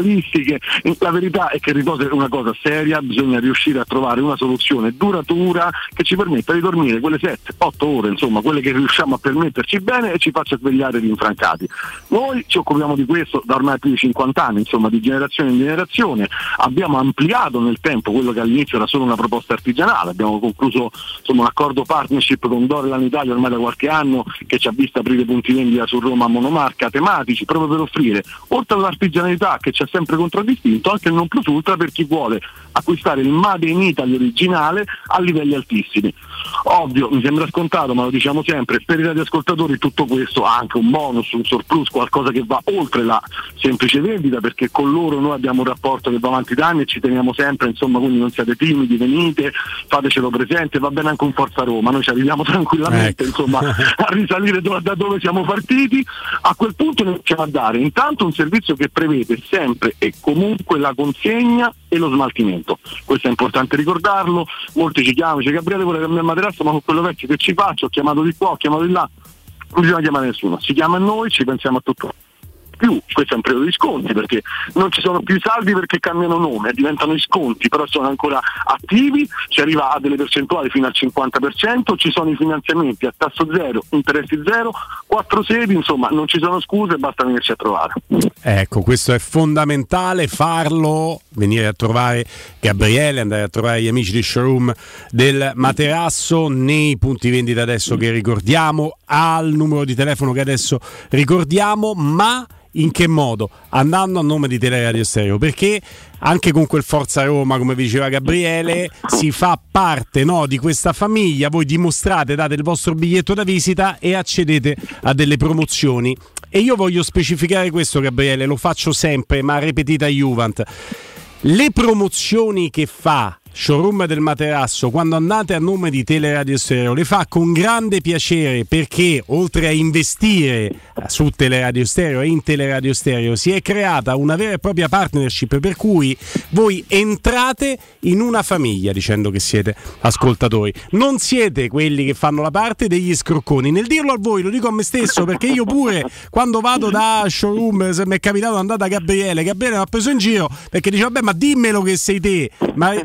La verità è che il riposo è una cosa seria, bisogna riuscire a trovare una soluzione duratura che ci permetta di dormire quelle sette otto ore, insomma quelle che riusciamo a permetterci bene e ci faccia svegliare rinfrancati. Noi ci occupiamo di questo da ormai più di cinquanta anni, insomma di generazione in generazione, abbiamo ampliato nel tempo quello che all'inizio era solo una proposta artigianale, abbiamo concluso insomma un accordo partnership con Dorelan Italia ormai da qualche anno, che ci ha visto aprire punti vendita su Roma monomarca tematici, proprio per offrire, oltre all'artigianalità che ci ha sempre contraddistinto, anche il non plus ultra per chi vuole acquistare il Made in Italy originale a livelli altissimi. Ovvio, mi sembra scontato, ma lo diciamo sempre, per i radioascoltatori tutto questo ha anche un bonus, un surplus, qualcosa che va oltre la semplice vendita, perché con loro noi abbiamo un rapporto che va avanti da anni e ci teniamo sempre, insomma, quindi non siate timidi, venite, fatecelo presente, va bene anche un Forza Roma, noi ci arriviamo tranquillamente, ecco, insomma, a risalire do- da dove siamo partiti. A quel punto noi iniziamo a dare intanto un servizio che prevede sempre e comunque la consegna e lo smaltimento. Questo è importante ricordarlo. Molti ci chiamano, dice Gabriele vuole cambiare il materasso, ma con quello vecchio che ci faccio, ho chiamato di qua, ho chiamato di là, non bisogna chiamare nessuno, si chiama a noi, ci pensiamo a tutto. Più, questo è un periodo di sconti, perché non ci sono più i saldi perché cambiano nome, diventano i sconti, però sono ancora attivi, si arriva a delle percentuali fino al cinquanta per cento, ci sono i finanziamenti a tasso zero, interessi zero, quattro sedi, insomma non ci sono scuse, basta venirci a trovare. Ecco, questo è fondamentale, farlo, venire a trovare Gabriele, andare a trovare gli amici di showroom del materasso nei punti vendita adesso che ricordiamo, al numero di telefono che adesso ricordiamo, ma in che modo? Andando a nome di Teleradio Stereo, perché anche con quel Forza Roma, come diceva Gabriele, si fa parte, no, di questa famiglia. Voi dimostrate, date il vostro biglietto da visita e accedete a delle promozioni. E io voglio specificare questo, Gabriele, lo faccio sempre, ma ripetita Juvent. Le promozioni che fa Showroom del Materasso quando andate a nome di Teleradio Stereo le fa con grande piacere, perché oltre a investire su Teleradio Stereo e in Teleradio Stereo si è creata una vera e propria partnership, per cui voi entrate in una famiglia dicendo che siete ascoltatori, non siete quelli che fanno la parte degli scrocconi. Nel dirlo a voi lo dico a me stesso, perché io pure quando vado da Showroom, se mi è capitato andare da Gabriele Gabriele mi ha preso in giro perché dice vabbè ma dimmelo che sei te, ma ha dovuto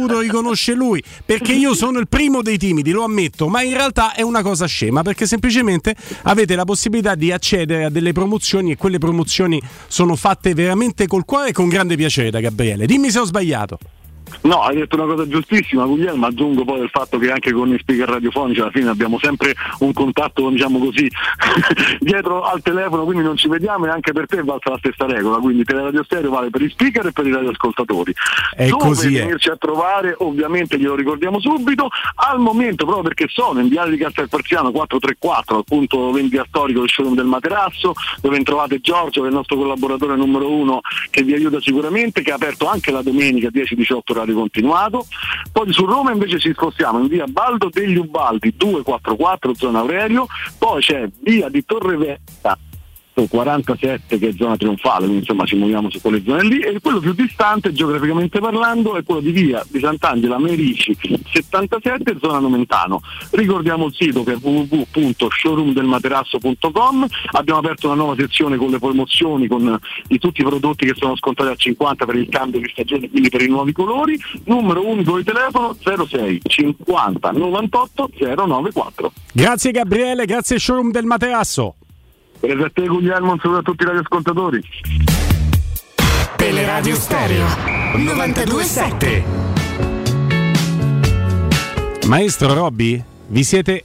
dovuto riconoscere lui, perché io sono il primo dei timidi, lo ammetto, ma in realtà è una cosa scema, perché semplicemente avete la possibilità di accedere a delle promozioni e quelle promozioni sono fatte veramente col cuore e con grande piacere da Gabriele. Dimmi se ho sbagliato. No, hai detto una cosa giustissima, Guglielmo. Aggiungo poi il fatto che anche con gli speaker radiofonici alla fine abbiamo sempre un contatto, diciamo così, dietro al telefono, quindi non ci vediamo, e anche per te valsa la stessa regola, quindi Teleradio Stereo vale per gli speaker e per i radioascoltatori. È Dove così venirci è. a trovare, ovviamente glielo ricordiamo subito, al momento proprio perché sono in Viale di Castelparziano quattrocentotrentaquattro, al punto vendita storico del showroom del Materasso, dove trovate Giorgio, che è il nostro collaboratore numero uno, che vi aiuta sicuramente, che ha aperto anche la domenica dieci diciotto orario continuato. Poi su Roma invece ci spostiamo in via Baldo degli Ubaldi duecentoquarantaquattro, zona Aurelio, poi c'è via di Torrevetta quarantasette, che è zona Trionfale, quindi insomma ci muoviamo su quelle zone lì, e quello più distante geograficamente parlando è quello di via di Sant'Angela Merici settantasette, zona Nomentano. Ricordiamo il sito che è w w w punto showroom del materasso punto com. Abbiamo aperto una nuova sezione con le promozioni, con di tutti i prodotti che sono scontati al cinquanta per il cambio di stagione, quindi per i nuovi colori. Numero unico di telefono zero sei cinquanta novantotto zero novantaquattro. Grazie Gabriele, grazie Showroom del Materasso. Grazie a te Guglielmo, un saluto a tutti i radioascoltatori. Teleradio Stereo novantadue sette. Maestro Robby, vi siete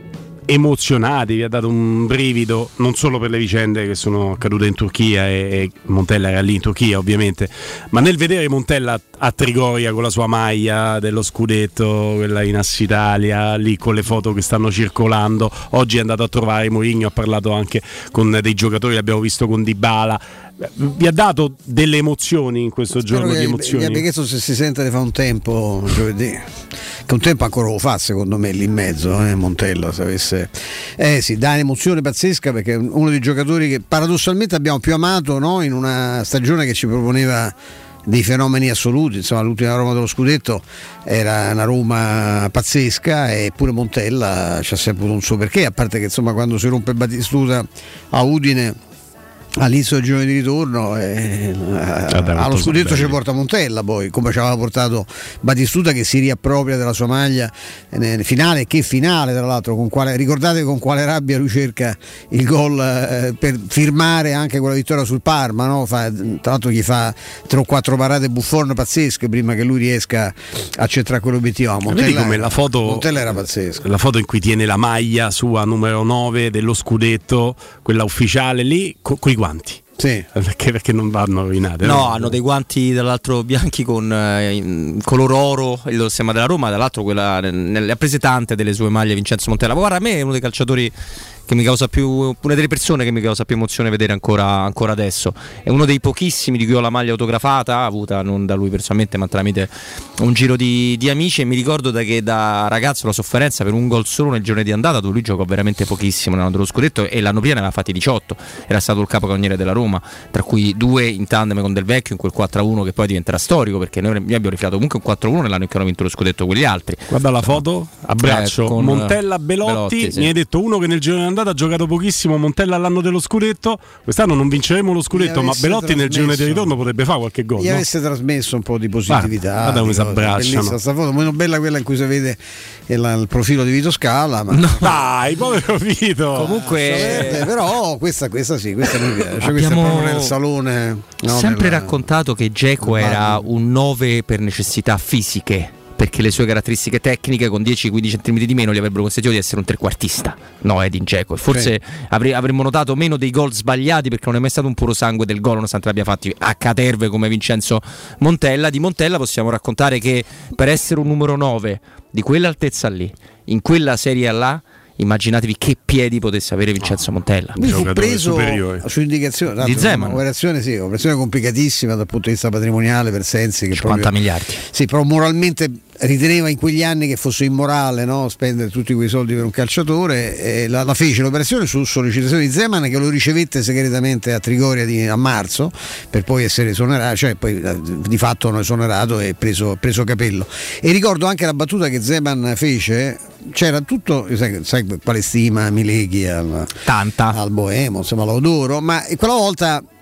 emozionati, vi ha dato un brivido non solo per le vicende che sono accadute in Turchia, e, e Montella era lì in Turchia ovviamente, ma nel vedere Montella a Trigoria con la sua maglia dello scudetto, quella in Assitalia, lì con le foto che stanno circolando. Oggi è andato a trovare Mourinho, ha parlato anche con dei giocatori, l'abbiamo visto con Dybala. Vi ha dato delle emozioni in questo Spero giorno che di emozioni? Mi ha chiesto se si sente di fa un tempo giovedì, che un tempo ancora lo fa secondo me lì in mezzo, eh, Montella, se avesse... eh sì, dà un'emozione pazzesca, perché è uno dei giocatori che paradossalmente abbiamo più amato, no? In una stagione che ci proponeva dei fenomeni assoluti. Insomma, l'ultima Roma dello scudetto era una Roma pazzesca, eppure Montella c'ha sempre un suo perché, a parte che insomma quando si rompe Batistuta a Udine all'inizio del girone di ritorno, eh, allo scudetto ci porta Montella, poi come ci aveva portato Batistuta, che si riappropria della sua maglia nel finale. Che finale tra l'altro, con quale, ricordate con quale rabbia lui cerca il gol eh, per firmare anche quella vittoria sul Parma, no? Fa, tra l'altro gli fa tre o quattro parate Buffon pazzesche prima che lui riesca a centrare quell'obiettivo. Ah, Montella, vedi come la foto, Montella era pazzesca, la foto in cui tiene la maglia sua numero nove dello scudetto, quella ufficiale lì, con co- i guanti. Sì. Perché, perché non vanno rovinate? No, no? Hanno dei guanti dall'altro bianchi con eh, color oro, il stemma della Roma, dall'altro quella nelle prese tante delle sue maglie Vincenzo Montella. Ma guarda, a me è uno dei calciatori che mi causa più, una delle persone che mi causa più emozione vedere ancora, ancora adesso. È uno dei pochissimi di cui ho la maglia autografata, avuta non da lui personalmente ma tramite un giro di, di amici, e mi ricordo da che da ragazzo la sofferenza per un gol solo nel girone di andata, dove lui giocò veramente pochissimo nell'anno dello scudetto, e l'anno prima ne aveva fatti diciotto, era stato il capocannoniere della Roma, tra cui due in tandem con Del Vecchio in quel quattro a uno che poi diventerà storico, perché noi abbiamo rifilato comunque un quattro a uno nell'anno in cui hanno vinto lo scudetto quegli altri. Guarda la foto, a braccio, eh, con Montella Belotti, Belotti sì. Mi hai detto uno che nel girone di andata ha giocato pochissimo, Montella all'anno dello scudetto, quest'anno non vinceremo lo scudetto, ma Belotti nel girone di ritorno potrebbe fare qualche gol. Gli no? avesse trasmesso un po' di positività. Guarda, guarda come si abbracciano. Sta foto meno bella quella in cui si vede il, il profilo di Vito Scala, ma no. Dai, povero Vito. Comunque, eh, però questa, questa sì, questa mi piace. Cioè, questa è proprio nel salone. No, sempre nella... raccontato che Dzeko era un nove per necessità fisiche, perché le sue caratteristiche tecniche con dieci quindici centimetri di meno gli avrebbero consentito di essere un trequartista, no Edin Dzeko, e forse sì. avre- avremmo notato meno dei gol sbagliati, perché non è mai stato un puro sangue del gol, nonostante l'abbia fatti a caterve come Vincenzo Montella. Di Montella possiamo raccontare che per essere un numero nove di quell'altezza lì, in quella serie là, immaginatevi che piedi potesse avere Vincenzo Montella. Lui fu preso su indicazione di Zeman, un'operazione, sì, un'operazione complicatissima dal punto di vista patrimoniale per Sensi, che cinquanta proprio, miliardi. Sì, però moralmente riteneva in quegli anni che fosse immorale, no? Spendere tutti quei soldi per un calciatore, e la, la fece l'operazione su sollecitazione di Zeman, che lo ricevette segretamente a Trigoria di, a marzo, per poi essere esonerato, cioè poi di fatto non esonerato e preso, preso capello. E ricordo anche la battuta che Zeman fece, c'era tutto, sai, sai quale stima Mileghi al, tanta al Boemo, insomma lo adoro, ma quella volta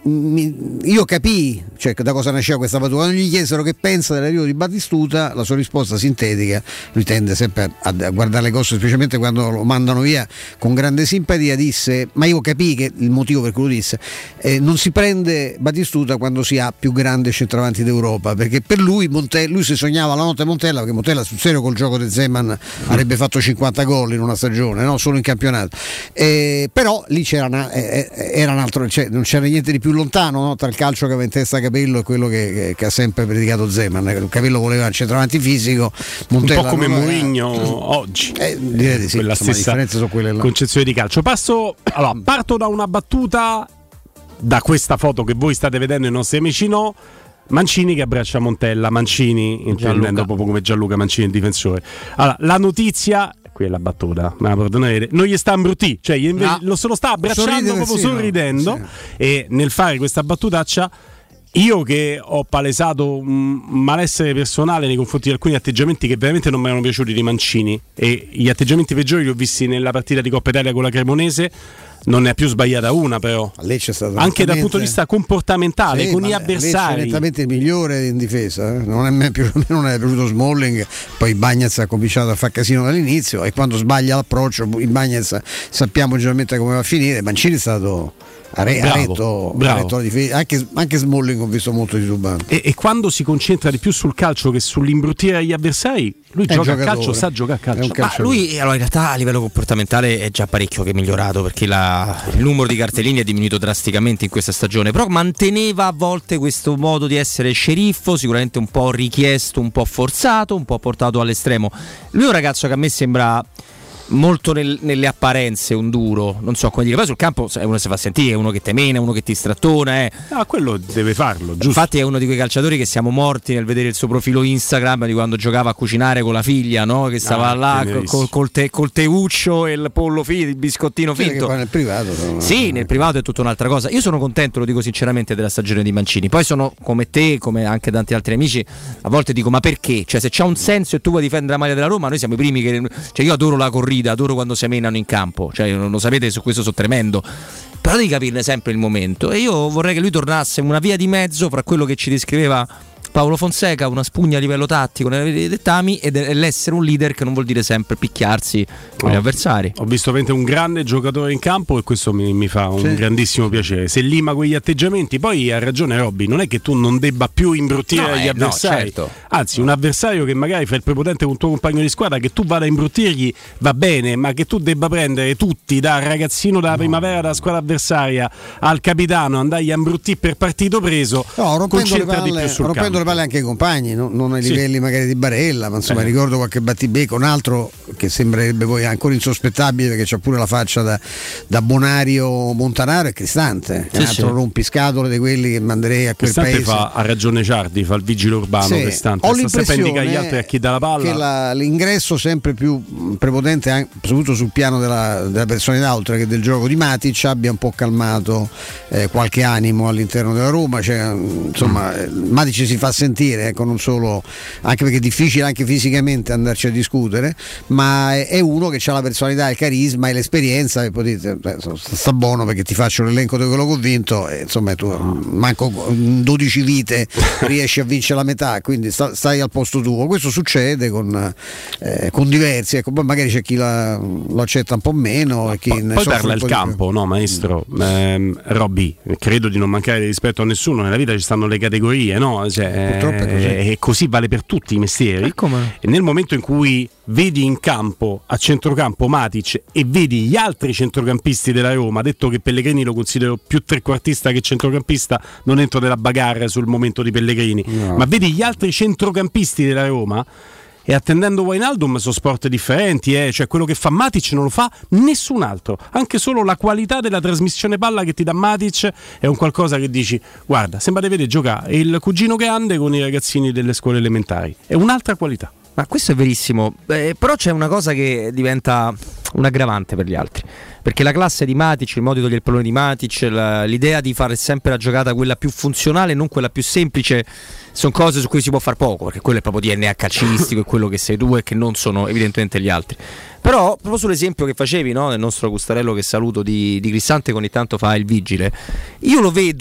mi, io capii, cioè, da cosa nasceva questa battuta. Quando gli chiesero che pensa dell'arrivo di Battistuta, la sua risposta sintetica, lui tende sempre a, a guardare le cose, specialmente quando lo mandano via, con grande simpatia, disse: ma io capii che il motivo per cui lo disse, eh, non si prende Battistuta quando si ha più grande centravanti d'Europa, perché per lui Montella, lui si sognava la notte Montella, perché Montella sul serio col gioco di Zeman avrebbe fatto cinquanta gol in una stagione, no? Solo in campionato, eh, però lì c'era una, eh, era un altro, cioè, non c'era niente di più lontano, no? Tra il calcio che aveva in testa Capello e quello che, che, che ha sempre predicato Zeman. Capello voleva il centravanti fisico, Montella un po' come Mourinho oggi, eh, direi di sì, quella insomma, stessa sono quelle là. Concezione di calcio. Passo, allora, parto da una battuta, da questa foto che voi state vedendo, i nostri amici no, Mancini che abbraccia Montella, Mancini intendendo proprio come Gianluca Mancini il difensore. Allora, la notizia, qui è la battuta, ma la perdonerete, non gli sta imbruttì, cioè gli invece, no. lo se lo sta abbracciando Sorride, proprio sì, sorridendo, no? Sì. E nel fare questa battutaccia, io che ho palesato un malessere personale nei confronti di alcuni atteggiamenti che veramente non mi erano piaciuti di Mancini, e gli atteggiamenti peggiori li ho visti nella partita di Coppa Italia con la Cremonese. Non ne ha più sbagliata una, però anche dal punto di vista comportamentale, sì, con gli avversari. È nettamente il migliore in difesa, eh? non, è mai più, non è piaciuto Smalling, poi Bagnez ha cominciato a fare casino dall'inizio, e quando sbaglia l'approccio in Bagnez sappiamo generalmente come va a finire. Mancini è stato ha retto, retto la difesa, anche, anche Smalling ho visto molto titubante, e, e quando si concentra di più sul calcio che sull'imbruttire agli avversari, lui è gioca a calcio, sa giocare a calcio. Ma lui allora, in realtà a livello comportamentale è già parecchio che è migliorato, perché la, il numero di cartellini è diminuito drasticamente in questa stagione, però manteneva a volte questo modo di essere sceriffo, sicuramente un po' richiesto, un po' forzato, un po' portato all'estremo. Lui è un ragazzo che a me sembra molto nel, nelle apparenze un duro, non so come dire, poi sul campo è uno che si fa sentire, è uno che te mena, uno che ti strattona, eh. Ah, quello deve farlo, giusto. Infatti è uno di quei calciatori che siamo morti nel vedere il suo profilo Instagram di quando giocava a cucinare con la figlia, no? Che stava ah, là col, col, te, col teuccio e il pollo finto, il biscottino finto. Che poi nel privato no? Sì, nel privato è tutta un'altra cosa. Io sono contento, lo dico sinceramente, della stagione di Mancini. Poi sono come te, come anche tanti altri amici, a volte dico ma perché? Cioè se c'ha un senso e tu vuoi difendere la maglia della Roma, noi siamo i primi che, cioè io adoro la corrida, adoro quando si menano in campo, cioè non lo sapete, su questo sono tremendo, però devi capirne sempre il momento, e io vorrei che lui tornasse una via di mezzo fra quello che ci descriveva Paolo Fonseca, una spugna a livello tattico nei dettami, e l'essere un leader che non vuol dire sempre picchiarsi con oh, gli avversari. Ho visto veramente un grande giocatore in campo, e questo mi, mi fa un sì. grandissimo piacere. Se lima quegli atteggiamenti, poi ha ragione Robby, non è che tu non debba più imbruttire no, gli eh, avversari, no, certo. Anzi un avversario che magari fa il prepotente con il tuo compagno di squadra, che tu vada a imbruttirgli va bene, ma che tu debba prendere tutti, dal ragazzino della no. primavera della squadra avversaria al capitano, andargli a imbruttire per partito preso, no, rompendo le palle, rompendo le palle anche ai compagni, no? Non ai livelli sì. magari di Barella, ma insomma eh. ricordo qualche battibecco, un altro che sembrerebbe poi ancora insospettabile, perché c'ha pure la faccia da, da Bonario Montanaro, è Cristante, sì, un altro sì. rompiscatole di quelli che manderei a quel Cristante paese. Fa, ha ragione Ciardi, fa il vigile urbano, sì. Cristante, ho sta sempre a indicare gli altri a chi dà la palla, che la, l'ingresso sempre più prepotente anche, soprattutto sul piano della, della personalità oltre che del gioco di Matic, abbia un po' calmato eh, qualche animo all'interno della Roma, cioè, insomma mm. Matic si fa sentire, ecco, non solo, anche perché è difficile anche fisicamente andarci a discutere, ma è, è uno che ha la personalità, il carisma e l'esperienza, e potete, beh, sta buono perché ti faccio l'elenco di quello che ho vinto, e, insomma tu manco dodici vite riesci a vincere la metà, quindi sta, stai al posto tuo. Questo succede con, eh, con diversi, ecco, poi magari c'è chi la, lo accetta un po' meno, e chi poi, ne poi parla il campo, no maestro? Mm. Eh, Robby, credo di non mancare di rispetto a nessuno, nella vita ci stanno le categorie, no? Cioè, purtroppo è così. E così vale per tutti i mestieri. E nel momento in cui vedi in campo, a centrocampo, Matic, e vedi gli altri centrocampisti della Roma, detto che Pellegrini lo considero più trequartista che centrocampista, non entro nella bagarre sul momento di Pellegrini, no. ma vedi gli altri centrocampisti della Roma, e attendendo Wijnaldum sono sport differenti, eh? Cioè quello che fa Matic non lo fa nessun altro, anche solo la qualità della trasmissione palla che ti dà Matic è un qualcosa che dici guarda, sembra di vedere giocare il cugino grande con i ragazzini delle scuole elementari, è un'altra qualità. Ma questo è verissimo, eh, però c'è una cosa che diventa un aggravante per gli altri, perché la classe di Matic, il modo di togliere il pallone di Matic, la, l'idea di fare sempre la giocata quella più funzionale, non quella più semplice, sono cose su cui si può far poco, perché quello è proprio D N A calcistico, è quello che sei tu e che non sono evidentemente gli altri. Però proprio sull'esempio che facevi, no, del nostro Custarello, che saluto, di, di Cristante, che ogni tanto fa il vigile, io lo vedo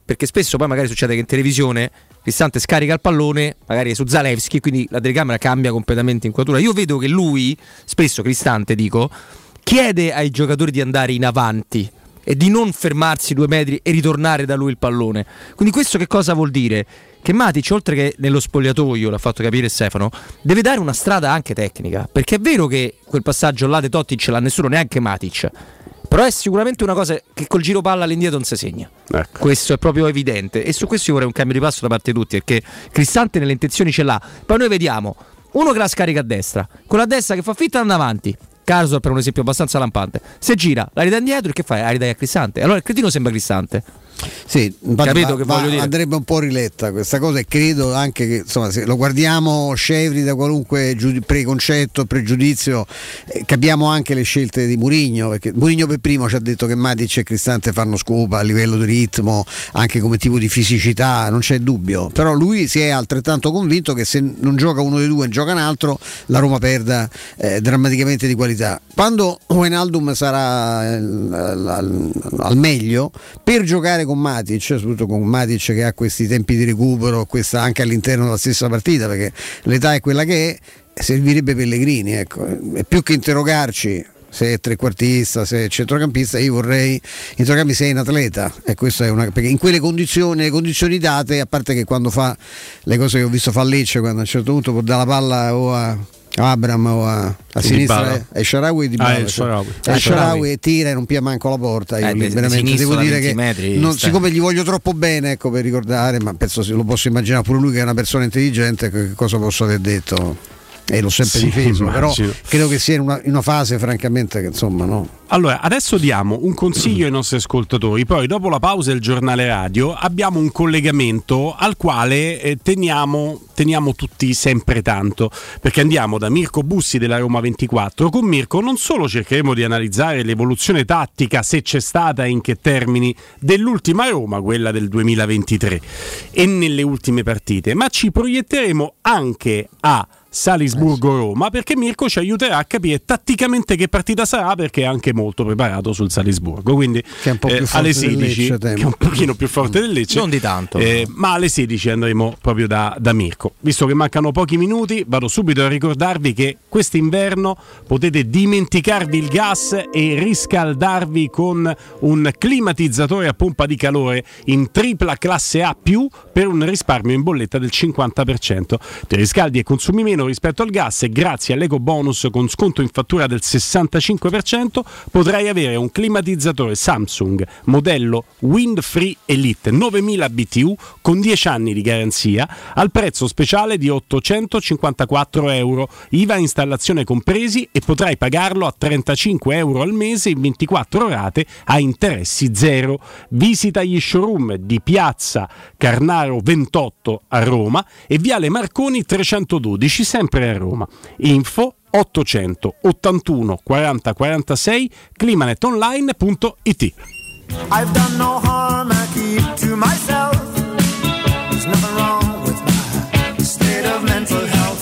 perché spesso poi magari succede che in televisione Cristante scarica il pallone magari su Zalewski, quindi la telecamera cambia completamente inquadratura. Io vedo che lui spesso, Cristante dico, chiede ai giocatori di andare in avanti e di non fermarsi due metri e ritornare da lui il pallone. Quindi questo che cosa vuol dire? Che Matic, oltre che nello spogliatoio, l'ha fatto capire Stefano, deve dare una strada anche tecnica, perché è vero che quel passaggio là de Totti ce l'ha nessuno, neanche Matic, però è sicuramente una cosa che col giro palla all'indietro non si segna. Ecco. Questo è proprio evidente, e su questo io vorrei un cambio di passo da parte di tutti, perché Cristante nelle intenzioni ce l'ha. Poi noi vediamo uno che la scarica a destra, con la destra che fa fitta andando avanti, Caso per un esempio abbastanza lampante, se gira la ridà indietro e che fai? La ridai a Cristante, allora il cretino sembra Cristante. Sì, capito va, che va, voglio dire? Andrebbe un po' riletta questa cosa, e credo anche che insomma, se lo guardiamo scevri da qualunque giudi- preconcetto, pregiudizio, eh, capiamo anche le scelte di Mourinho, perché Mourinho per primo ci ha detto che Matic e Cristante fanno scopa a livello di ritmo, anche come tipo di fisicità, non c'è dubbio, però lui si è altrettanto convinto che se non gioca uno dei due e gioca un altro, la Roma perda eh, drammaticamente di qualità. Quando Wijnaldum sarà eh, al, al meglio, per giocare con Matic, soprattutto con Matic che ha questi tempi di recupero, questa anche all'interno della stessa partita, perché l'età è quella che è, servirebbe Pellegrini, ecco. E più che interrogarci se è trequartista, se è centrocampista, io vorrei interrogarmi se è un atleta, e questo è una, perché in quelle condizioni, le condizioni date, a parte che quando fa le cose che ho visto fa Lecce, quando a un certo punto può dare la palla o a Abram o a, a sinistra è Shaarawy di Bala, è Shaarawy e tira e non pia manco la porta. Io eh, veramente devo dire che metri, non, siccome gli voglio troppo bene, ecco, per ricordare, ma penso lo posso immaginare pure lui che è una persona intelligente, che cosa posso aver detto. E l'ho sempre sì, difeso, immagino. Però credo che sia in una, in una fase francamente che insomma no. Allora, adesso diamo un consiglio ai nostri ascoltatori, poi dopo la pausa del giornale radio abbiamo un collegamento al quale eh, teniamo, teniamo tutti sempre tanto, perché andiamo da Mirko Bussi della Roma ventiquattro. Con Mirko non solo cercheremo di analizzare l'evoluzione tattica, se c'è stata e in che termini, dell'ultima Roma, quella del duemilaventitré, e nelle ultime partite, ma ci proietteremo anche a Salisburgo-Roma, perché Mirko ci aiuterà a capire tatticamente che partita sarà, perché è anche molto preparato sul Salisburgo, quindi che è un po' più eh, alle sedici, Lecce, che è un pochino più forte del Lecce, non di tanto, eh, ma alle sedici andremo proprio da, da Mirko. Visto che mancano pochi minuti, vado subito a ricordarvi che quest'inverno potete dimenticarvi il gas e riscaldarvi con un climatizzatore a pompa di calore in tripla classe A più, per un risparmio in bolletta del cinquanta per cento. Ti riscaldi e consumi meno rispetto al gas, e grazie all'eco bonus con sconto in fattura del sessantacinque per cento potrai avere un climatizzatore Samsung modello Windfree Elite novemila B T U con dieci anni di garanzia al prezzo speciale di ottocentocinquantaquattro euro, I V A installazione compresi, e potrai pagarlo a trentacinque euro al mese in ventiquattro rate a interessi zero. Visita gli showroom di Piazza Carnaro ventotto a Roma e Viale Marconi trecentododici sempre a Roma. Info ottocento ottantuno quaranta quarantasei climanetonline punto it. I've done no harm, I keep to myself. There's nothing wrong with my state of mental health.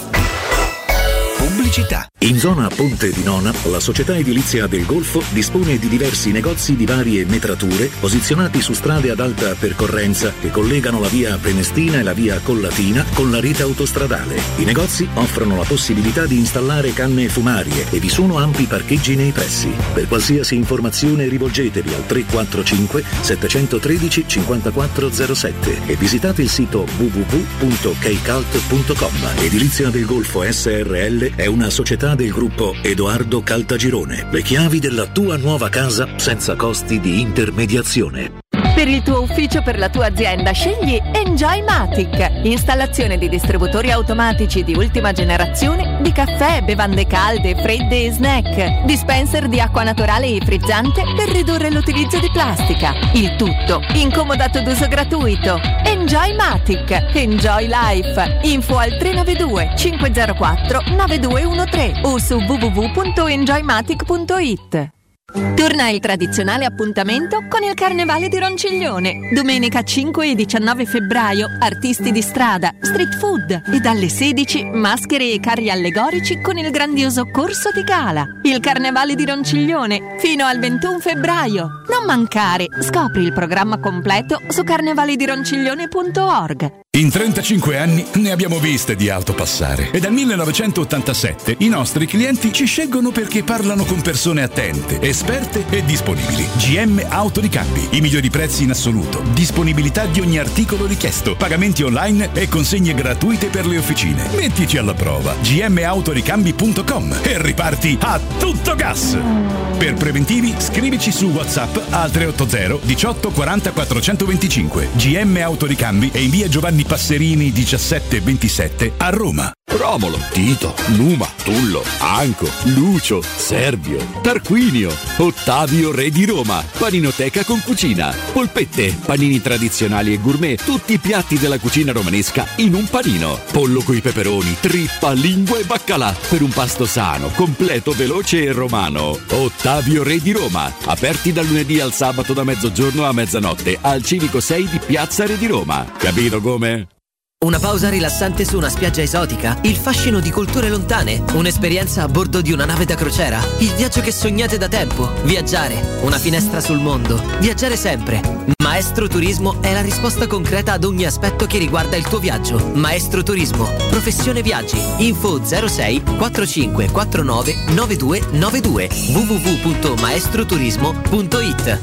Pubblicità. In zona Ponte di Nona, la società edilizia del Golfo dispone di diversi negozi di varie metrature posizionati su strade ad alta percorrenza che collegano la via Prenestina e la via Collatina con la rete autostradale. I negozi offrono la possibilità di installare canne fumarie e vi sono ampi parcheggi nei pressi. Per qualsiasi informazione rivolgetevi al tre quattro cinque sette uno tre cinque zero sette e visitate il sito w w w punto keycult punto com. Edilizia del Golfo S R L è una società del gruppo Edoardo Caltagirone. Le chiavi della tua nuova casa senza costi di intermediazione. Per il tuo ufficio, per la tua azienda, scegli Enjoymatic. Installazione di distributori automatici di ultima generazione di caffè, bevande calde, fredde e snack. Dispenser di acqua naturale e frizzante per ridurre l'utilizzo di plastica. Il tutto incomodato d'uso gratuito. Enjoymatic. Enjoy life. Info al tre nove due cinque zero quattro nove due uno tre o su w w w punto enjoymatic punto it. Torna il tradizionale appuntamento con il Carnevale di Ronciglione. Domenica cinque e diciannove febbraio, artisti di strada, street food e dalle sedici maschere e carri allegorici con il grandioso corso di gala. Il Carnevale di Ronciglione fino al ventuno febbraio. Non mancare, scopri il programma completo su carnevaledironciglione punto org. In trentacinque anni ne abbiamo viste di auto passare e dal millenovecentottantasette i nostri clienti ci scelgono perché parlano con persone attente, esperte e disponibili. G M Autoricambi, i migliori prezzi in assoluto, disponibilità di ogni articolo richiesto, pagamenti online e consegne gratuite per le officine. Mettici alla prova g m autoricambi punto com e riparti a tutto gas. Per preventivi scrivici su WhatsApp al tre otto zero diciotto quaranta quattrocentoventicinque. G M Autoricambi e in via Giovanni Passerini diciassette ventisette a Roma. Romolo, Tito, Numa, Tullo, Anco, Lucio, Servio, Tarquinio, Ottavio Re di Roma, paninoteca con cucina, polpette, panini tradizionali e gourmet, tutti i piatti della cucina romanesca in un panino, pollo coi peperoni, trippa, lingua e baccalà per un pasto sano, completo, veloce e romano. Ottavio Re di Roma, aperti dal lunedì al sabato da mezzogiorno a mezzanotte al Civico sei di Piazza Re di Roma. Capito come? Una pausa rilassante su una spiaggia esotica? Il fascino di culture lontane? Un'esperienza a bordo di una nave da crociera? Il viaggio che sognate da tempo? Viaggiare, una finestra sul mondo. Viaggiare sempre. Maestro Turismo è la risposta concreta ad ogni aspetto che riguarda il tuo viaggio. Maestro Turismo, professione viaggi. Info zero sei quarantacinque quarantanove novantadue novantadue w w w punto maestroturismo punto it.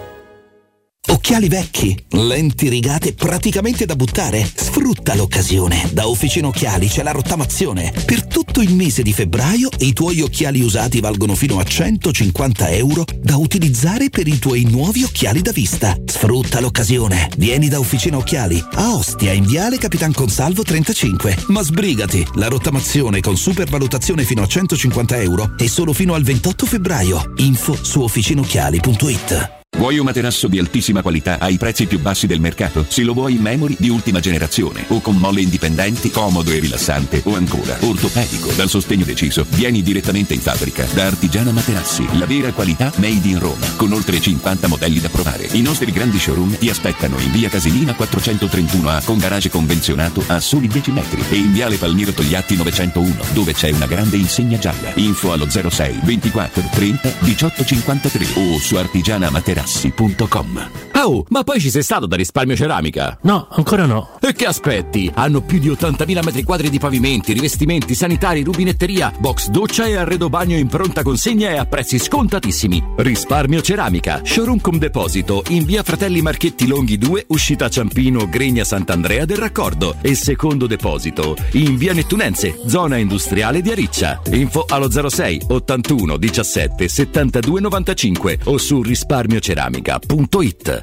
Occhiali vecchi, lenti rigate praticamente da buttare? Sfrutta l'occasione. Da Officina Occhiali c'è la rottamazione. Per tutto il mese di febbraio i tuoi occhiali usati valgono fino a centocinquanta euro da utilizzare per i tuoi nuovi occhiali da vista. Sfrutta l'occasione. Vieni da Officina Occhiali a Ostia in Viale Capitan Consalvo trentacinque. Ma sbrigati, la rottamazione con supervalutazione fino a centocinquanta euro è solo fino al ventotto febbraio. Info su officinocchiali punto it. Vuoi un materasso di altissima qualità ai prezzi più bassi del mercato? Se lo vuoi in memory di ultima generazione o con molle indipendenti, comodo e rilassante o ancora ortopedico dal sostegno deciso, vieni direttamente in fabbrica da Artigiana Materassi, la vera qualità made in Roma, con oltre cinquanta modelli da provare. I nostri grandi showroom ti aspettano in via Casilina quattrocentotrentuno A con garage convenzionato a soli dieci metri e in viale Palmiro Togliatti novecentouno dove c'è una grande insegna gialla. Info allo zero sei ventiquattro trenta diciotto cinquantatré o su artigiana materassi punto com. Oh, ma poi ci sei stato da Risparmio Ceramica? No, ancora no. E che aspetti? Hanno più di ottantamila metri quadri di pavimenti, rivestimenti, sanitari, rubinetteria, box doccia e arredo bagno in pronta consegna e a prezzi scontatissimi. Risparmio Ceramica, showroom con deposito in via Fratelli Marchetti Longhi due, uscita Ciampino, Gregna Sant'Andrea del Raccordo e secondo deposito in via Nettunense, zona industriale di Ariccia. Info allo zero sei ottantuno diciassette settantadue novantacinque o su risparmio ceramica punto it.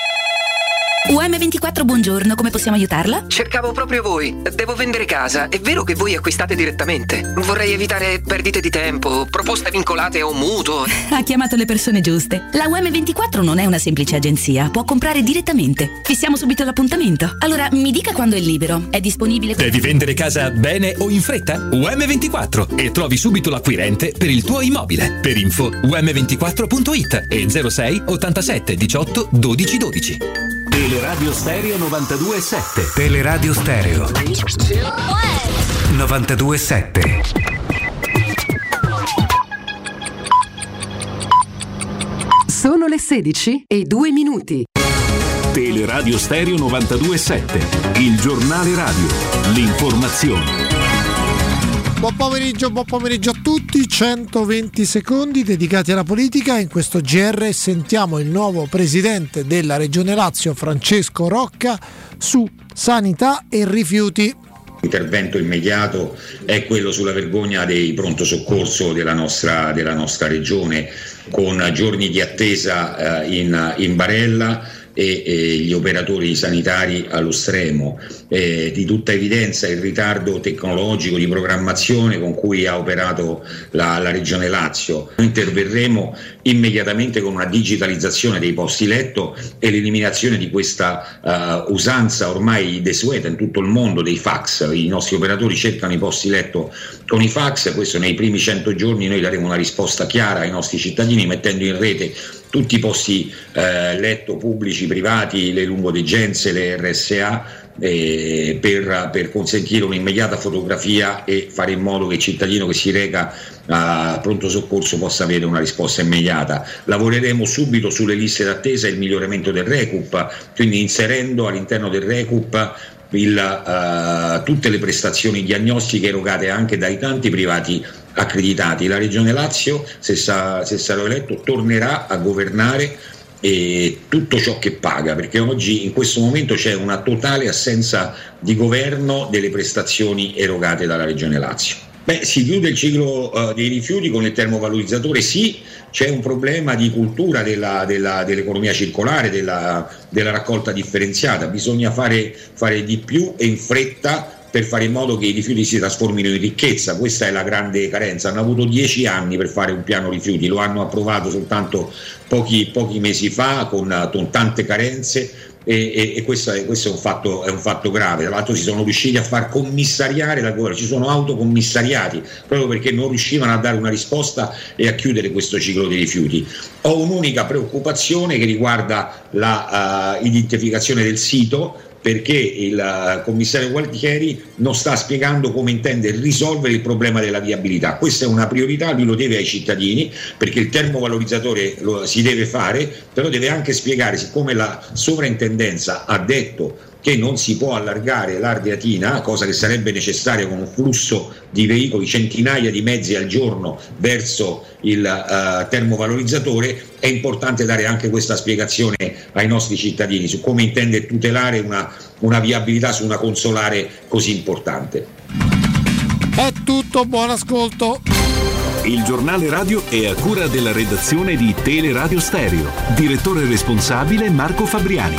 U M ventiquattro, buongiorno, come possiamo aiutarla? Cercavo proprio voi. Devo vendere casa. È vero che voi acquistate direttamente? Vorrei evitare perdite di tempo, proposte vincolate a un mutuo. Ha chiamato le persone giuste. La U M ventiquattro non è una semplice agenzia, può comprare direttamente. Fissiamo subito l'appuntamento. Allora, mi dica quando è libero. È disponibile? Devi vendere casa bene o in fretta? U M ventiquattro e trovi subito l'acquirente per il tuo immobile. Per info u m ventiquattro punto it e zero sei ottantasette diciotto dodici dodici. Teleradio Stereo novantadue e sette. Teleradio Stereo novantadue e sette. Sono le sedici e due minuti. Teleradio Stereo novantadue e sette. Il giornale radio. L'informazione. Buon pomeriggio, buon pomeriggio a tutti. centoventi secondi dedicati alla politica. In questo G R sentiamo il nuovo presidente della Regione Lazio, Francesco Rocca, su sanità e rifiuti. L'intervento immediato è quello sulla vergogna dei pronto soccorso della nostra, della nostra regione, con giorni di attesa eh, in, in barella e, e gli operatori sanitari allo stremo. Eh, di tutta evidenza il ritardo tecnologico di programmazione con cui ha operato la, la Regione Lazio. Interverremo immediatamente con una digitalizzazione dei posti letto e l'eliminazione di questa uh, usanza ormai desueta in tutto il mondo dei fax. I nostri operatori cercano i posti letto con i fax, questo nei primi cento giorni noi daremo una risposta chiara ai nostri cittadini mettendo in rete tutti i posti eh, letto pubblici, privati, le lungodegenze, le R S A, eh, per, per consentire un'immediata fotografia e fare in modo che il cittadino che si reca a pronto soccorso possa avere una risposta immediata. Lavoreremo subito sulle liste d'attesa e il miglioramento del Recup, quindi inserendo all'interno del Recup Il, uh, tutte le prestazioni diagnostiche erogate anche dai tanti privati accreditati. La Regione Lazio, se, sa, se sarò eletto, tornerà a governare e tutto ciò che paga, perché oggi in questo momento c'è una totale assenza di governo delle prestazioni erogate dalla Regione Lazio. Beh, si chiude il ciclo uh, dei rifiuti con il termovalorizzatore, sì, c'è un problema di cultura della, della, dell'economia circolare, della, della raccolta differenziata, bisogna fare, fare di più e in fretta per fare in modo che i rifiuti si trasformino in ricchezza. Questa è la grande carenza. Hanno avuto dieci anni per fare un piano rifiuti, lo hanno approvato soltanto pochi, pochi mesi fa con, con tante carenze. E, e, e questo, è, questo è, un fatto, è un fatto grave. Tra l'altro si sono riusciti a far commissariare la governo, ci sono autocommissariati proprio perché non riuscivano a dare una risposta e a chiudere questo ciclo dei rifiuti. Ho un'unica preoccupazione che riguarda la uh, identificazione del sito, perché il uh, commissario Gualtieri non sta spiegando come intende risolvere il problema della viabilità. Questa è una priorità, lui lo deve ai cittadini, perché il termovalorizzatore lo si deve fare, però deve anche spiegare, siccome la sovrintendenza ha detto che non si può allargare l'Ardeatina, cosa che sarebbe necessaria con un flusso di veicoli, centinaia di mezzi al giorno verso il uh, termovalorizzatore, è importante dare anche questa spiegazione ai nostri cittadini su come intende tutelare una, una viabilità su una consolare così importante. È tutto, buon ascolto. Il giornale radio è a cura della redazione di Teleradio Stereo. Direttore responsabile Marco Fabriani.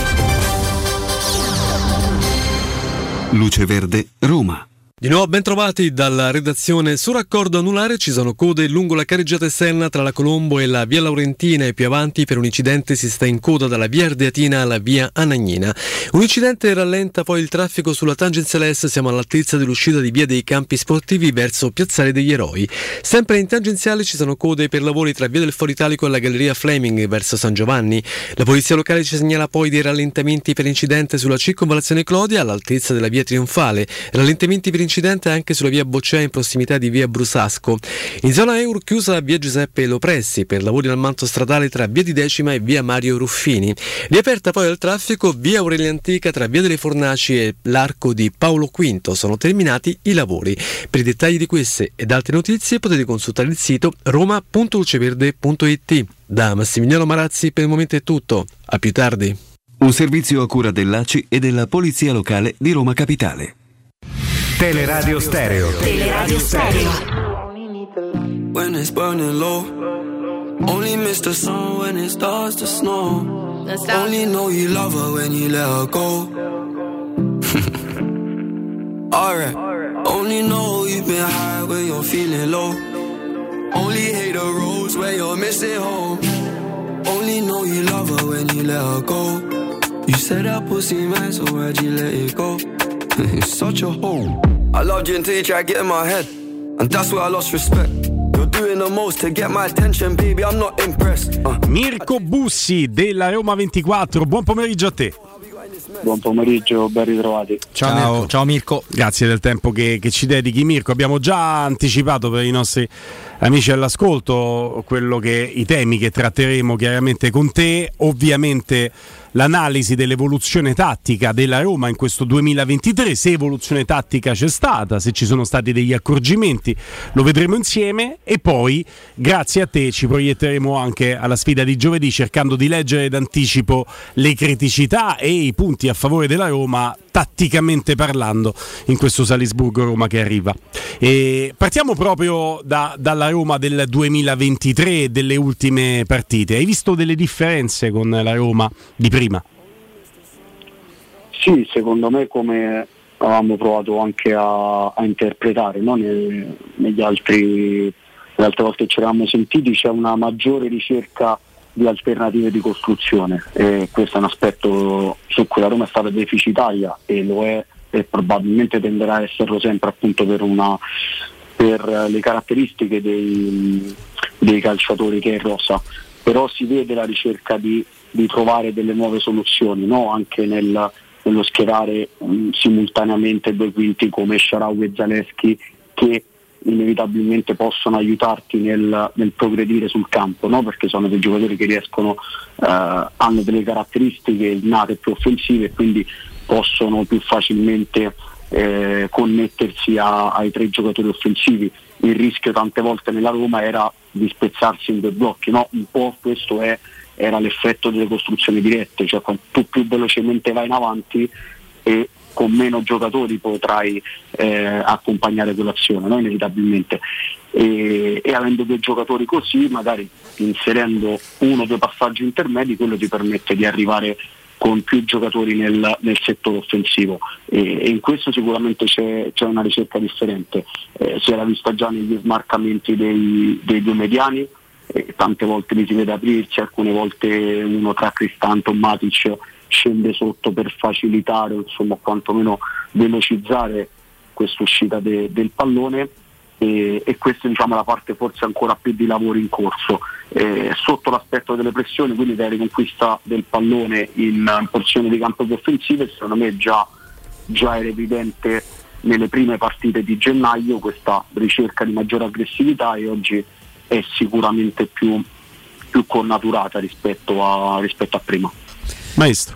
Luce Verde, Roma. Di nuovo ben trovati dalla redazione. Su raccordo anulare ci sono code lungo la carreggiata esterna tra la Colombo e la via Laurentina e più avanti per un incidente si sta in coda dalla via Ardeatina alla via Anagnina. Un incidente rallenta poi il traffico sulla tangenziale est, siamo all'altezza dell'uscita di via dei Campi Sportivi verso Piazzale degli Eroi. Sempre in tangenziale ci sono code per lavori tra via del Foro Italico e la galleria Fleming verso San Giovanni. La polizia locale ci segnala poi dei rallentamenti per incidente sulla circonvallazione Clodia all'altezza della via Trionfale, rallentamenti per incidente anche sulla via Boccea in prossimità di via Brusasco. In zona Eur chiusa via Giuseppe Lopressi per lavori al manto stradale tra via di Decima e via Mario Ruffini. Riaperta poi al traffico via Aurelia Antica tra via delle Fornaci e l'arco di Paolo Quinto. Sono terminati i lavori. Per i dettagli di queste ed altre notizie potete consultare il sito roma punto luceverde punto it. Da Massimiliano Marazzi per il momento è tutto. A più tardi. Un servizio a cura dell'A C I e della Polizia Locale di Roma Capitale. Teleradio Stereo. Teleradio Stereo. When it's burning low, only miss the sun when it starts to snow. Only know you love her when you let her go. Alright. Only know you've been high when you're feeling low. Only hate the roads where you're missing home. Only know you love her when you let her go. You said that pussy man, so why'd you let it go? It's such a hole. I loved you until you tried to get in my head, and that's where I lost respect. You're doing the most to get my attention, baby, I'm not impressed. uh. Mirko Bussi della Roma ventiquattro, buon pomeriggio a te. Buon pomeriggio, ben ritrovati. Ciao, ciao Mirko. Ciao Mirko. Grazie del tempo che, che ci dedichi, Mirko. Abbiamo già anticipato per i nostri amici all'ascolto quello che i temi che tratteremo chiaramente con te. Ovviamente l'analisi dell'evoluzione tattica della Roma in questo duemilaventitré, se evoluzione tattica c'è stata, se ci sono stati degli accorgimenti, lo vedremo insieme e poi grazie a te ci proietteremo anche alla sfida di giovedì cercando di leggere d'anticipo le criticità e i punti a favore della Roma tatticamente parlando in questo Salisburgo-Roma che arriva. E partiamo proprio da, dalla Roma del duemilaventitré e delle ultime partite. Hai visto delle differenze con la Roma di prima? Sì, secondo me, come avevamo provato anche a, a interpretare, no? Ne, negli altri, le altre volte che ci eravamo sentiti, c'è una maggiore ricerca di alternative di costruzione, e questo è un aspetto su cui la Roma è stata deficitaria e lo è, e probabilmente tenderà a esserlo sempre, appunto per una per le caratteristiche dei, dei calciatori che è rosa. Però si vede la ricerca di, di trovare delle nuove soluzioni, no? Anche nel, nello schierare um, simultaneamente due quinti come Shaarawy e Zalewski, che inevitabilmente possono aiutarti nel, nel progredire sul campo, no? Perché sono dei giocatori che riescono, eh, hanno delle caratteristiche innate più offensive e quindi possono più facilmente eh, connettersi a, ai tre giocatori offensivi. Il rischio tante volte nella Roma era di spezzarsi in due blocchi, no? Un po' questo è, era l'effetto delle costruzioni dirette, cioè tu più velocemente vai in avanti e con meno giocatori potrai eh, accompagnare quell'azione, no? Inevitabilmente. E, e avendo due giocatori così, magari inserendo uno o due passaggi intermedi, quello ti permette di arrivare con più giocatori nel, nel settore offensivo, e, e in questo sicuramente c'è, c'è una ricerca differente. Eh, si era vista già negli smarcamenti dei, dei due mediani, eh, tante volte li si vede aprirsi, alcune volte uno tra Cristante o Matic scende sotto per facilitare, insomma quantomeno velocizzare questa uscita de, del pallone, e, e questa è, diciamo, la parte forse ancora più di lavoro in corso. Eh, sotto l'aspetto delle pressioni, quindi della riconquista del pallone in, in porzioni di campo più offensive, secondo me già, già era evidente nelle prime partite di gennaio questa ricerca di maggiore aggressività, e oggi è sicuramente più, più connaturata rispetto a, rispetto a prima. Maestro.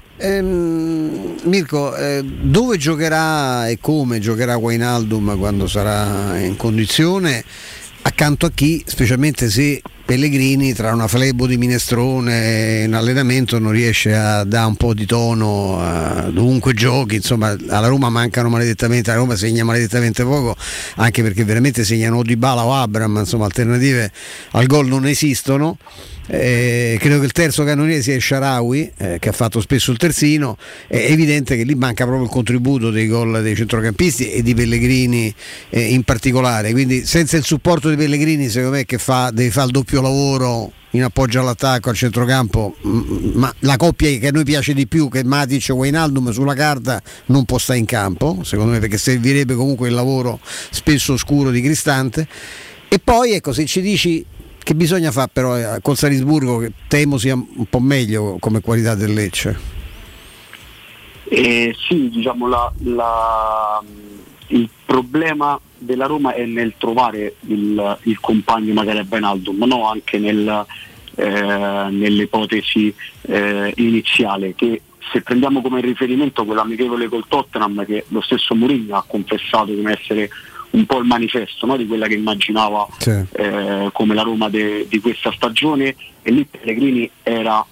Ehm, Mirko, eh, dove giocherà e come giocherà Wijnaldum quando sarà in condizione? Accanto a chi, specialmente se Pellegrini tra una flebo di minestrone in allenamento non riesce a dare un po' di tono a dovunque giochi. Insomma, alla Roma mancano maledettamente, la Roma segna maledettamente poco, anche perché veramente segnano o Dybala o Abraham, insomma alternative al gol non esistono. Eh, credo che il terzo cannoniere sia Shaarawy, eh, che ha fatto spesso il terzino. È evidente che lì manca proprio il contributo dei gol dei centrocampisti e di Pellegrini eh, in particolare, quindi senza il supporto di Pellegrini, secondo me, che fa, deve fare il doppio lavoro in appoggio all'attacco, al centrocampo, ma la coppia che a noi piace di più, che Matic e Wijnaldum, sulla carta non può stare in campo, secondo me, perché servirebbe comunque il lavoro spesso oscuro di Cristante. E poi ecco, se ci dici che bisogna fare però eh, col Salisburgo, che temo sia un po' meglio come qualità del Lecce. Eh, sì, diciamo la, la, il problema della Roma è nel trovare il, il compagno magari a Wijnaldum, no? Anche nel, eh, nell'ipotesi eh, iniziale, che se prendiamo come riferimento quell'amichevole col Tottenham, che lo stesso Mourinho ha confessato come essere un po' il manifesto, no? Di quella che immaginava sì. eh, come la Roma de, di questa stagione, e lì Pellegrini era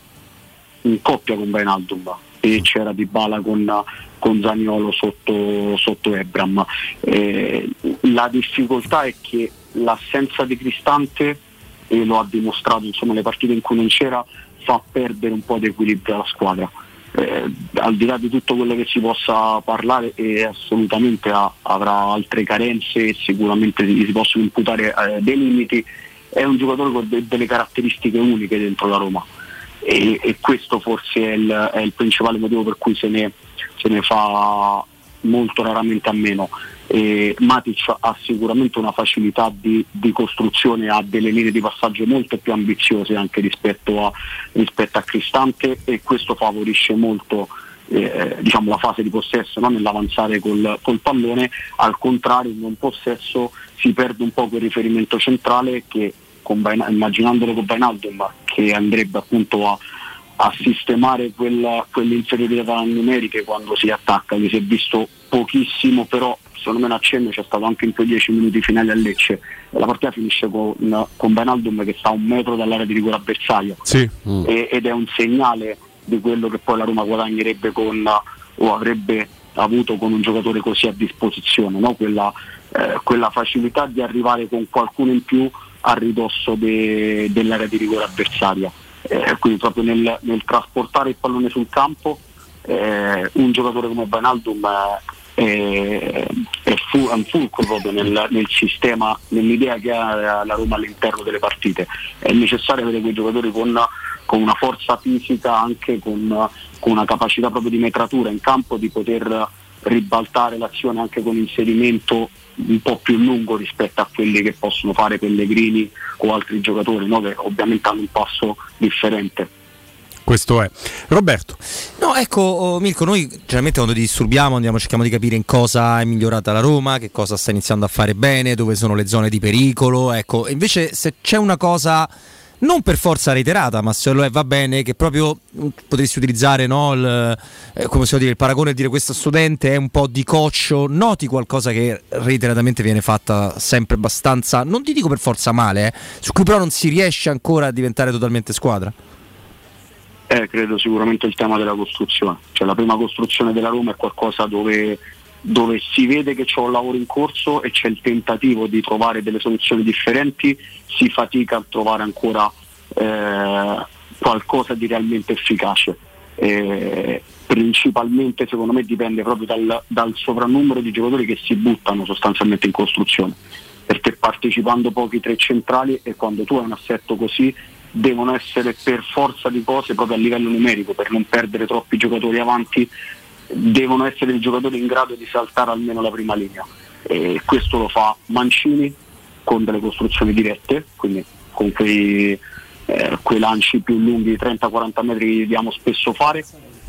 in coppia con Wijnaldum e c'era Dybala con, con Zaniolo sotto, sotto Ebram. Eh, la difficoltà è che l'assenza di Cristante, e lo ha dimostrato insomma le partite in cui non c'era, fa perdere un po' di equilibrio alla squadra. Eh, al di là di tutto quello che si possa parlare, e assolutamente ha, avrà altre carenze e sicuramente si, si possono imputare eh, dei limiti, è un giocatore con de, delle caratteristiche uniche dentro la Roma, e, e questo forse è il, è il principale motivo per cui se ne, se ne fa molto raramente a meno. E Matic ha sicuramente una facilità di, di costruzione, ha delle linee di passaggio molto più ambiziose anche rispetto a, rispetto a Cristante, e questo favorisce molto eh, diciamo la fase di possesso, no? Nell'avanzare col, col pallone. Al contrario, in un possesso si perde un po' quel riferimento centrale che, con Bain- immaginandolo con Wijnaldum, che andrebbe appunto a, a sistemare quella, quell'inferiorità numeriche quando si attacca, che si è visto pochissimo, però secondo me un accenno c'è stato anche in quei dieci minuti finali a Lecce. La partita finisce con, con Wijnaldum che sta a un metro dall'area di rigore avversaria, sì. mm. e, ed è un segnale di quello che poi la Roma guadagnerebbe con, o avrebbe avuto con un giocatore così a disposizione, no? quella, eh, quella facilità di arrivare con qualcuno in più a ridosso de, dell'area di rigore avversaria, eh, quindi proprio nel, nel trasportare il pallone sul campo eh, un giocatore come Wijnaldum è, è, fu, è un fulcro proprio nel, nel sistema, nell'idea che ha la Roma all'interno delle partite. È necessario avere quei giocatori con, con una forza fisica, anche con, con una capacità proprio di metratura in campo, di poter ribaltare l'azione anche con inserimento un po' più lungo rispetto a quelli che possono fare Pellegrini o altri giocatori, no? Che ovviamente hanno un passo differente. Questo è Roberto. No, ecco, oh, Mirko, noi generalmente quando ti disturbiamo andiamo, cerchiamo di capire in cosa è migliorata la Roma, che cosa sta iniziando a fare bene, dove sono le zone di pericolo. Ecco, invece se c'è una cosa non per forza reiterata, ma se lo è va bene, che proprio potresti utilizzare, no, il, eh, come si può dire, il paragone e dire questo studente è un po' di coccio, noti qualcosa che reiteratamente viene fatta sempre abbastanza, non ti dico per forza male, eh, su cui però non si riesce ancora a diventare totalmente squadra? Eh, credo sicuramente il tema della costruzione, cioè la prima costruzione della Roma è qualcosa dove, dove si vede che c'è un lavoro in corso e c'è il tentativo di trovare delle soluzioni differenti, si fatica a trovare ancora eh, qualcosa di realmente efficace. Eh, principalmente secondo me dipende proprio dal, dal sovrannumero di giocatori che si buttano sostanzialmente in costruzione, perché partecipando pochi tre centrali, e quando tu hai un assetto così devono essere per forza di cose, proprio a livello numerico, per non perdere troppi giocatori avanti, devono essere i giocatori in grado di saltare almeno la prima linea, e questo lo fa Mancini con delle costruzioni dirette, quindi con quei, eh, quei lanci più lunghi di trenta quaranta metri che gli diamo spesso fare,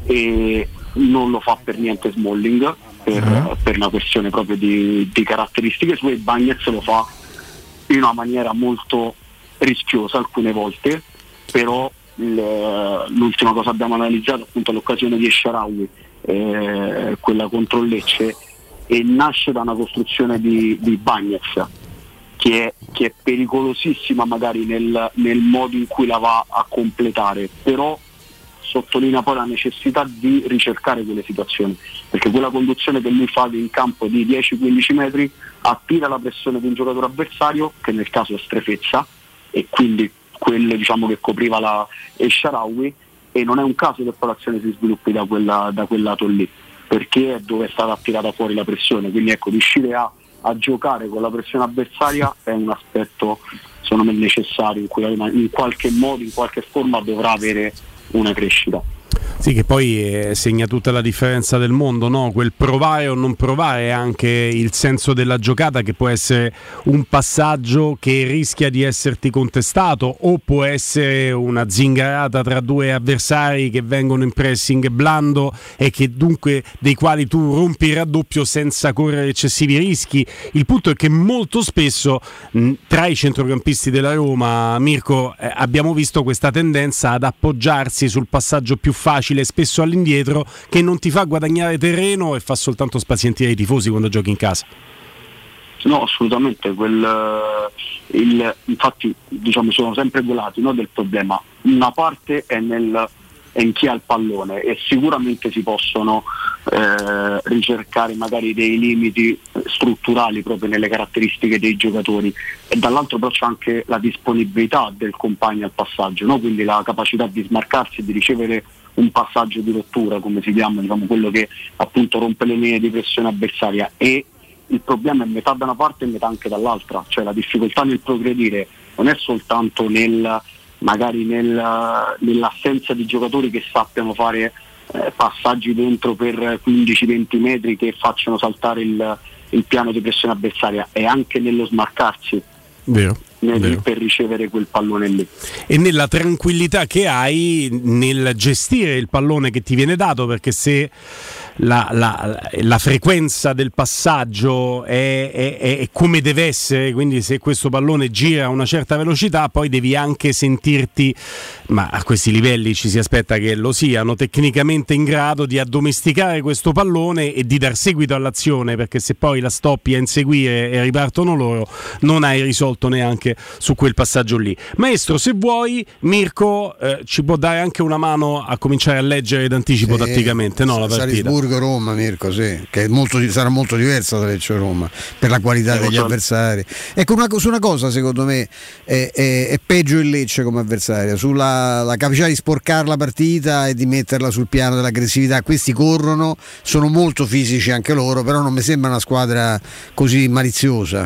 e non lo fa per niente Smalling per, uh-huh. per una questione proprio di, di caratteristiche sue. Bagnez lo fa in una maniera molto rischiosa alcune volte, però il, l'ultima cosa abbiamo analizzato appunto l'occasione di Esharawi, eh, quella contro il Lecce, e nasce da una costruzione di, di Bagnez che è, che è pericolosissima magari nel, nel modo in cui la va a completare, però sottolinea poi la necessità di ricercare quelle situazioni, perché quella conduzione che lui fa in campo di dieci quindici metri attira la pressione di un giocatore avversario, che nel caso è Strefezza, e quindi quelle, diciamo, che copriva la Esharawi, e non è un caso che poi l'azione si sviluppi da, quella, da quel lato lì, perché è dove è stata attirata fuori la pressione. Quindi ecco, riuscire a, a giocare con la pressione avversaria è un aspetto secondo me necessario, in cui in qualche modo, in qualche forma dovrà avere una crescita. Sì, che poi eh, segna tutta la differenza del mondo, no? Quel provare o non provare, anche il senso della giocata, che può essere un passaggio che rischia di esserti contestato, o può essere una zingarata tra due avversari che vengono in pressing blando e che dunque dei quali tu rompi il raddoppio senza correre eccessivi rischi. Il punto è che molto spesso mh, tra i centrocampisti della Roma, Mirko, eh, abbiamo visto questa tendenza ad appoggiarsi sul passaggio più facile, spesso all'indietro, che non ti fa guadagnare terreno e fa soltanto spazientire i tifosi quando giochi in casa. No, assolutamente. Quel, il, infatti, diciamo, sono sempre due lati, no, del problema. Una parte è nel è in chi ha il pallone, e sicuramente si possono eh, ricercare magari dei limiti strutturali proprio nelle caratteristiche dei giocatori, e dall'altro però c'è anche la disponibilità del compagno al passaggio, no? Quindi la capacità di smarcarsi e di ricevere un passaggio di rottura, come si chiama, diciamo, quello che appunto rompe le linee di pressione avversaria. E il problema è metà da una parte e metà anche dall'altra, cioè la difficoltà nel progredire non è soltanto nel magari nel, nell'assenza di giocatori che sappiano fare eh, passaggi dentro per quindici venti metri che facciano saltare il, il piano di pressione avversaria, è anche nello smarcarsi. Vero. Nel, per ricevere quel pallone lì, e nella tranquillità che hai nel gestire il pallone che ti viene dato, perché se la, la, la frequenza del passaggio è, è, è come deve essere, quindi se questo pallone gira a una certa velocità, poi devi anche sentirti, ma a questi livelli ci si aspetta che lo siano, tecnicamente in grado di addomesticare questo pallone e di dar seguito all'azione, perché se poi la stoppi a inseguire e ripartono loro, non hai risolto neanche su quel passaggio lì. Maestro, se vuoi, Mirko eh, ci può dare anche una mano a cominciare a leggere d'anticipo, sì, tatticamente, no, la partita. Salisburgo-Roma, Mirko, sì, che è molto, sarà molto diversa da Lecce-Roma per la qualità degli avversari. Ecco, una, su una cosa secondo me è, è, è peggio il Lecce come avversario, sulla la capacità di sporcare la partita e di metterla sul piano dell'aggressività. Questi corrono, sono molto fisici anche loro, però non mi sembra una squadra così maliziosa.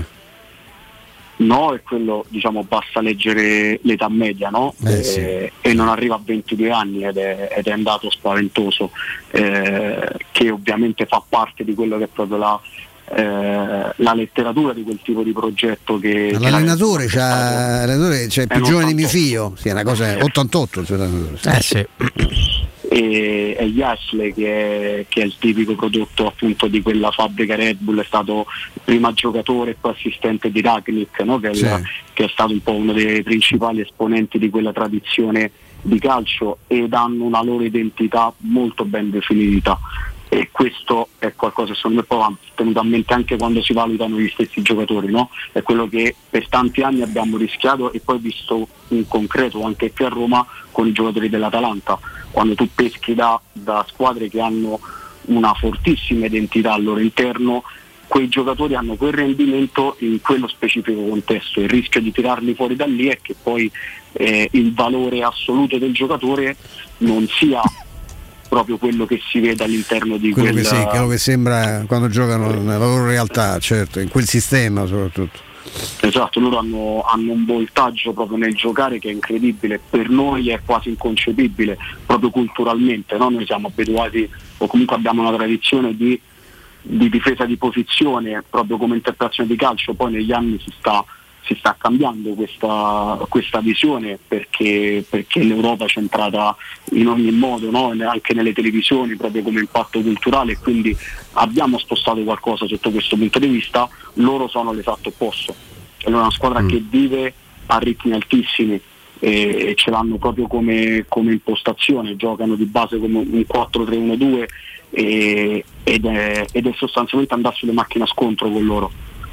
No, è quello, diciamo, basta leggere l'età media, no? Eh, sì. eh, e non arriva a ventidue anni ed è, ed è un dato spaventoso, eh, che ovviamente fa parte di quello che è proprio la, eh, la letteratura di quel tipo di progetto che l'allenatore che c'ha, l'allenatore c'è più giovane di mio figlio, sì, è una cosa ottantotto, eh, sì. E, e Yashle che è, che è il tipico prodotto appunto di quella fabbrica Red Bull, è stato prima giocatore e poi assistente di Ragnick, no? che, è sì. la, che è stato un po' uno dei principali esponenti di quella tradizione di calcio, ed hanno una loro identità molto ben definita, e questo è qualcosa che secondo me poi va tenuto a mente anche quando si valutano gli stessi giocatori, no? È quello che per tanti anni abbiamo rischiato e poi visto in concreto anche qui a Roma con i giocatori dell'Atalanta, quando tu peschi da, da squadre che hanno una fortissima identità al loro interno, quei giocatori hanno quel rendimento in quello specifico contesto. Il rischio di tirarli fuori da lì è che poi eh, il valore assoluto del giocatore non sia proprio quello che si vede all'interno di quello quel... che, sì, quello che sembra quando giocano nella loro realtà, certo, in quel sistema soprattutto. Esatto, loro hanno, hanno un voltaggio proprio nel giocare che è incredibile, per noi è quasi inconcepibile proprio culturalmente, no? Noi siamo abituati, o comunque abbiamo una tradizione di, di difesa di posizione proprio come interpretazione di calcio, poi negli anni si sta si sta cambiando questa, questa visione perché, perché l'Europa è centrata in ogni modo, no? Anche nelle televisioni proprio come impatto culturale, e quindi abbiamo spostato qualcosa sotto questo punto di vista. Loro sono l'esatto opposto, è una squadra mm. che vive a ritmi altissimi e, e ce l'hanno proprio come, come impostazione, giocano di base come un quattro tre uno due e, ed, è, ed è sostanzialmente andare sulle macchine a scontro con loro.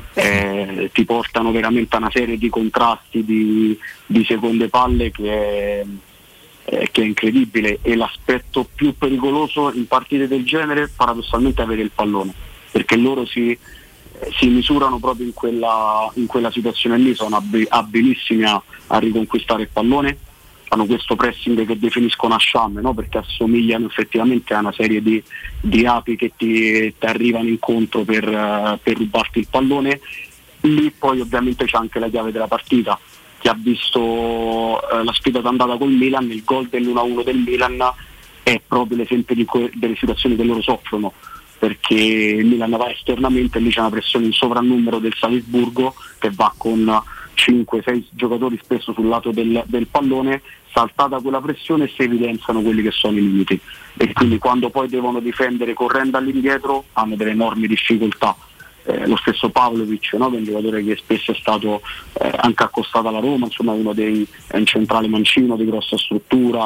Eh, ti portano veramente a una serie di contrasti di, di seconde palle che è, eh, che è incredibile, e l'aspetto più pericoloso in partite del genere paradossalmente è avere il pallone, perché loro si, eh, si misurano proprio in quella, in quella situazione lì, sono ab- abilissimi a, a riconquistare il pallone, hanno questo pressing che definiscono a sciame, no? Perché assomigliano effettivamente a una serie di, di api che ti, ti arrivano incontro per, uh, per rubarti il pallone. Lì poi ovviamente c'è anche la chiave della partita, che ha visto uh, la sfida d'andata col Milan, il gol dell'uno a uno del Milan è proprio l'esempio di que- delle situazioni che loro soffrono, perché il Milan va esternamente e lì c'è una pressione in sovrannumero del Salisburgo che va con cinque sei giocatori spesso sul lato del, del pallone. Saltata quella pressione si evidenziano quelli che sono i limiti, e quindi quando poi devono difendere correndo all'indietro hanno delle enormi difficoltà. Eh, lo stesso Pavlovic, no? Che è un giocatore che spesso è stato eh, anche accostato alla Roma, insomma uno dei, è un centrale mancino di grossa struttura,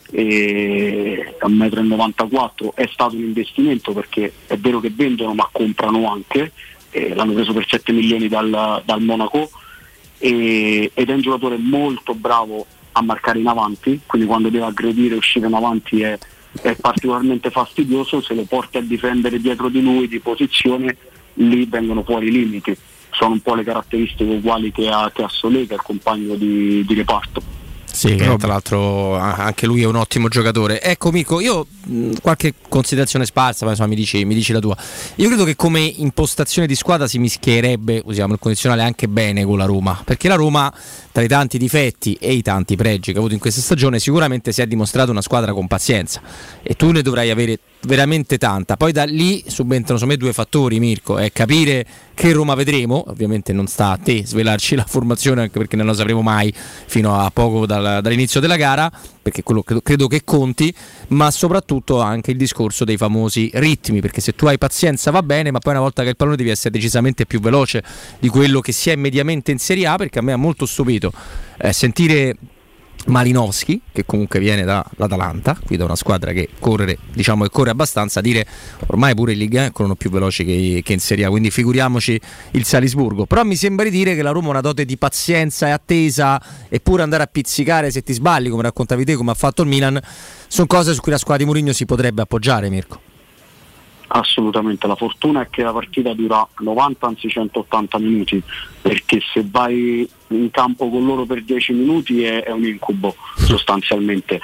e a uno e novantaquattro metri, è stato un investimento perché è vero che vendono ma comprano anche, eh, l'hanno preso per sette milioni dal, dal Monaco, e, ed è un giocatore molto bravo a marcare in avanti, quindi quando deve aggredire e uscire in avanti è, è particolarmente fastidioso. Se lo porti a difendere dietro di lui di posizione, lì vengono fuori i limiti. Sono un po' le caratteristiche uguali che ha, che ha Solé, che è il compagno di, di reparto. Sì, che tra l'altro anche lui è un ottimo giocatore. Ecco Mirko, io mh, qualche considerazione sparsa, ma insomma mi dici, mi dici la tua. Io credo che come impostazione di squadra si mischierebbe, usiamo il condizionale, anche bene con la Roma, perché la Roma, tra i tanti difetti e i tanti pregi che ha avuto in questa stagione, sicuramente si è dimostrata una squadra con pazienza, e tu ne dovrai avere veramente tanta. Poi da lì subentrano secondo me due fattori, Mirko, è capire che Roma vedremo. Ovviamente non sta a te svelarci la formazione, anche perché non la sapremo mai fino a poco dal, dall'inizio della gara, perché quello credo, credo che conti, ma soprattutto anche il discorso dei famosi ritmi, perché se tu hai pazienza va bene, ma poi una volta che il pallone devi essere decisamente più veloce di quello che si è mediamente in Serie A, perché a me ha molto stupito eh, sentire Malinowski, che comunque viene dall'Atalanta, qui da una squadra che corre, diciamo che corre abbastanza, dire ormai pure in Liga corrono più veloci che, che in Serie A, quindi figuriamoci il Salisburgo. Però mi sembra di dire che la Roma ha una dote di pazienza e attesa, eppure andare a pizzicare se ti sbagli, come raccontavi te, come ha fatto il Milan, sono cose su cui la squadra di Mourinho si potrebbe appoggiare, Mirko. Assolutamente, la fortuna è che la partita dura novanta anzi centottanta minuti, perché se vai in campo con loro per dieci minuti è, è un incubo sostanzialmente.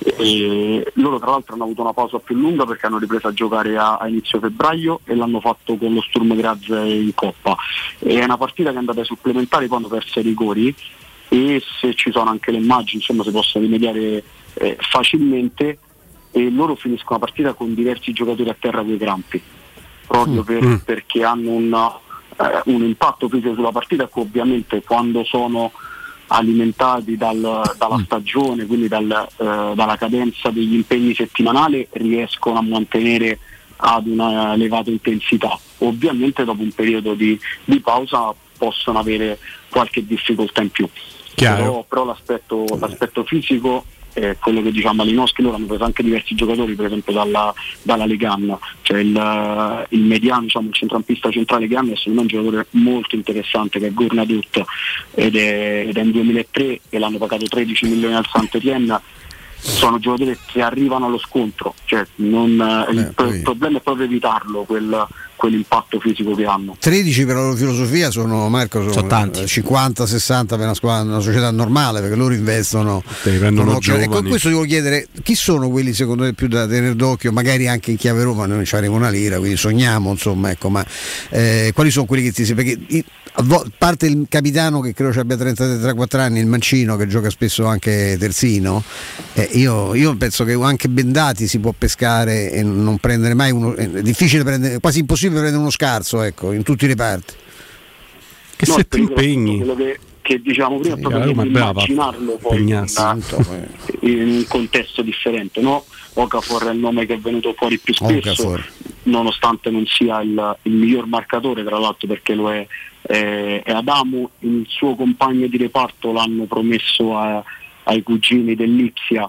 E loro tra l'altro hanno avuto una pausa più lunga perché hanno ripreso a giocare a, a inizio febbraio e l'hanno fatto con lo Sturm Graz in Coppa. E è una partita che è andata ai supplementari quando perse i rigori, e se ci sono anche le immagini insomma si possono rimediare eh, facilmente, e loro finiscono la partita con diversi giocatori a terra coi crampi, proprio per, mm. perché hanno un, eh, un impatto fisico sulla partita che ovviamente quando sono alimentati dal, dalla stagione, quindi dal, eh, dalla cadenza degli impegni settimanali, riescono a mantenere ad una elevata intensità. Ovviamente dopo un periodo di, di pausa possono avere qualche difficoltà in più, però, però l'aspetto, l'aspetto fisico, Eh, quello che diciamo Malinowski, loro hanno preso anche diversi giocatori per esempio dalla, dalla Legan, cioè il, il mediano, diciamo il centrocampista centrale che hanno è secondo me un giocatore molto interessante che è Gurnadut, ed è, ed è in duemilatré e l'hanno pagato tredici milioni al Saint-Étienne. Sono giocatori che arrivano allo scontro, cioè non, eh, il, poi... il problema è proprio evitarlo quel, quell'impatto fisico che hanno. tredici per la loro filosofia sono, Marco, sono, sono tanti. cinquanta sessanta per una, squadra, una società normale, perché loro investono. Sono, e con questo ti voglio chiedere chi sono quelli secondo te più da tenere d'occhio, magari anche in chiave Roma, noi non ci avremo una lira, quindi sogniamo insomma, ecco, ma eh, quali sono quelli che ti perché a parte il capitano che credo ci abbia trentatré trentaquattro anni, il Mancino che gioca spesso anche terzino, eh, io, io penso che anche Bendati si può pescare e non prendere mai uno, è difficile prendere, quasi impossibile prendere uno scarso, ecco, in tutti i reparti. Che no, se ti impegni quello che, che diciamo prima, sì, proprio di immaginarlo poi in, in un contesto differente, no? Okafor è il nome che è venuto fuori più spesso, Okafor, nonostante non sia il, il miglior marcatore, tra l'altro, perché lo è, è, è Adamu. Il suo compagno di reparto l'hanno promesso a, ai cugini dell'Ipsia,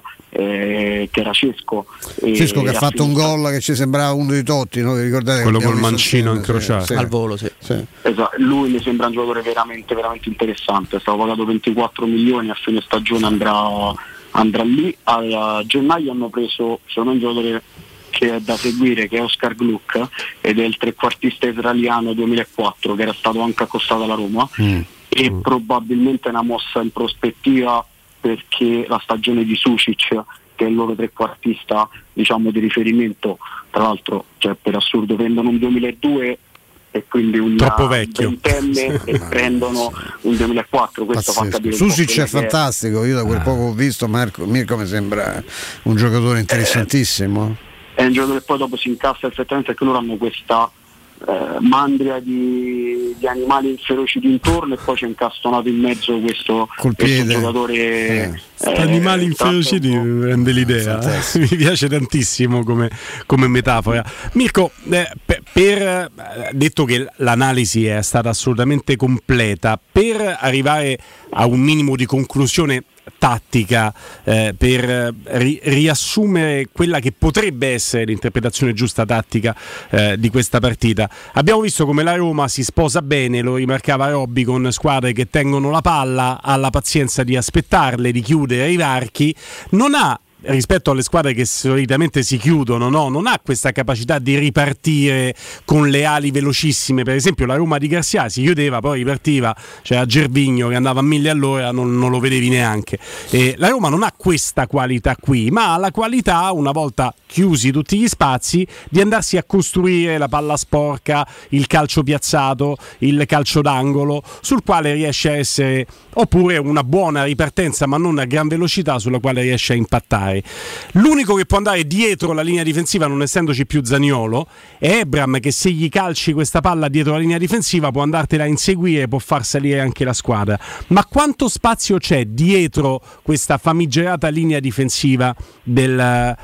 eh, che era Cesco. Cesco che ha fatto un gol che ci sembrava uno dei Totti, no? Vi ricordate? Quello col mancino incrociato, sì, al volo, sì. Sì. Esatto. Lui mi sembra un giocatore veramente veramente interessante, è stato pagato ventiquattro milioni, a fine stagione andrà, andrà lì. A gennaio hanno preso secondo me un giocatore che è da seguire, che è Oscar Gluck, ed è il trequartista israeliano duemilaquattro che era stato anche accostato alla Roma, mm. e mm. probabilmente una mossa in prospettiva, perché la stagione di Sucic, che è il loro trequartista diciamo di riferimento, tra l'altro cioè, per assurdo vendono un duemiladue e quindi un ventenne e prendono un duemilaquattro, questo pazzesco. Fa capire Sucic è fantastico, io da quel poco ho visto Marco, Mirko mi sembra un giocatore interessantissimo. Eh, è un giocatore che poi dopo si incassa effettivamente, perché loro hanno questa Eh, mandria di, di animali inferociti intorno, e poi c'è incastonato in mezzo questo, questo giocatore eh. eh, animali inferociti mi rende l'idea, mi piace tantissimo come, come metafora. Mirko, eh, per, per detto che l'analisi è stata assolutamente completa, per arrivare a un minimo di conclusione tattica, eh, per ri- riassumere quella che potrebbe essere l'interpretazione giusta tattica eh, di questa partita, abbiamo visto come la Roma si sposa bene, lo rimarcava Robby, con squadre che tengono la palla, ha la pazienza di aspettarle, di chiudere i varchi, non ha, rispetto alle squadre che solitamente si chiudono, no? Non ha questa capacità di ripartire con le ali velocissime. Per esempio la Roma di Garcia si chiudeva, poi ripartiva, c'era Gervinho che andava a mille all'ora, non, non lo vedevi neanche. E la Roma non ha questa qualità qui, ma ha la qualità, una volta chiusi tutti gli spazi, di andarsi a costruire la palla sporca, il calcio piazzato, il calcio d'angolo, sul quale riesce a essere, oppure una buona ripartenza ma non a gran velocità, sulla quale riesce a impattare. L'unico che può andare dietro la linea difensiva, non essendoci più Zaniolo, è Ebram, che se gli calci questa palla dietro la linea difensiva può andartela a inseguire, può far salire anche la squadra. Ma quanto spazio c'è dietro questa famigerata linea difensiva del,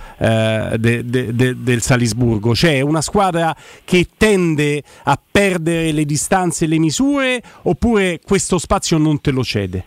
eh, de, de, de, del Salisburgo? C'è una squadra che tende a perdere le distanze e le misure, oppure questo spazio non te lo cede?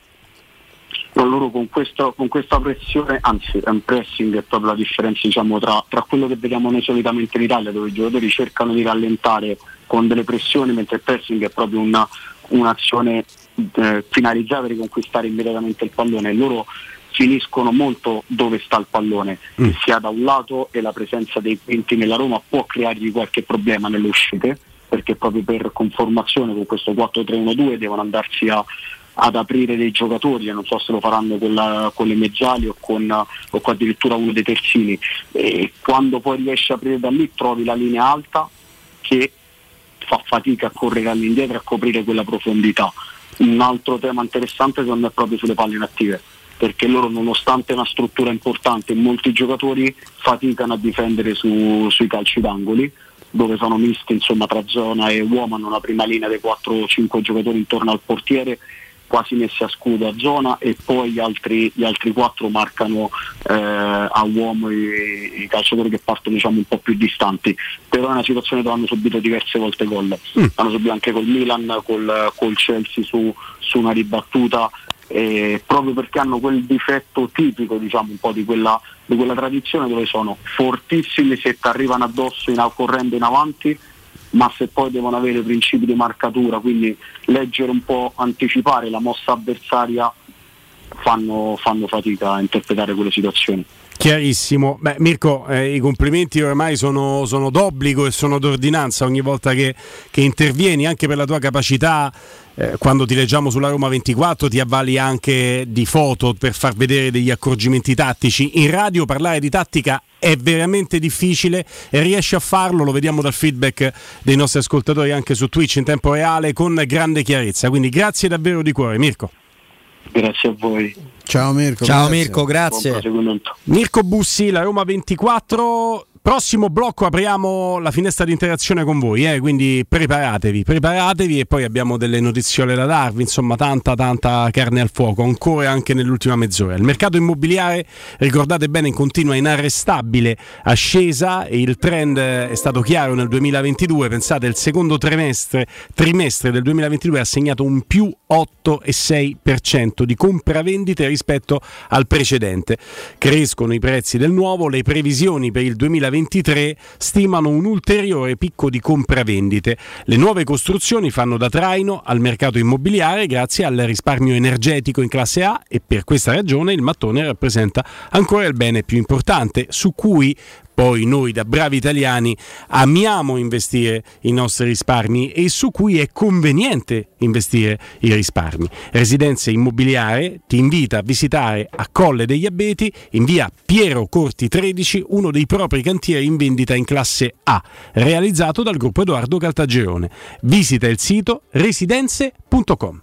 No, loro con, questo, con questa pressione, anzi è un pressing, è proprio la differenza, diciamo, tra, tra quello che vediamo noi solitamente in Italia, dove i giocatori cercano di rallentare con delle pressioni, mentre il pressing è proprio una, un'azione eh, finalizzata a riconquistare immediatamente il pallone. Loro finiscono molto dove sta il pallone, mm. sia da un lato, e la presenza dei quinti nella Roma può creargli qualche problema nelle uscite, perché proprio per conformazione con questo quattro tre uno due devono andarsi a, ad aprire dei giocatori, e non so se lo faranno con, la, con le mezzali o con, o con addirittura uno dei terzini, e quando poi riesci a aprire da lì trovi la linea alta che fa fatica a correre all'indietro e a coprire quella profondità. Un altro tema interessante secondo me è proprio sulle palle inattive, perché loro, nonostante una struttura importante, molti giocatori faticano a difendere su, sui calci d'angoli, dove sono misti insomma tra zona e uomo, hanno una prima linea dei quattro o cinque giocatori intorno al portiere quasi messi a scudo a zona, e poi gli altri, gli altri quattro marcano eh, a uomo i, i calciatori che partono diciamo un po' più distanti. Però è una situazione dove hanno subito diverse volte gol, mm. hanno subito anche col Milan, col, col Chelsea su, su una ribattuta, eh, proprio perché hanno quel difetto tipico diciamo un po' di quella, di quella tradizione, dove sono fortissimi se ti arrivano addosso in, correndo in avanti, ma se poi devono avere principi di marcatura, quindi leggere un po', anticipare la mossa avversaria, fanno, fanno fatica a interpretare quelle situazioni. Chiarissimo. Beh, Mirko, eh, i complimenti ormai sono, sono d'obbligo e sono d'ordinanza ogni volta che, che intervieni, anche per la tua capacità. Eh, quando ti leggiamo sulla Roma ventiquattro ti avvali anche di foto per far vedere degli accorgimenti tattici. In radio parlare di tattica è veramente difficile, e riesci a farlo, lo vediamo dal feedback dei nostri ascoltatori anche su Twitch in tempo reale, con grande chiarezza. Quindi grazie davvero di cuore, Mirko. Grazie a voi. Ciao Mirko. Ciao grazie. Mirko, grazie. Mirko Bussi, la Roma ventiquattro. Prossimo blocco apriamo la finestra di interazione con voi, eh? Quindi preparatevi, preparatevi e poi abbiamo delle notiziole da darvi, insomma tanta tanta carne al fuoco, ancora anche nell'ultima mezz'ora. Il mercato immobiliare, ricordate bene, in continua inarrestabile ascesa, e il trend è stato chiaro nel duemilaventidue. Pensate, il secondo trimestre, trimestre del duemilaventidue ha segnato un più otto virgola sei per cento di compravendite rispetto al precedente. Crescono i prezzi del nuovo, le previsioni per il duemilaventitré stimano un ulteriore picco di compravendite. Le nuove costruzioni fanno da traino al mercato immobiliare grazie al risparmio energetico in classe A, e per questa ragione il mattone rappresenta ancora il bene più importante, su cui poi noi da bravi italiani amiamo investire i nostri risparmi e su cui è conveniente investire i risparmi. Residenze Immobiliare ti invita a visitare a Colle degli Abeti, in via Piero Corti tredici, uno dei propri cantieri in vendita in classe A, realizzato dal gruppo Edoardo Caltagirone. Visita il sito residenze punto com.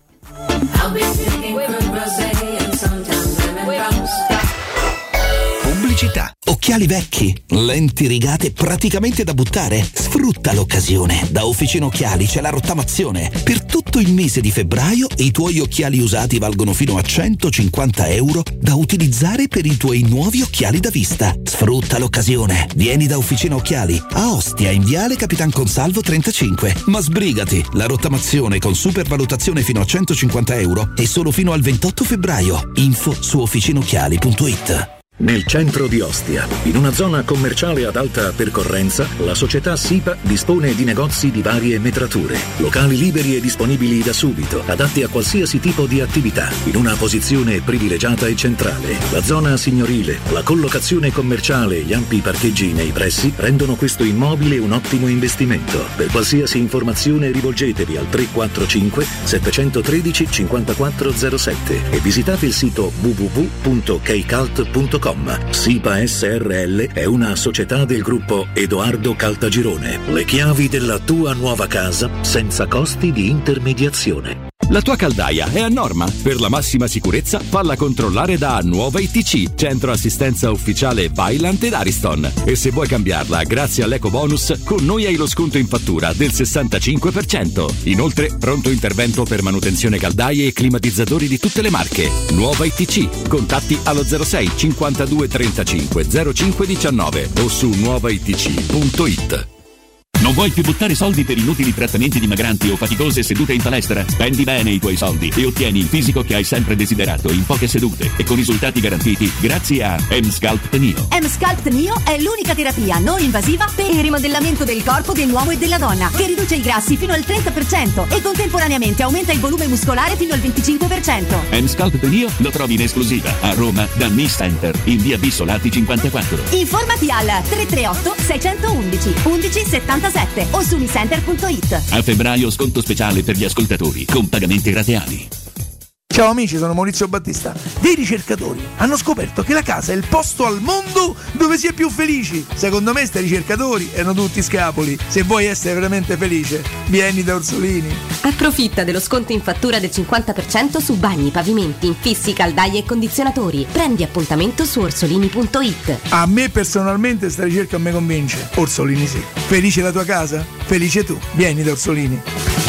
Pubblicità. Occhiali vecchi, lenti rigate praticamente da buttare? Sfrutta l'occasione. Da Officina Occhiali c'è la rottamazione. Per tutto il mese di febbraio i tuoi occhiali usati valgono fino a centocinquanta euro da utilizzare per i tuoi nuovi occhiali da vista. Sfrutta l'occasione. Vieni da Officina Occhiali a Ostia, in viale Capitan Consalvo trentacinque. Ma sbrigati, la rottamazione con supervalutazione fino a centocinquanta euro è solo fino al ventotto febbraio. Info su officinocchiali punto it. Nel centro di Ostia, in una zona commerciale ad alta percorrenza, la società SIPA dispone di negozi di varie metrature, locali liberi e disponibili da subito, adatti a qualsiasi tipo di attività, in una posizione privilegiata e centrale. La zona signorile, la collocazione commerciale e gli ampi parcheggi nei pressi rendono questo immobile un ottimo investimento. Per qualsiasi informazione rivolgetevi al tre quattro cinque sette uno tre cinque zero sette e visitate il sito w w w punto keycult punto com. SIPA S R L è una società del gruppo Edoardo Caltagirone. Le chiavi della tua nuova casa senza costi di intermediazione. La tua caldaia è a norma? Per la massima sicurezza falla controllare da Nuova I T C, centro assistenza ufficiale Vaillant ed Ariston. E se vuoi cambiarla grazie all'eco bonus, con noi hai lo sconto in fattura del sessantacinque per cento. Inoltre pronto intervento per manutenzione caldaie e climatizzatori di tutte le marche. Nuova I T C, contatti allo zero sei cinquantadue trentacinque zero cinque diciannove o su nuova i t c punto it. Non vuoi più buttare soldi per inutili trattamenti dimagranti o faticose sedute in palestra? Spendi bene i tuoi soldi e ottieni il fisico che hai sempre desiderato in poche sedute e con risultati garantiti grazie a M-Sculpt Neo. M-Sculpt Neo è l'unica terapia non invasiva per il rimodellamento del corpo dell'uomo e della donna, che riduce i grassi fino al trenta per cento e contemporaneamente aumenta il volume muscolare fino al venticinque per cento. M-Sculpt Neo lo trovi in esclusiva a Roma da Miss Center in via Bissolati cinquantaquattro. Informati al tre tre otto sei uno uno undici settantasette o su miscenter punto it. A febbraio sconto speciale per gli ascoltatori con pagamenti rateali. Ciao amici, sono Maurizio Battista. Dei ricercatori hanno scoperto che la casa è il posto al mondo dove si è più felici. Secondo me sti ricercatori erano tutti scapoli. Se vuoi essere veramente felice, vieni da Orsolini. Approfitta dello sconto in fattura del cinquanta per cento su bagni, pavimenti, infissi, caldaie e condizionatori. Prendi appuntamento su orsolini punto it. A me personalmente sta ricerca mi convince. Orsolini sì. Felice la tua casa? Felice tu. Vieni da Orsolini.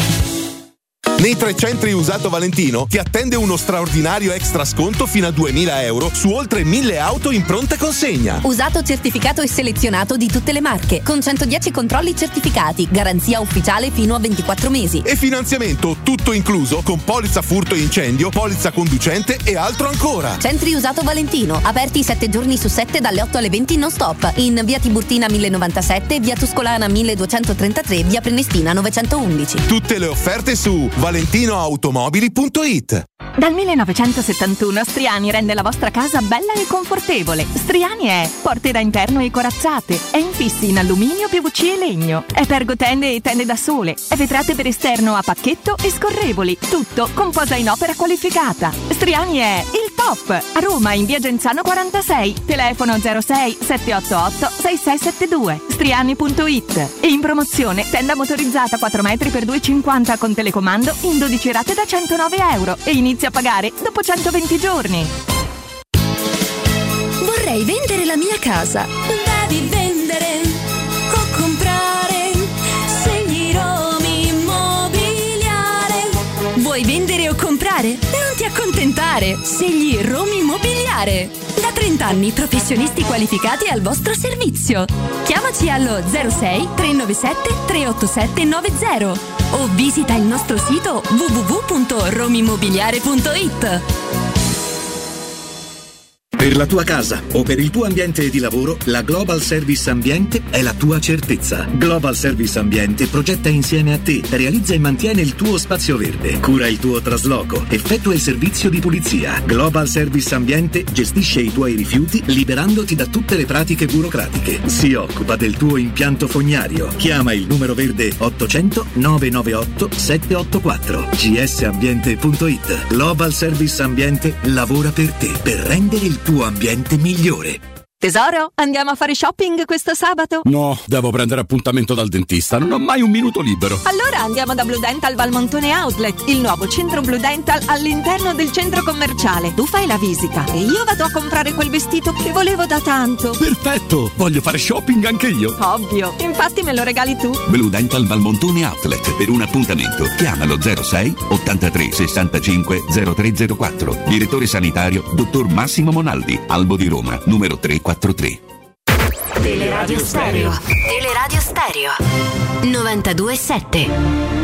Nei tre centri usato Valentino ti attende uno straordinario extra sconto fino a duemila euro su oltre mille auto in pronta consegna. Usato certificato e selezionato di tutte le marche, con centodieci controlli certificati, garanzia ufficiale fino a ventiquattro mesi. E finanziamento tutto incluso con polizza furto e incendio, polizza conducente e altro ancora. Centri usato Valentino, aperti sette giorni su sette dalle otto alle venti non stop, in via Tiburtina mille novantasette, via Tuscolana milleduecentotrentatré, via Prenestina novecentoundici. Tutte le offerte su valentinoautomobili punto it. Dal millenovecentosettantuno Striani rende la vostra casa bella e confortevole. Striani è porte da interno e corazzate, è infissi in alluminio, P V C e legno, è pergotende e tende da sole, è vetrate per esterno a pacchetto e scorrevoli, tutto con posa in opera qualificata. Striani è il top! A Roma in via Genzano quarantasei, telefono zero sei sette otto otto sei sei sette due, striani punto it. E in promozione tenda motorizzata quattro metri per due e cinquanta con telecomando in dodici rate da centonove euro e inizia a pagare dopo centoventi giorni. Vorrei vendere la mia casa. Devi vendere o comprare. Scegli Romi Immobiliare. Vuoi vendere o comprare? Non ti accontentare. Scegli Romi Immobiliare. Da trenta anni professionisti qualificati al vostro servizio. Chiamaci allo zero sei tre nove sette tre otto sette nove zero o visita il nostro sito w w w punto romimmobiliare punto it. Per la tua casa o per il tuo ambiente di lavoro, la Global Service Ambiente è la tua certezza. Global Service Ambiente progetta insieme a te, realizza e mantiene il tuo spazio verde, cura il tuo trasloco, effettua il servizio di pulizia. Global Service Ambiente gestisce i tuoi rifiuti liberandoti da tutte le pratiche burocratiche. Si occupa del tuo impianto fognario. Chiama il numero verde ottocento nove nove otto sette otto quattro g s ambiente punto it. Global Service Ambiente lavora per te, per rendere il tuo ambiente migliore. Tesoro, andiamo a fare shopping questo sabato? No, devo prendere appuntamento dal dentista, non ho mai un minuto libero. Allora andiamo da Blue Dental Valmontone Outlet, il nuovo centro Blue Dental all'interno del centro commerciale. Tu fai la visita e io vado a comprare quel vestito che volevo da tanto. Perfetto, voglio fare shopping anche io. Ovvio, infatti me lo regali tu. Blue Dental Valmontone Outlet, per un appuntamento chiamalo zero sei ottantatré sessantacinque zero tre zero quattro. Direttore sanitario dottor Massimo Monaldi, Albo di Roma, numero tre quattro tre. Teleradio Stereo. Teleradio Stereo novantadue sette.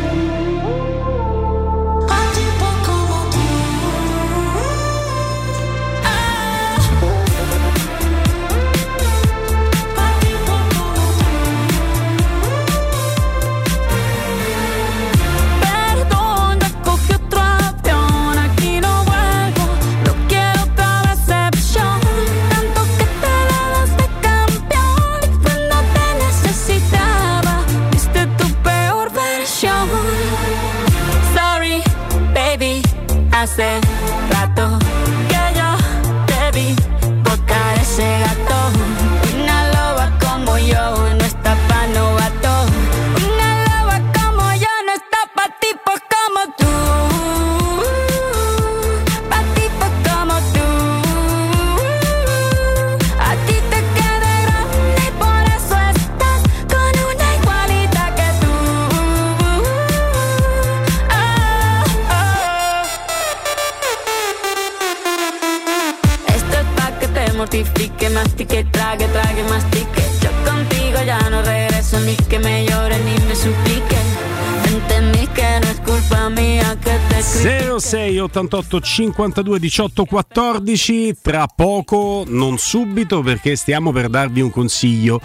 Hace rato que yo te vi tocar ese gato. Una loba como yo no está pa' novato. Una loba como yo no está pa' tipos como tú. Pa' tipos como tú. A ti te queda grande y por eso estás con una igualita que tú. Oh, oh. zero sei ottantotto cinquantadue diciotto quattordici. Tra poco, non subito, perché stiamo per darvi un consiglio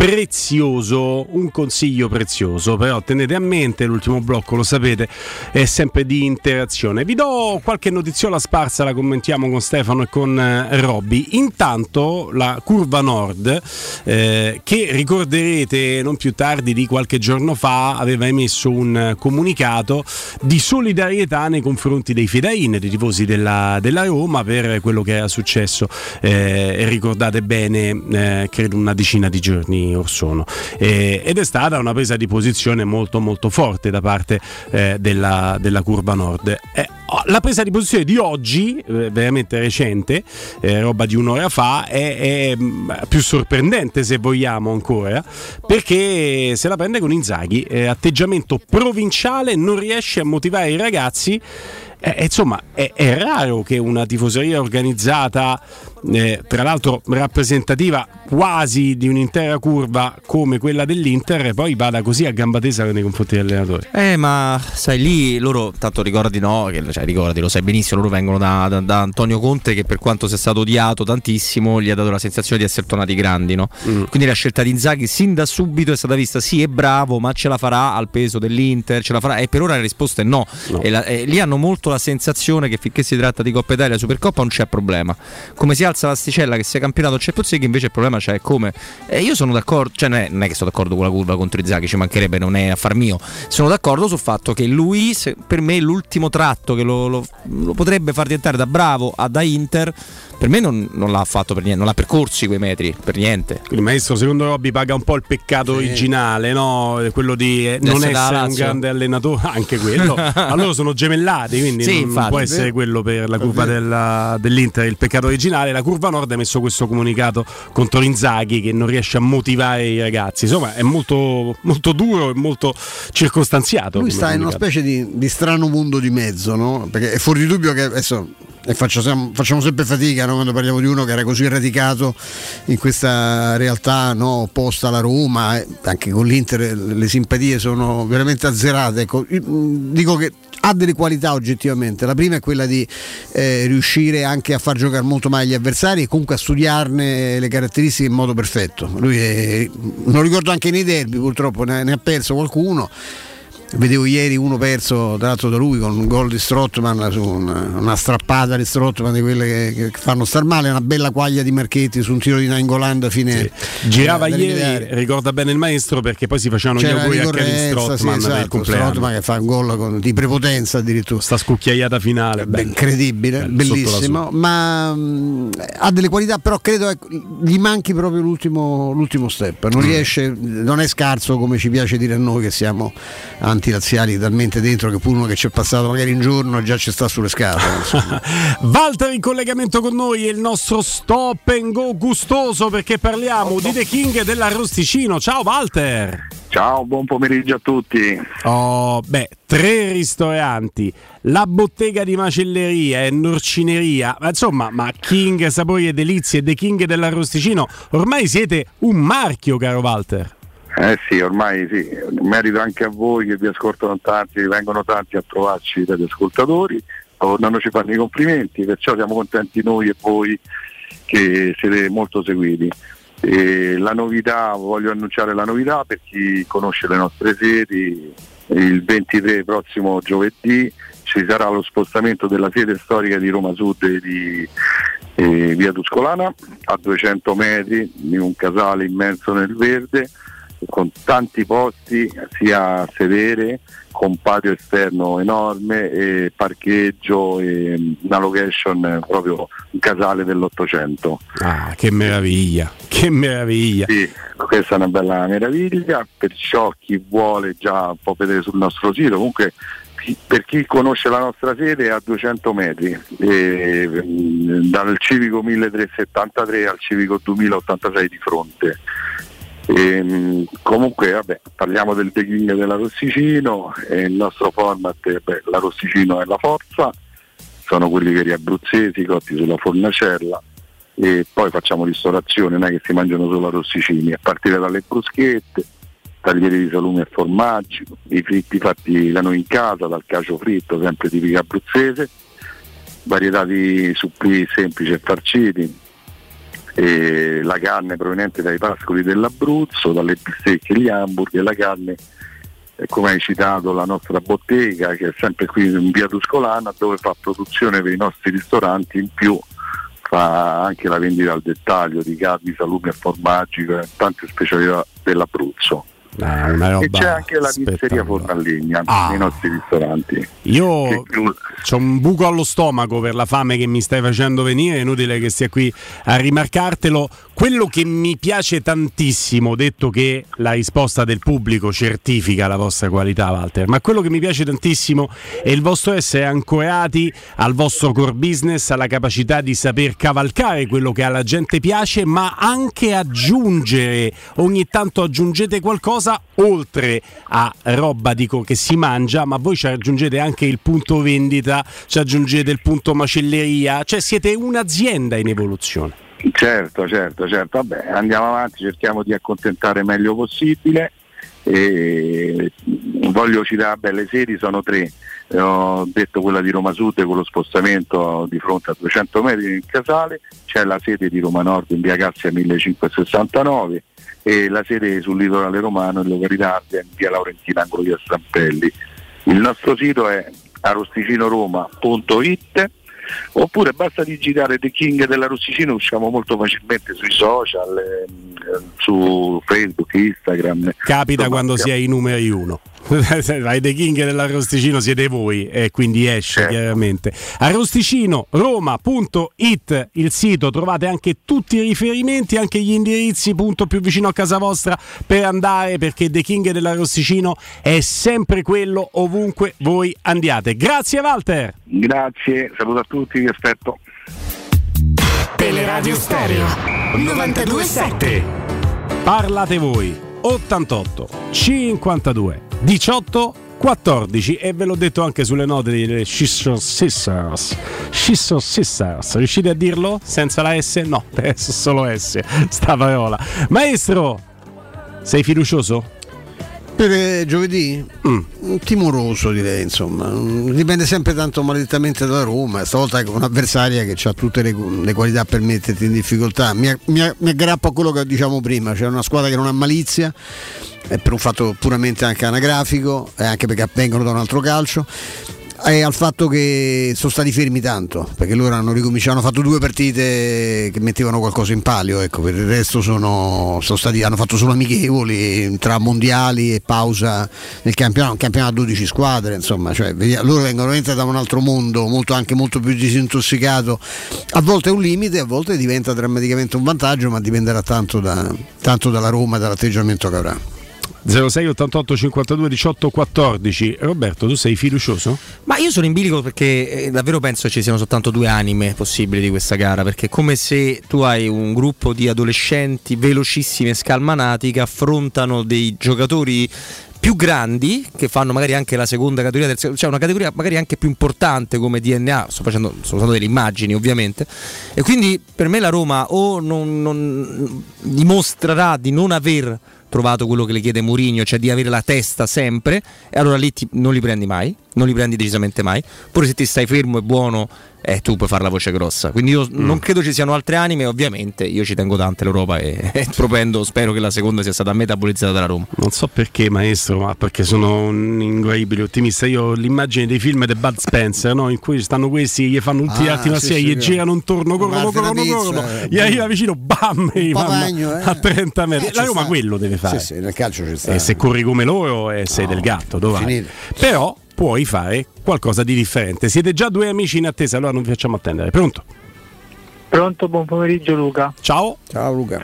prezioso, un consiglio prezioso, però tenete a mente, l'ultimo blocco, lo sapete, è sempre di interazione. Vi do qualche notiziola sparsa, la commentiamo con Stefano e con eh, Robby. Intanto la Curva Nord, eh, che ricorderete non più tardi di qualche giorno fa, aveva emesso un comunicato di solidarietà nei confronti dei fedain, dei tifosi della, della Roma, per quello che era successo, eh, ricordate bene, eh, credo una decina di giorni or sono, eh, ed è stata una presa di posizione molto molto forte da parte eh, della, della Curva Nord. Eh, la presa di posizione di oggi, eh, veramente recente, eh, roba di un'ora fa, è, è più sorprendente, se vogliamo ancora, perché se la prende con Inzaghi, eh, atteggiamento provinciale, non riesce a motivare i ragazzi. Eh, insomma, è, è raro che una tifoseria organizzata, eh, tra l'altro rappresentativa quasi di un'intera curva come quella dell'Inter, poi vada così a gamba tesa nei confronti dell'allenatore. Eh, ma sai, lì loro, tanto ricordi, no, che, cioè, ricordi, lo sai benissimo, loro vengono da, da, da Antonio Conte, che per quanto sia stato odiato tantissimo, gli ha dato la sensazione di essere tornati grandi, no? Mm. Quindi la scelta di Inzaghi sin da subito è stata vista, sì, è bravo, ma ce la farà al peso dell'Inter, ce la farà, e per ora la risposta è no, no. E, la, e lì hanno molto la sensazione che finché si tratta di Coppa Italia, Supercoppa, non c'è problema. Come si alza l'asticella che sia campionato c'è Pozzi, che invece il problema c'è come. E io sono d'accordo, cioè non è, non è che sto d'accordo con la curva contro Inzaghi, ci mancherebbe, non è affar mio. Sono d'accordo sul fatto che lui, se, per me, l'ultimo tratto che lo, lo, lo potrebbe far diventare da bravo a da Inter, per me non, non l'ha fatto per niente, non l'ha percorsi quei metri per niente. Il maestro, secondo Robby, paga un po' il peccato sì. originale, no? Quello di eh, non essere un grande allenatore, anche quello. Allora sono gemellati, quindi sì, non infatti, può essere quello per la curva della, dell'Inter il peccato originale. La Curva Nord ha messo questo comunicato contro Inzaghi, che non riesce a motivare i ragazzi. Insomma, è molto, molto duro e molto circostanziato. Lui sta in una specie di, di strano mondo di mezzo, no? Perché è fuori di dubbio che adesso. E facciamo, facciamo sempre fatica, no? Quando parliamo di uno che era così radicato in questa realtà, no? Opposta alla Roma, anche con l'Inter le simpatie sono veramente azzerate. Ecco, dico che ha delle qualità oggettivamente. La prima è quella di eh, riuscire anche a far giocare molto meglio gli avversari e comunque a studiarne le caratteristiche in modo perfetto. Lui è, non ricordo, anche nei derby purtroppo ne, ne ha perso qualcuno. Vedevo ieri uno perso tra l'altro da lui con un gol di Strootman su una, una strappata di Strootman, di quelle che, che fanno star male, una bella quaglia di Marchetti su un tiro di Nainggolan fine sì. Girava eh, ieri, ricorda bene il maestro, perché poi si facevano c'era gli auguri a Kevin Strootman, sì, esatto, del compleanno. Strootman che fa un gol con, di prepotenza addirittura, sta scucchiaiata finale, beh, incredibile, bello, bellissimo, ma mh, ha delle qualità, però credo ecco, gli manchi proprio l'ultimo, l'ultimo step, non riesce, non è scarso come ci piace dire a noi che siamo antirazziali talmente dentro, che pure uno che ci è passato magari un giorno già ci sta sulle scatole. Walter in collegamento con noi, è il nostro stop and go gustoso, perché parliamo di The King dell'Arrosticino. Ciao Walter. Ciao, buon pomeriggio a tutti. Oh, beh, tre ristoranti, la bottega di macelleria e norcineria, ma insomma, ma King Sapori e Delizie e The King dell'Arrosticino, ormai siete un marchio, caro Walter. Eh sì, ormai sì, merito anche a voi che vi ascoltano tanti, vengono tanti a trovarci dagli ascoltatori, non ci fanno i complimenti, perciò siamo contenti noi e voi che siete molto seguiti. E la novità, voglio annunciare la novità per chi conosce le nostre sedi: il ventitré prossimo giovedì ci sarà lo spostamento della sede storica di Roma Sud e di eh, via Tuscolana a duecento metri in un casale immenso nel verde, con tanti posti sia a sedere, con patio esterno enorme e parcheggio e una location, proprio un casale dell'Ottocento. Ah, che meraviglia, che meraviglia! Sì, questa è una bella meraviglia, perciò chi vuole già può vedere sul nostro sito. Comunque per chi conosce la nostra sede è a duecento metri, e, dal civico milletrecentosettantatré al civico duemilaottantasei di fronte. E, comunque vabbè, parliamo del The King dell'Arrosticino, e il nostro format, beh, l'Arrosticino è la forza, sono quelli veri abruzzesi cotti sulla fornacella, e poi facciamo ristorazione, non è che si mangiano solo arrosticini, a partire dalle bruschette, taglieri di salumi e formaggi, i fritti fatti da noi in casa, dal cacio fritto, sempre tipico abruzzese, varietà di supplì semplici e farciti, e la carne proveniente dai pascoli dell'Abruzzo, dalle bistecche, gli hamburger, la carne, eh, come hai citato, la nostra bottega che è sempre qui in via Tuscolana, dove fa produzione per i nostri ristoranti, in più fa anche la vendita al dettaglio di carni, salumi e formaggi, tante specialità dell'Abruzzo. Ah, una roba e c'è anche la pizzeria Forno a Legna ah. nei nostri ristoranti. Io ho un buco allo stomaco per la fame che mi stai facendo venire, è inutile che stia qui a rimarcartelo. Quello che mi piace tantissimo, detto che la risposta del pubblico certifica la vostra qualità, Walter, ma quello che mi piace tantissimo è il vostro essere ancorati al vostro core business, alla capacità di saper cavalcare quello che alla gente piace, ma anche aggiungere, ogni tanto aggiungete qualcosa oltre a roba dico che si mangia, ma voi ci aggiungete anche il punto vendita, ci aggiungete il punto macelleria, cioè siete un'azienda in evoluzione. Certo, certo, certo, vabbè, andiamo avanti, cerchiamo di accontentare meglio possibile. E voglio citare, beh, le sedi sono tre, eh, ho detto quella di Roma Sud con lo spostamento di fronte a duecento metri in Casale, c'è la sede di Roma Nord in via Cassia millecinquecentosessantanove e la sede sul litorale romano in località Ardea in via Laurentina angolo via Strampelli. Il nostro sito è arrosticinoroma punto it, oppure basta digitare The King dell'Arrosticino, usciamo molto facilmente sui social, eh, su Facebook, Instagram. Capita insomma, quando siamo... si è i numeri uno. Vai The King dell'Arrosticino siete voi e quindi esce eh. chiaramente. Arrosticino roma punto it il sito, trovate anche tutti i riferimenti, anche gli indirizzi punto più vicino a casa vostra per andare, perché The King dell'Arrosticino è sempre quello ovunque voi andiate. Grazie Walter. Grazie, saluto a tutti, vi aspetto. Teleradio Stereo novantadue sette. Parlate voi ottantotto cinquantadue diciotto quattordici e ve l'ho detto anche sulle note delle Scissor Sisters. Scissor Sisters, riuscite a dirlo senza la S? No, adesso solo S sta parola. Maestro, sei fiducioso? Per giovedì? Mm. Timoroso direi, insomma. Dipende sempre tanto maledettamente dalla Roma. Stavolta è un'avversaria che ha tutte le, le qualità per metterti in difficoltà. Mi, mi, mi aggrappo a quello che diciamo prima, c'è una squadra che non ha malizia, è per un fatto puramente anche anagrafico e anche perché vengono da un altro calcio, e al fatto che sono stati fermi tanto, perché loro hanno ricominciato, hanno fatto due partite che mettevano qualcosa in palio, ecco, per il resto sono, sono stati, hanno fatto solo amichevoli tra mondiali e pausa nel campionato, un campionato a dodici squadre, insomma, cioè, loro vengono veramente da un altro mondo, molto, anche molto più disintossicato, a volte è un limite, a volte diventa drammaticamente un vantaggio, ma dipenderà tanto, da, tanto dalla Roma e dall'atteggiamento che avrà. zero sei ottantotto cinquantadue diciotto quattordici. Roberto, tu sei fiducioso? Ma io sono in bilico perché eh, davvero penso ci siano soltanto due anime possibili di questa gara, perché è come se tu hai un gruppo di adolescenti velocissimi e scalmanati che affrontano dei giocatori più grandi che fanno magari anche la seconda categoria, cioè una categoria magari anche più importante come D N A. Sto facendo, sto usando delle immagini ovviamente, e quindi per me la Roma o non, non dimostrerà di non aver trovato quello che le chiede Mourinho, cioè di avere la testa sempre, e allora lì ti, non li prendi mai, non li prendi decisamente mai. Pure se ti stai fermo e buono, eh, tu puoi fare la voce grossa. Quindi io mm. non credo ci siano altre anime, ovviamente io ci tengo tante l'Europa e, e propendo, spero che la seconda sia stata metabolizzata dalla Roma. Non so perché, maestro, ma perché sono un inguaibile ottimista. Io ho l'immagine dei film di Bud Spencer, no? In cui stanno questi, gli fanno tutti gli arti marziali, gli girano intorno, corrono, corrono, corrono, gli arriva vicino, bam, e Pavagno, eh. a trenta metri. Eh, la Roma sta. Quello deve fare. Sì, sì, nel calcio ci sta. E se corri come loro e sei no, del gatto, dove però puoi fare qualcosa di differente. Siete già due amici in attesa, allora non vi facciamo attendere. Pronto? Pronto, buon pomeriggio Luca. Ciao. Ciao Luca.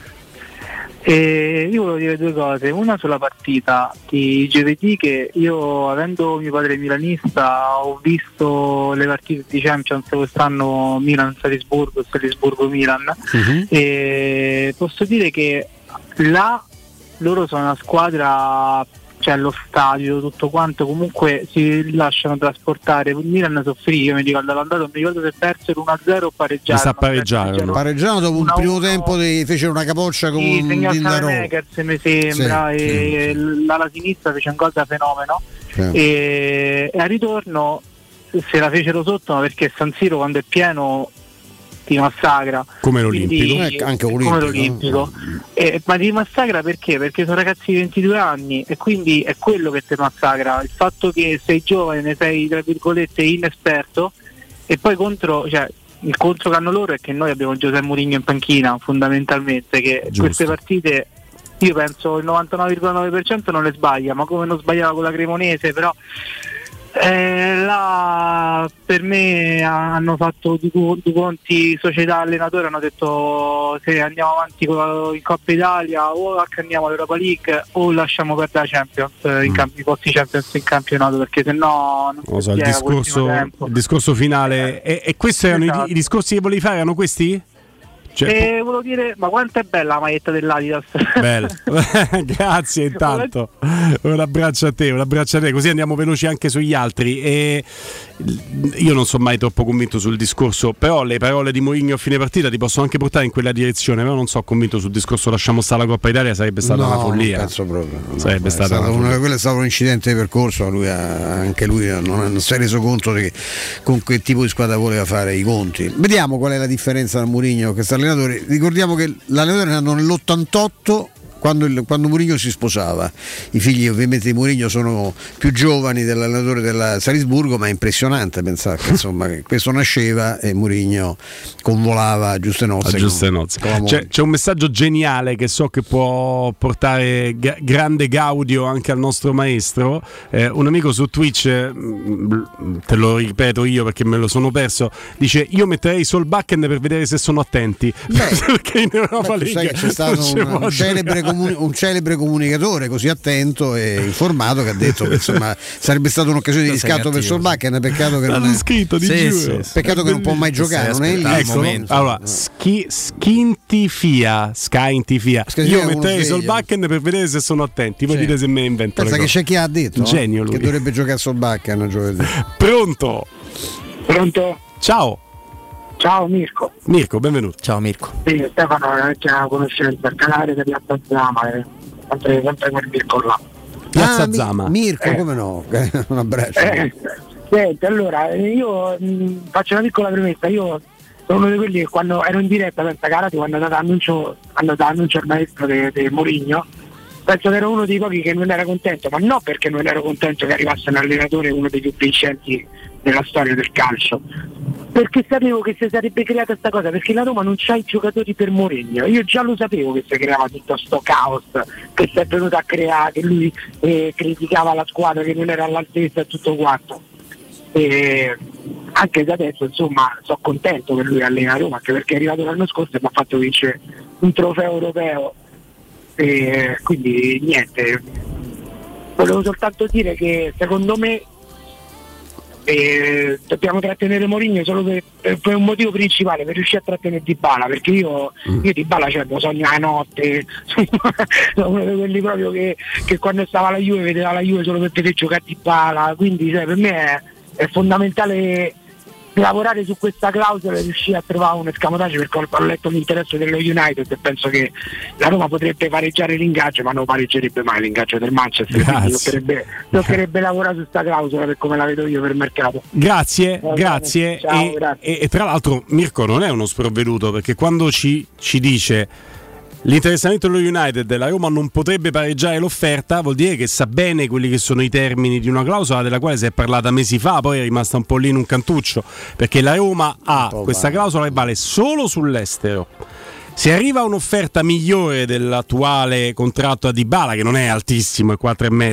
E io volevo dire due cose, una sulla partita di giovedì, che io, avendo mio padre milanista, ho visto le partite di Champions quest'anno, Milan-Salisburgo, Salisburgo-Milan, uh-huh. E posso dire che là loro sono una squadra c'è lo stadio, tutto quanto, comunque si lasciano trasportare. Il Milan soffrì, io mi ricordo all'andato, mi ricordo se persero uno a zero o pareggiarono. Mi sa pareggiarono. Pareggiarono dopo un primo tempo, di, fecero una capoccia con sì, un Dindarò. Mi sembra, sì, e sì. l'ala sinistra fece un gol da fenomeno. Sì. E, e al ritorno se la fecero sotto, ma perché San Siro quando è pieno ti massacra come l'Olimpico, quindi, eh, anche Olimpico, come l'Olimpico. Eh, ma ti massacra perché? Perché sono ragazzi di ventidue anni e quindi è quello che ti massacra, il fatto che sei giovane, sei tra virgolette inesperto, e poi contro, cioè il contro che hanno loro è che noi abbiamo Giuseppe Mourinho in panchina fondamentalmente, che giusto. Queste partite io penso il novantanove virgola nove per cento non le sbaglia, ma come non sbagliava con la Cremonese, però Eh, là per me hanno fatto due, due conti società allenatore, hanno detto se andiamo avanti con, in Coppa Italia o accandiamo l'Europa League o lasciamo perdere la Champions, mm. in camp- i posti Champions in campionato, perché sennò non, non so, il discorso, il discorso finale e, e questi erano esatto. i, i discorsi che volevi fare, erano questi? Cioè, e volevo dire, ma quanto è bella la maglietta dell'Adidas. Bella. Grazie intanto. Un abbraccio a te, un abbraccio a te, così andiamo veloci anche sugli altri. E io non sono mai troppo convinto sul discorso, però le parole di Mourinho a fine partita ti possono anche portare in quella direzione, però non sono convinto sul discorso lasciamo stare la Coppa Italia, sarebbe stata no, una follia. Non penso proprio. No, sarebbe stata stata una una, follia. quello è stato un incidente di percorso, lui ha, anche lui non, non si è reso conto di che, con che tipo di squadra voleva fare i conti. Vediamo qual è la differenza tra Mourinho e questo allenatore. Ricordiamo che l'allenatore è nato nell'ottantotto, quando, il, quando Mourinho si sposava. I figli ovviamente di Mourinho sono più giovani dell'allenatore della Salisburgo, ma è impressionante pensare che, insomma, che questo nasceva e Mourinho convolava a giuste nozze. A giuste nozze. Con, c'è, c'è un messaggio geniale che so che può portare g- grande gaudio anche al nostro maestro. Eh, un amico su Twitch, te lo ripeto io perché me lo sono perso, dice io metterei Solbakken per vedere se sono attenti. Beh, perché in Europa beh, League c'è stato un, un celebre comuni- un celebre comunicatore così attento e informato che ha detto che insomma sarebbe stata un'occasione di riscatto per Solbakken, peccato che non è scritto, di sì, giuro. Sì, peccato che non può mai giocare, non è lì. Ecco, allora schi- Schintifia Scaintifia io metterei Solbakken per vedere se sono attenti, voi sì. dite se me ne invento. Pensa che c'è chi ha detto genio, che dovrebbe giocare Solbakken giovedì. Pronto? Pronto? Ciao. Ciao Mirko. Mirko, benvenuto. Ciao Mirko. Sì, Stefano è una conoscenza, il canale di Piazza Zama, è sempre, sempre quel Mirko là. Piazza ah, Zama. Mirko, eh. come no? Un abbraccio. Eh, senti, allora, io mh, faccio una piccola premessa, io sono uno di quelli che quando ero in diretta pensa Carati, quando è andato annuncio, quando annuncio il maestro di Mourinho, penso che ero uno dei pochi che non era contento, ma non perché non ero contento che arrivasse un allenatore, uno dei più vincenti della storia del calcio, perché sapevo che si sarebbe creata questa cosa, perché la Roma non c'ha i giocatori per Mourinho. Io già lo sapevo che si creava tutto sto caos che si è venuto a creare, che lui eh, criticava la squadra che non era all'altezza e tutto quanto. E anche da adesso insomma sono contento che lui allena a Roma, anche perché è arrivato l'anno scorso e mi ha fatto vincere un trofeo europeo, e quindi niente, volevo soltanto dire che secondo me e dobbiamo trattenere Mourinho solo per, per, per un motivo principale, per riuscire a trattenere Dybala, perché io, io Dybala cioè, lo sogno la notte, sono uno di quelli proprio che, che quando stava alla Juve vedeva la Juve solo per vedere giocare Dybala, quindi cioè, per me è, è fondamentale lavorare su questa clausola e riuscire a trovare un escamotage, perché ho letto l'interesse dello United e penso che la Roma potrebbe pareggiare l'ingaggio, ma non pareggerebbe mai l'ingaggio del Manchester, quindi toccherebbe, toccherebbe lavorare su questa clausola per come la vedo io per mercato. Grazie, eh, grazie. Ciao, e, grazie. E, e tra l'altro Mirko non è uno sprovveduto, perché quando ci, ci dice l'interessamento dello United, la Roma non potrebbe pareggiare l'offerta, vuol dire che sa bene quelli che sono i termini di una clausola della quale si è parlata mesi fa, poi è rimasta un po' lì in un cantuccio, perché la Roma ha questa clausola che vale solo sull'estero. Se arriva a un'offerta migliore dell'attuale contratto a Dybala, che non è altissimo, è quattro e mezzo,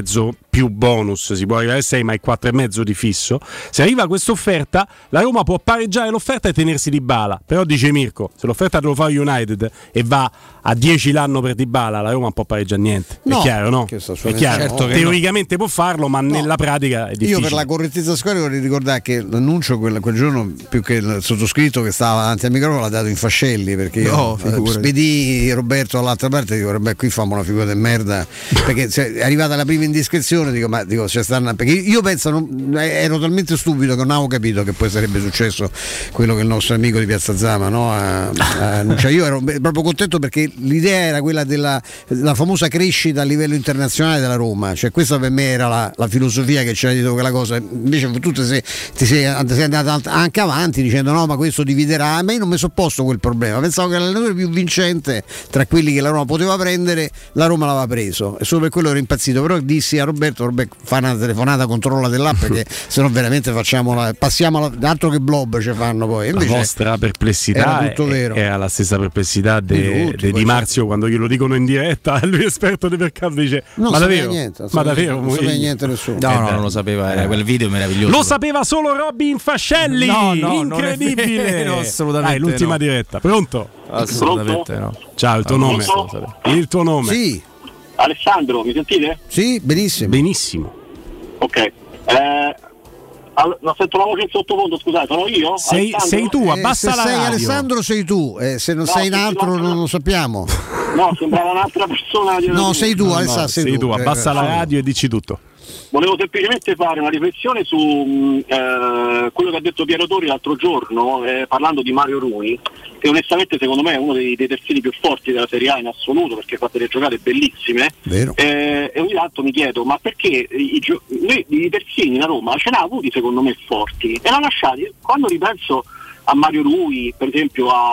più bonus, si può arrivare a sei, ma è quattro e mezzo di fisso. Se arriva questa offerta, la Roma può pareggiare l'offerta e tenersi Dybala. Però dice Mirko, se l'offerta te lo fa United e va a dieci l'anno per Dybala, la Roma non può pareggiare niente. No, è chiaro, no? È chiaro. Certo che teoricamente no. può farlo, ma no. nella pratica è difficile. Io per la correttezza storica vorrei ricordare che l'annuncio quel, quel giorno, più che il sottoscritto che stava davanti al microfono, l'ha dato in fascelli, perché io no, eh, spedì Roberto dall'altra parte e dico, vabbè, qui famo una figura di merda, perché cioè, è arrivata la prima indiscrezione, dico, ma dico, cioè, stanno, perché io penso, non, ero talmente stupido che non avevo capito che poi sarebbe successo quello che il nostro amico di Piazza Zama, no? a, a, cioè, io ero proprio contento perché l'idea era quella della la famosa crescita a livello internazionale della Roma, cioè questa per me era la, la filosofia che c'era dietro quella cosa. Invece tu ti sei, ti sei, sei andato anche avanti dicendo no, ma questo dividerà, ma io non mi sono posto quel problema, pensavo che l'allenatore più vincente tra quelli che la Roma poteva prendere, la Roma l'aveva preso e solo per quello ero impazzito. Però dissi a Roberto, Roberto fa una telefonata, controlla dell'app perché se no veramente facciamo la, passiamo la, altro che blob ci fanno poi. Invece la vostra perplessità era, tutto vero. era la stessa perplessità di de, de Di Marzio quando glielo dicono in diretta, lui esperto di mercato dice non ma davvero, niente, ma davvero non sapeva niente nessuno. No, no, non lo sapeva, era quel video meraviglioso. Lo sapeva solo Robby Infascelli. No, no, incredibile. No, assolutamente. Dai, l'ultima no. diretta. Pronto? Assolutamente no. Ciao, il tuo no, nome. Il tuo nome. Sì. Alessandro, mi sentite? Sì, benissimo. Benissimo. Ok. Eh, all- non sento la voce in sottofondo, scusate, sono io? Sei, sei tu, abbassa eh, se la sei radio. Alessandro sei tu, eh, se non No, sei in se altro non- non lo sappiamo. No, sembrava un'altra persona. No, sei tu, No, Alessandro, no, sei, sei tu, tu. abbassa eh, la eh, radio e dici tutto. Volevo semplicemente fare una riflessione su mh, eh, quello che ha detto Piero Tori l'altro giorno, eh, parlando di Mario Rui, che onestamente secondo me è uno dei, dei terzini più forti della Serie A in assoluto, perché fa delle giocate bellissime. Vero. Eh, e ogni tanto mi chiedo, ma perché i, gio- noi, i terzini la Roma ce l'ha avuti secondo me forti e l'ha lasciati. Quando ripenso a Mario Rui, per esempio, a,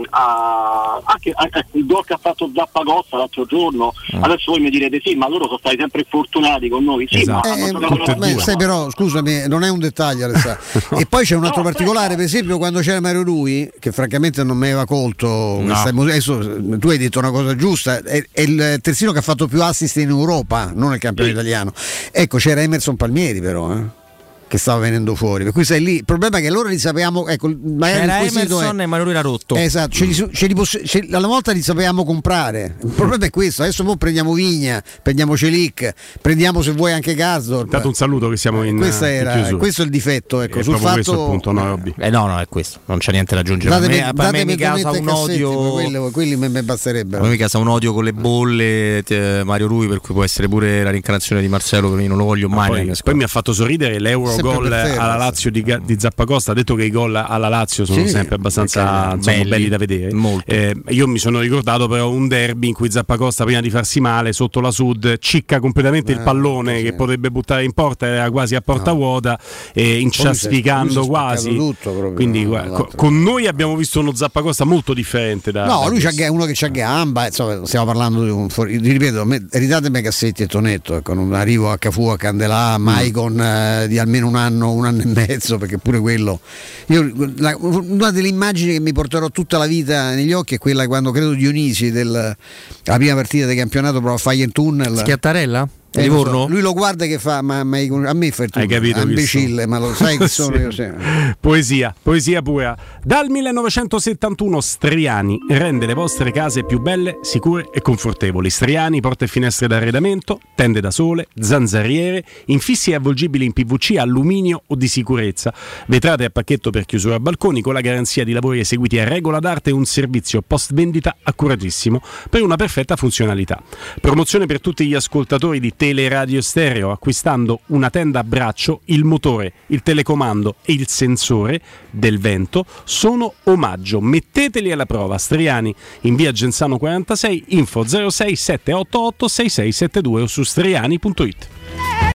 a anche a, a, il gol che ha fatto Zappacosta l'altro giorno, mm. adesso voi mi direte sì, ma loro sono stati sempre fortunati con noi. Sì, esatto. ma Eh, hanno giocato beh, sai, però scusami, non è un dettaglio Alessandro. no. E poi c'è un altro no, particolare, per esempio quando c'era Mario Rui, che francamente non mi aveva colto no. questa, adesso tu hai detto una cosa giusta, è, è il terzino che ha fatto più assist in Europa, non nel campionato sì. italiano. Ecco, c'era Emerson Palmieri però, eh. che stava venendo fuori, per cui sei lì. Il problema è che allora li sapevamo, ecco, magari era il Emerson è, e Mario Rui era rotto. Esatto, ce li, ce li poss- ce, alla volta li sapevamo comprare. Il problema è questo, adesso poi prendiamo Vigna, prendiamo Celic, prendiamo se vuoi anche Gazzor. Dato un saluto che siamo in, Questa era, in questo è il difetto, ecco, è sul fatto questo il punto, no, Robby? Eh no, no, è questo, non c'è niente da aggiungere. Datemi, a me, a me mi causa un odio, quelli, quelli mi, mi basterebbero. A me mi causa un odio con le bolle eh, Mario Rui, per cui può essere pure la rincarnazione di Marcello, che io non lo voglio mai. Poi, poi mi ha fatto sorridere l'euro gol alla Lazio di, di Zappacosta. Ha detto che i gol alla Lazio sono sì, sempre abbastanza insomma, belli. belli da vedere. Eh, io mi sono ricordato però un derby in cui Zappacosta, prima di farsi male sotto la Sud, cicca completamente eh, il pallone sì. che potrebbe buttare in porta, era quasi a porta no. vuota, e inciaspicando quasi tutto, proprio, quindi no, guarda, con noi abbiamo visto uno Zappacosta molto differente da, no da lui c'ha uno che c'ha gamba, insomma, stiamo parlando di un fuori, ripeto, ridatemi Cassetti e Tonetto, ecco, non arrivo a Cafu, a Candelà, mm. Maicon eh, di almeno un anno un anno e mezzo, perché pure quello io, la, una delle immagini che mi porterò tutta la vita negli occhi è quella quando credo Dionisi del, la prima partita del campionato prova a fare in tunnel Schiattarella? Eh, so, lui lo guarda che fa, ma, ma a me fa il tuo imbecille, ma lo sai che sono sì. io sì. Poesia, poesia pura. Dal millenovecentosettantuno Striani rende le vostre case più belle, sicure e confortevoli. Striani, porte e finestre d'arredamento, tende da sole, zanzariere, infissi e avvolgibili in P V C, alluminio o di sicurezza, vetrate a pacchetto per chiusura a balconi con la garanzia di lavori eseguiti a regola d'arte e un servizio post vendita accuratissimo per una perfetta funzionalità. Promozione per tutti gli ascoltatori di Teleradio Stereo: acquistando una tenda a braccio, il motore, il telecomando e il sensore del vento sono omaggio. Metteteli alla prova. Striani in via Genzano quarantasei, info zero sei sette otto otto sei sei sette due o su striani punto it.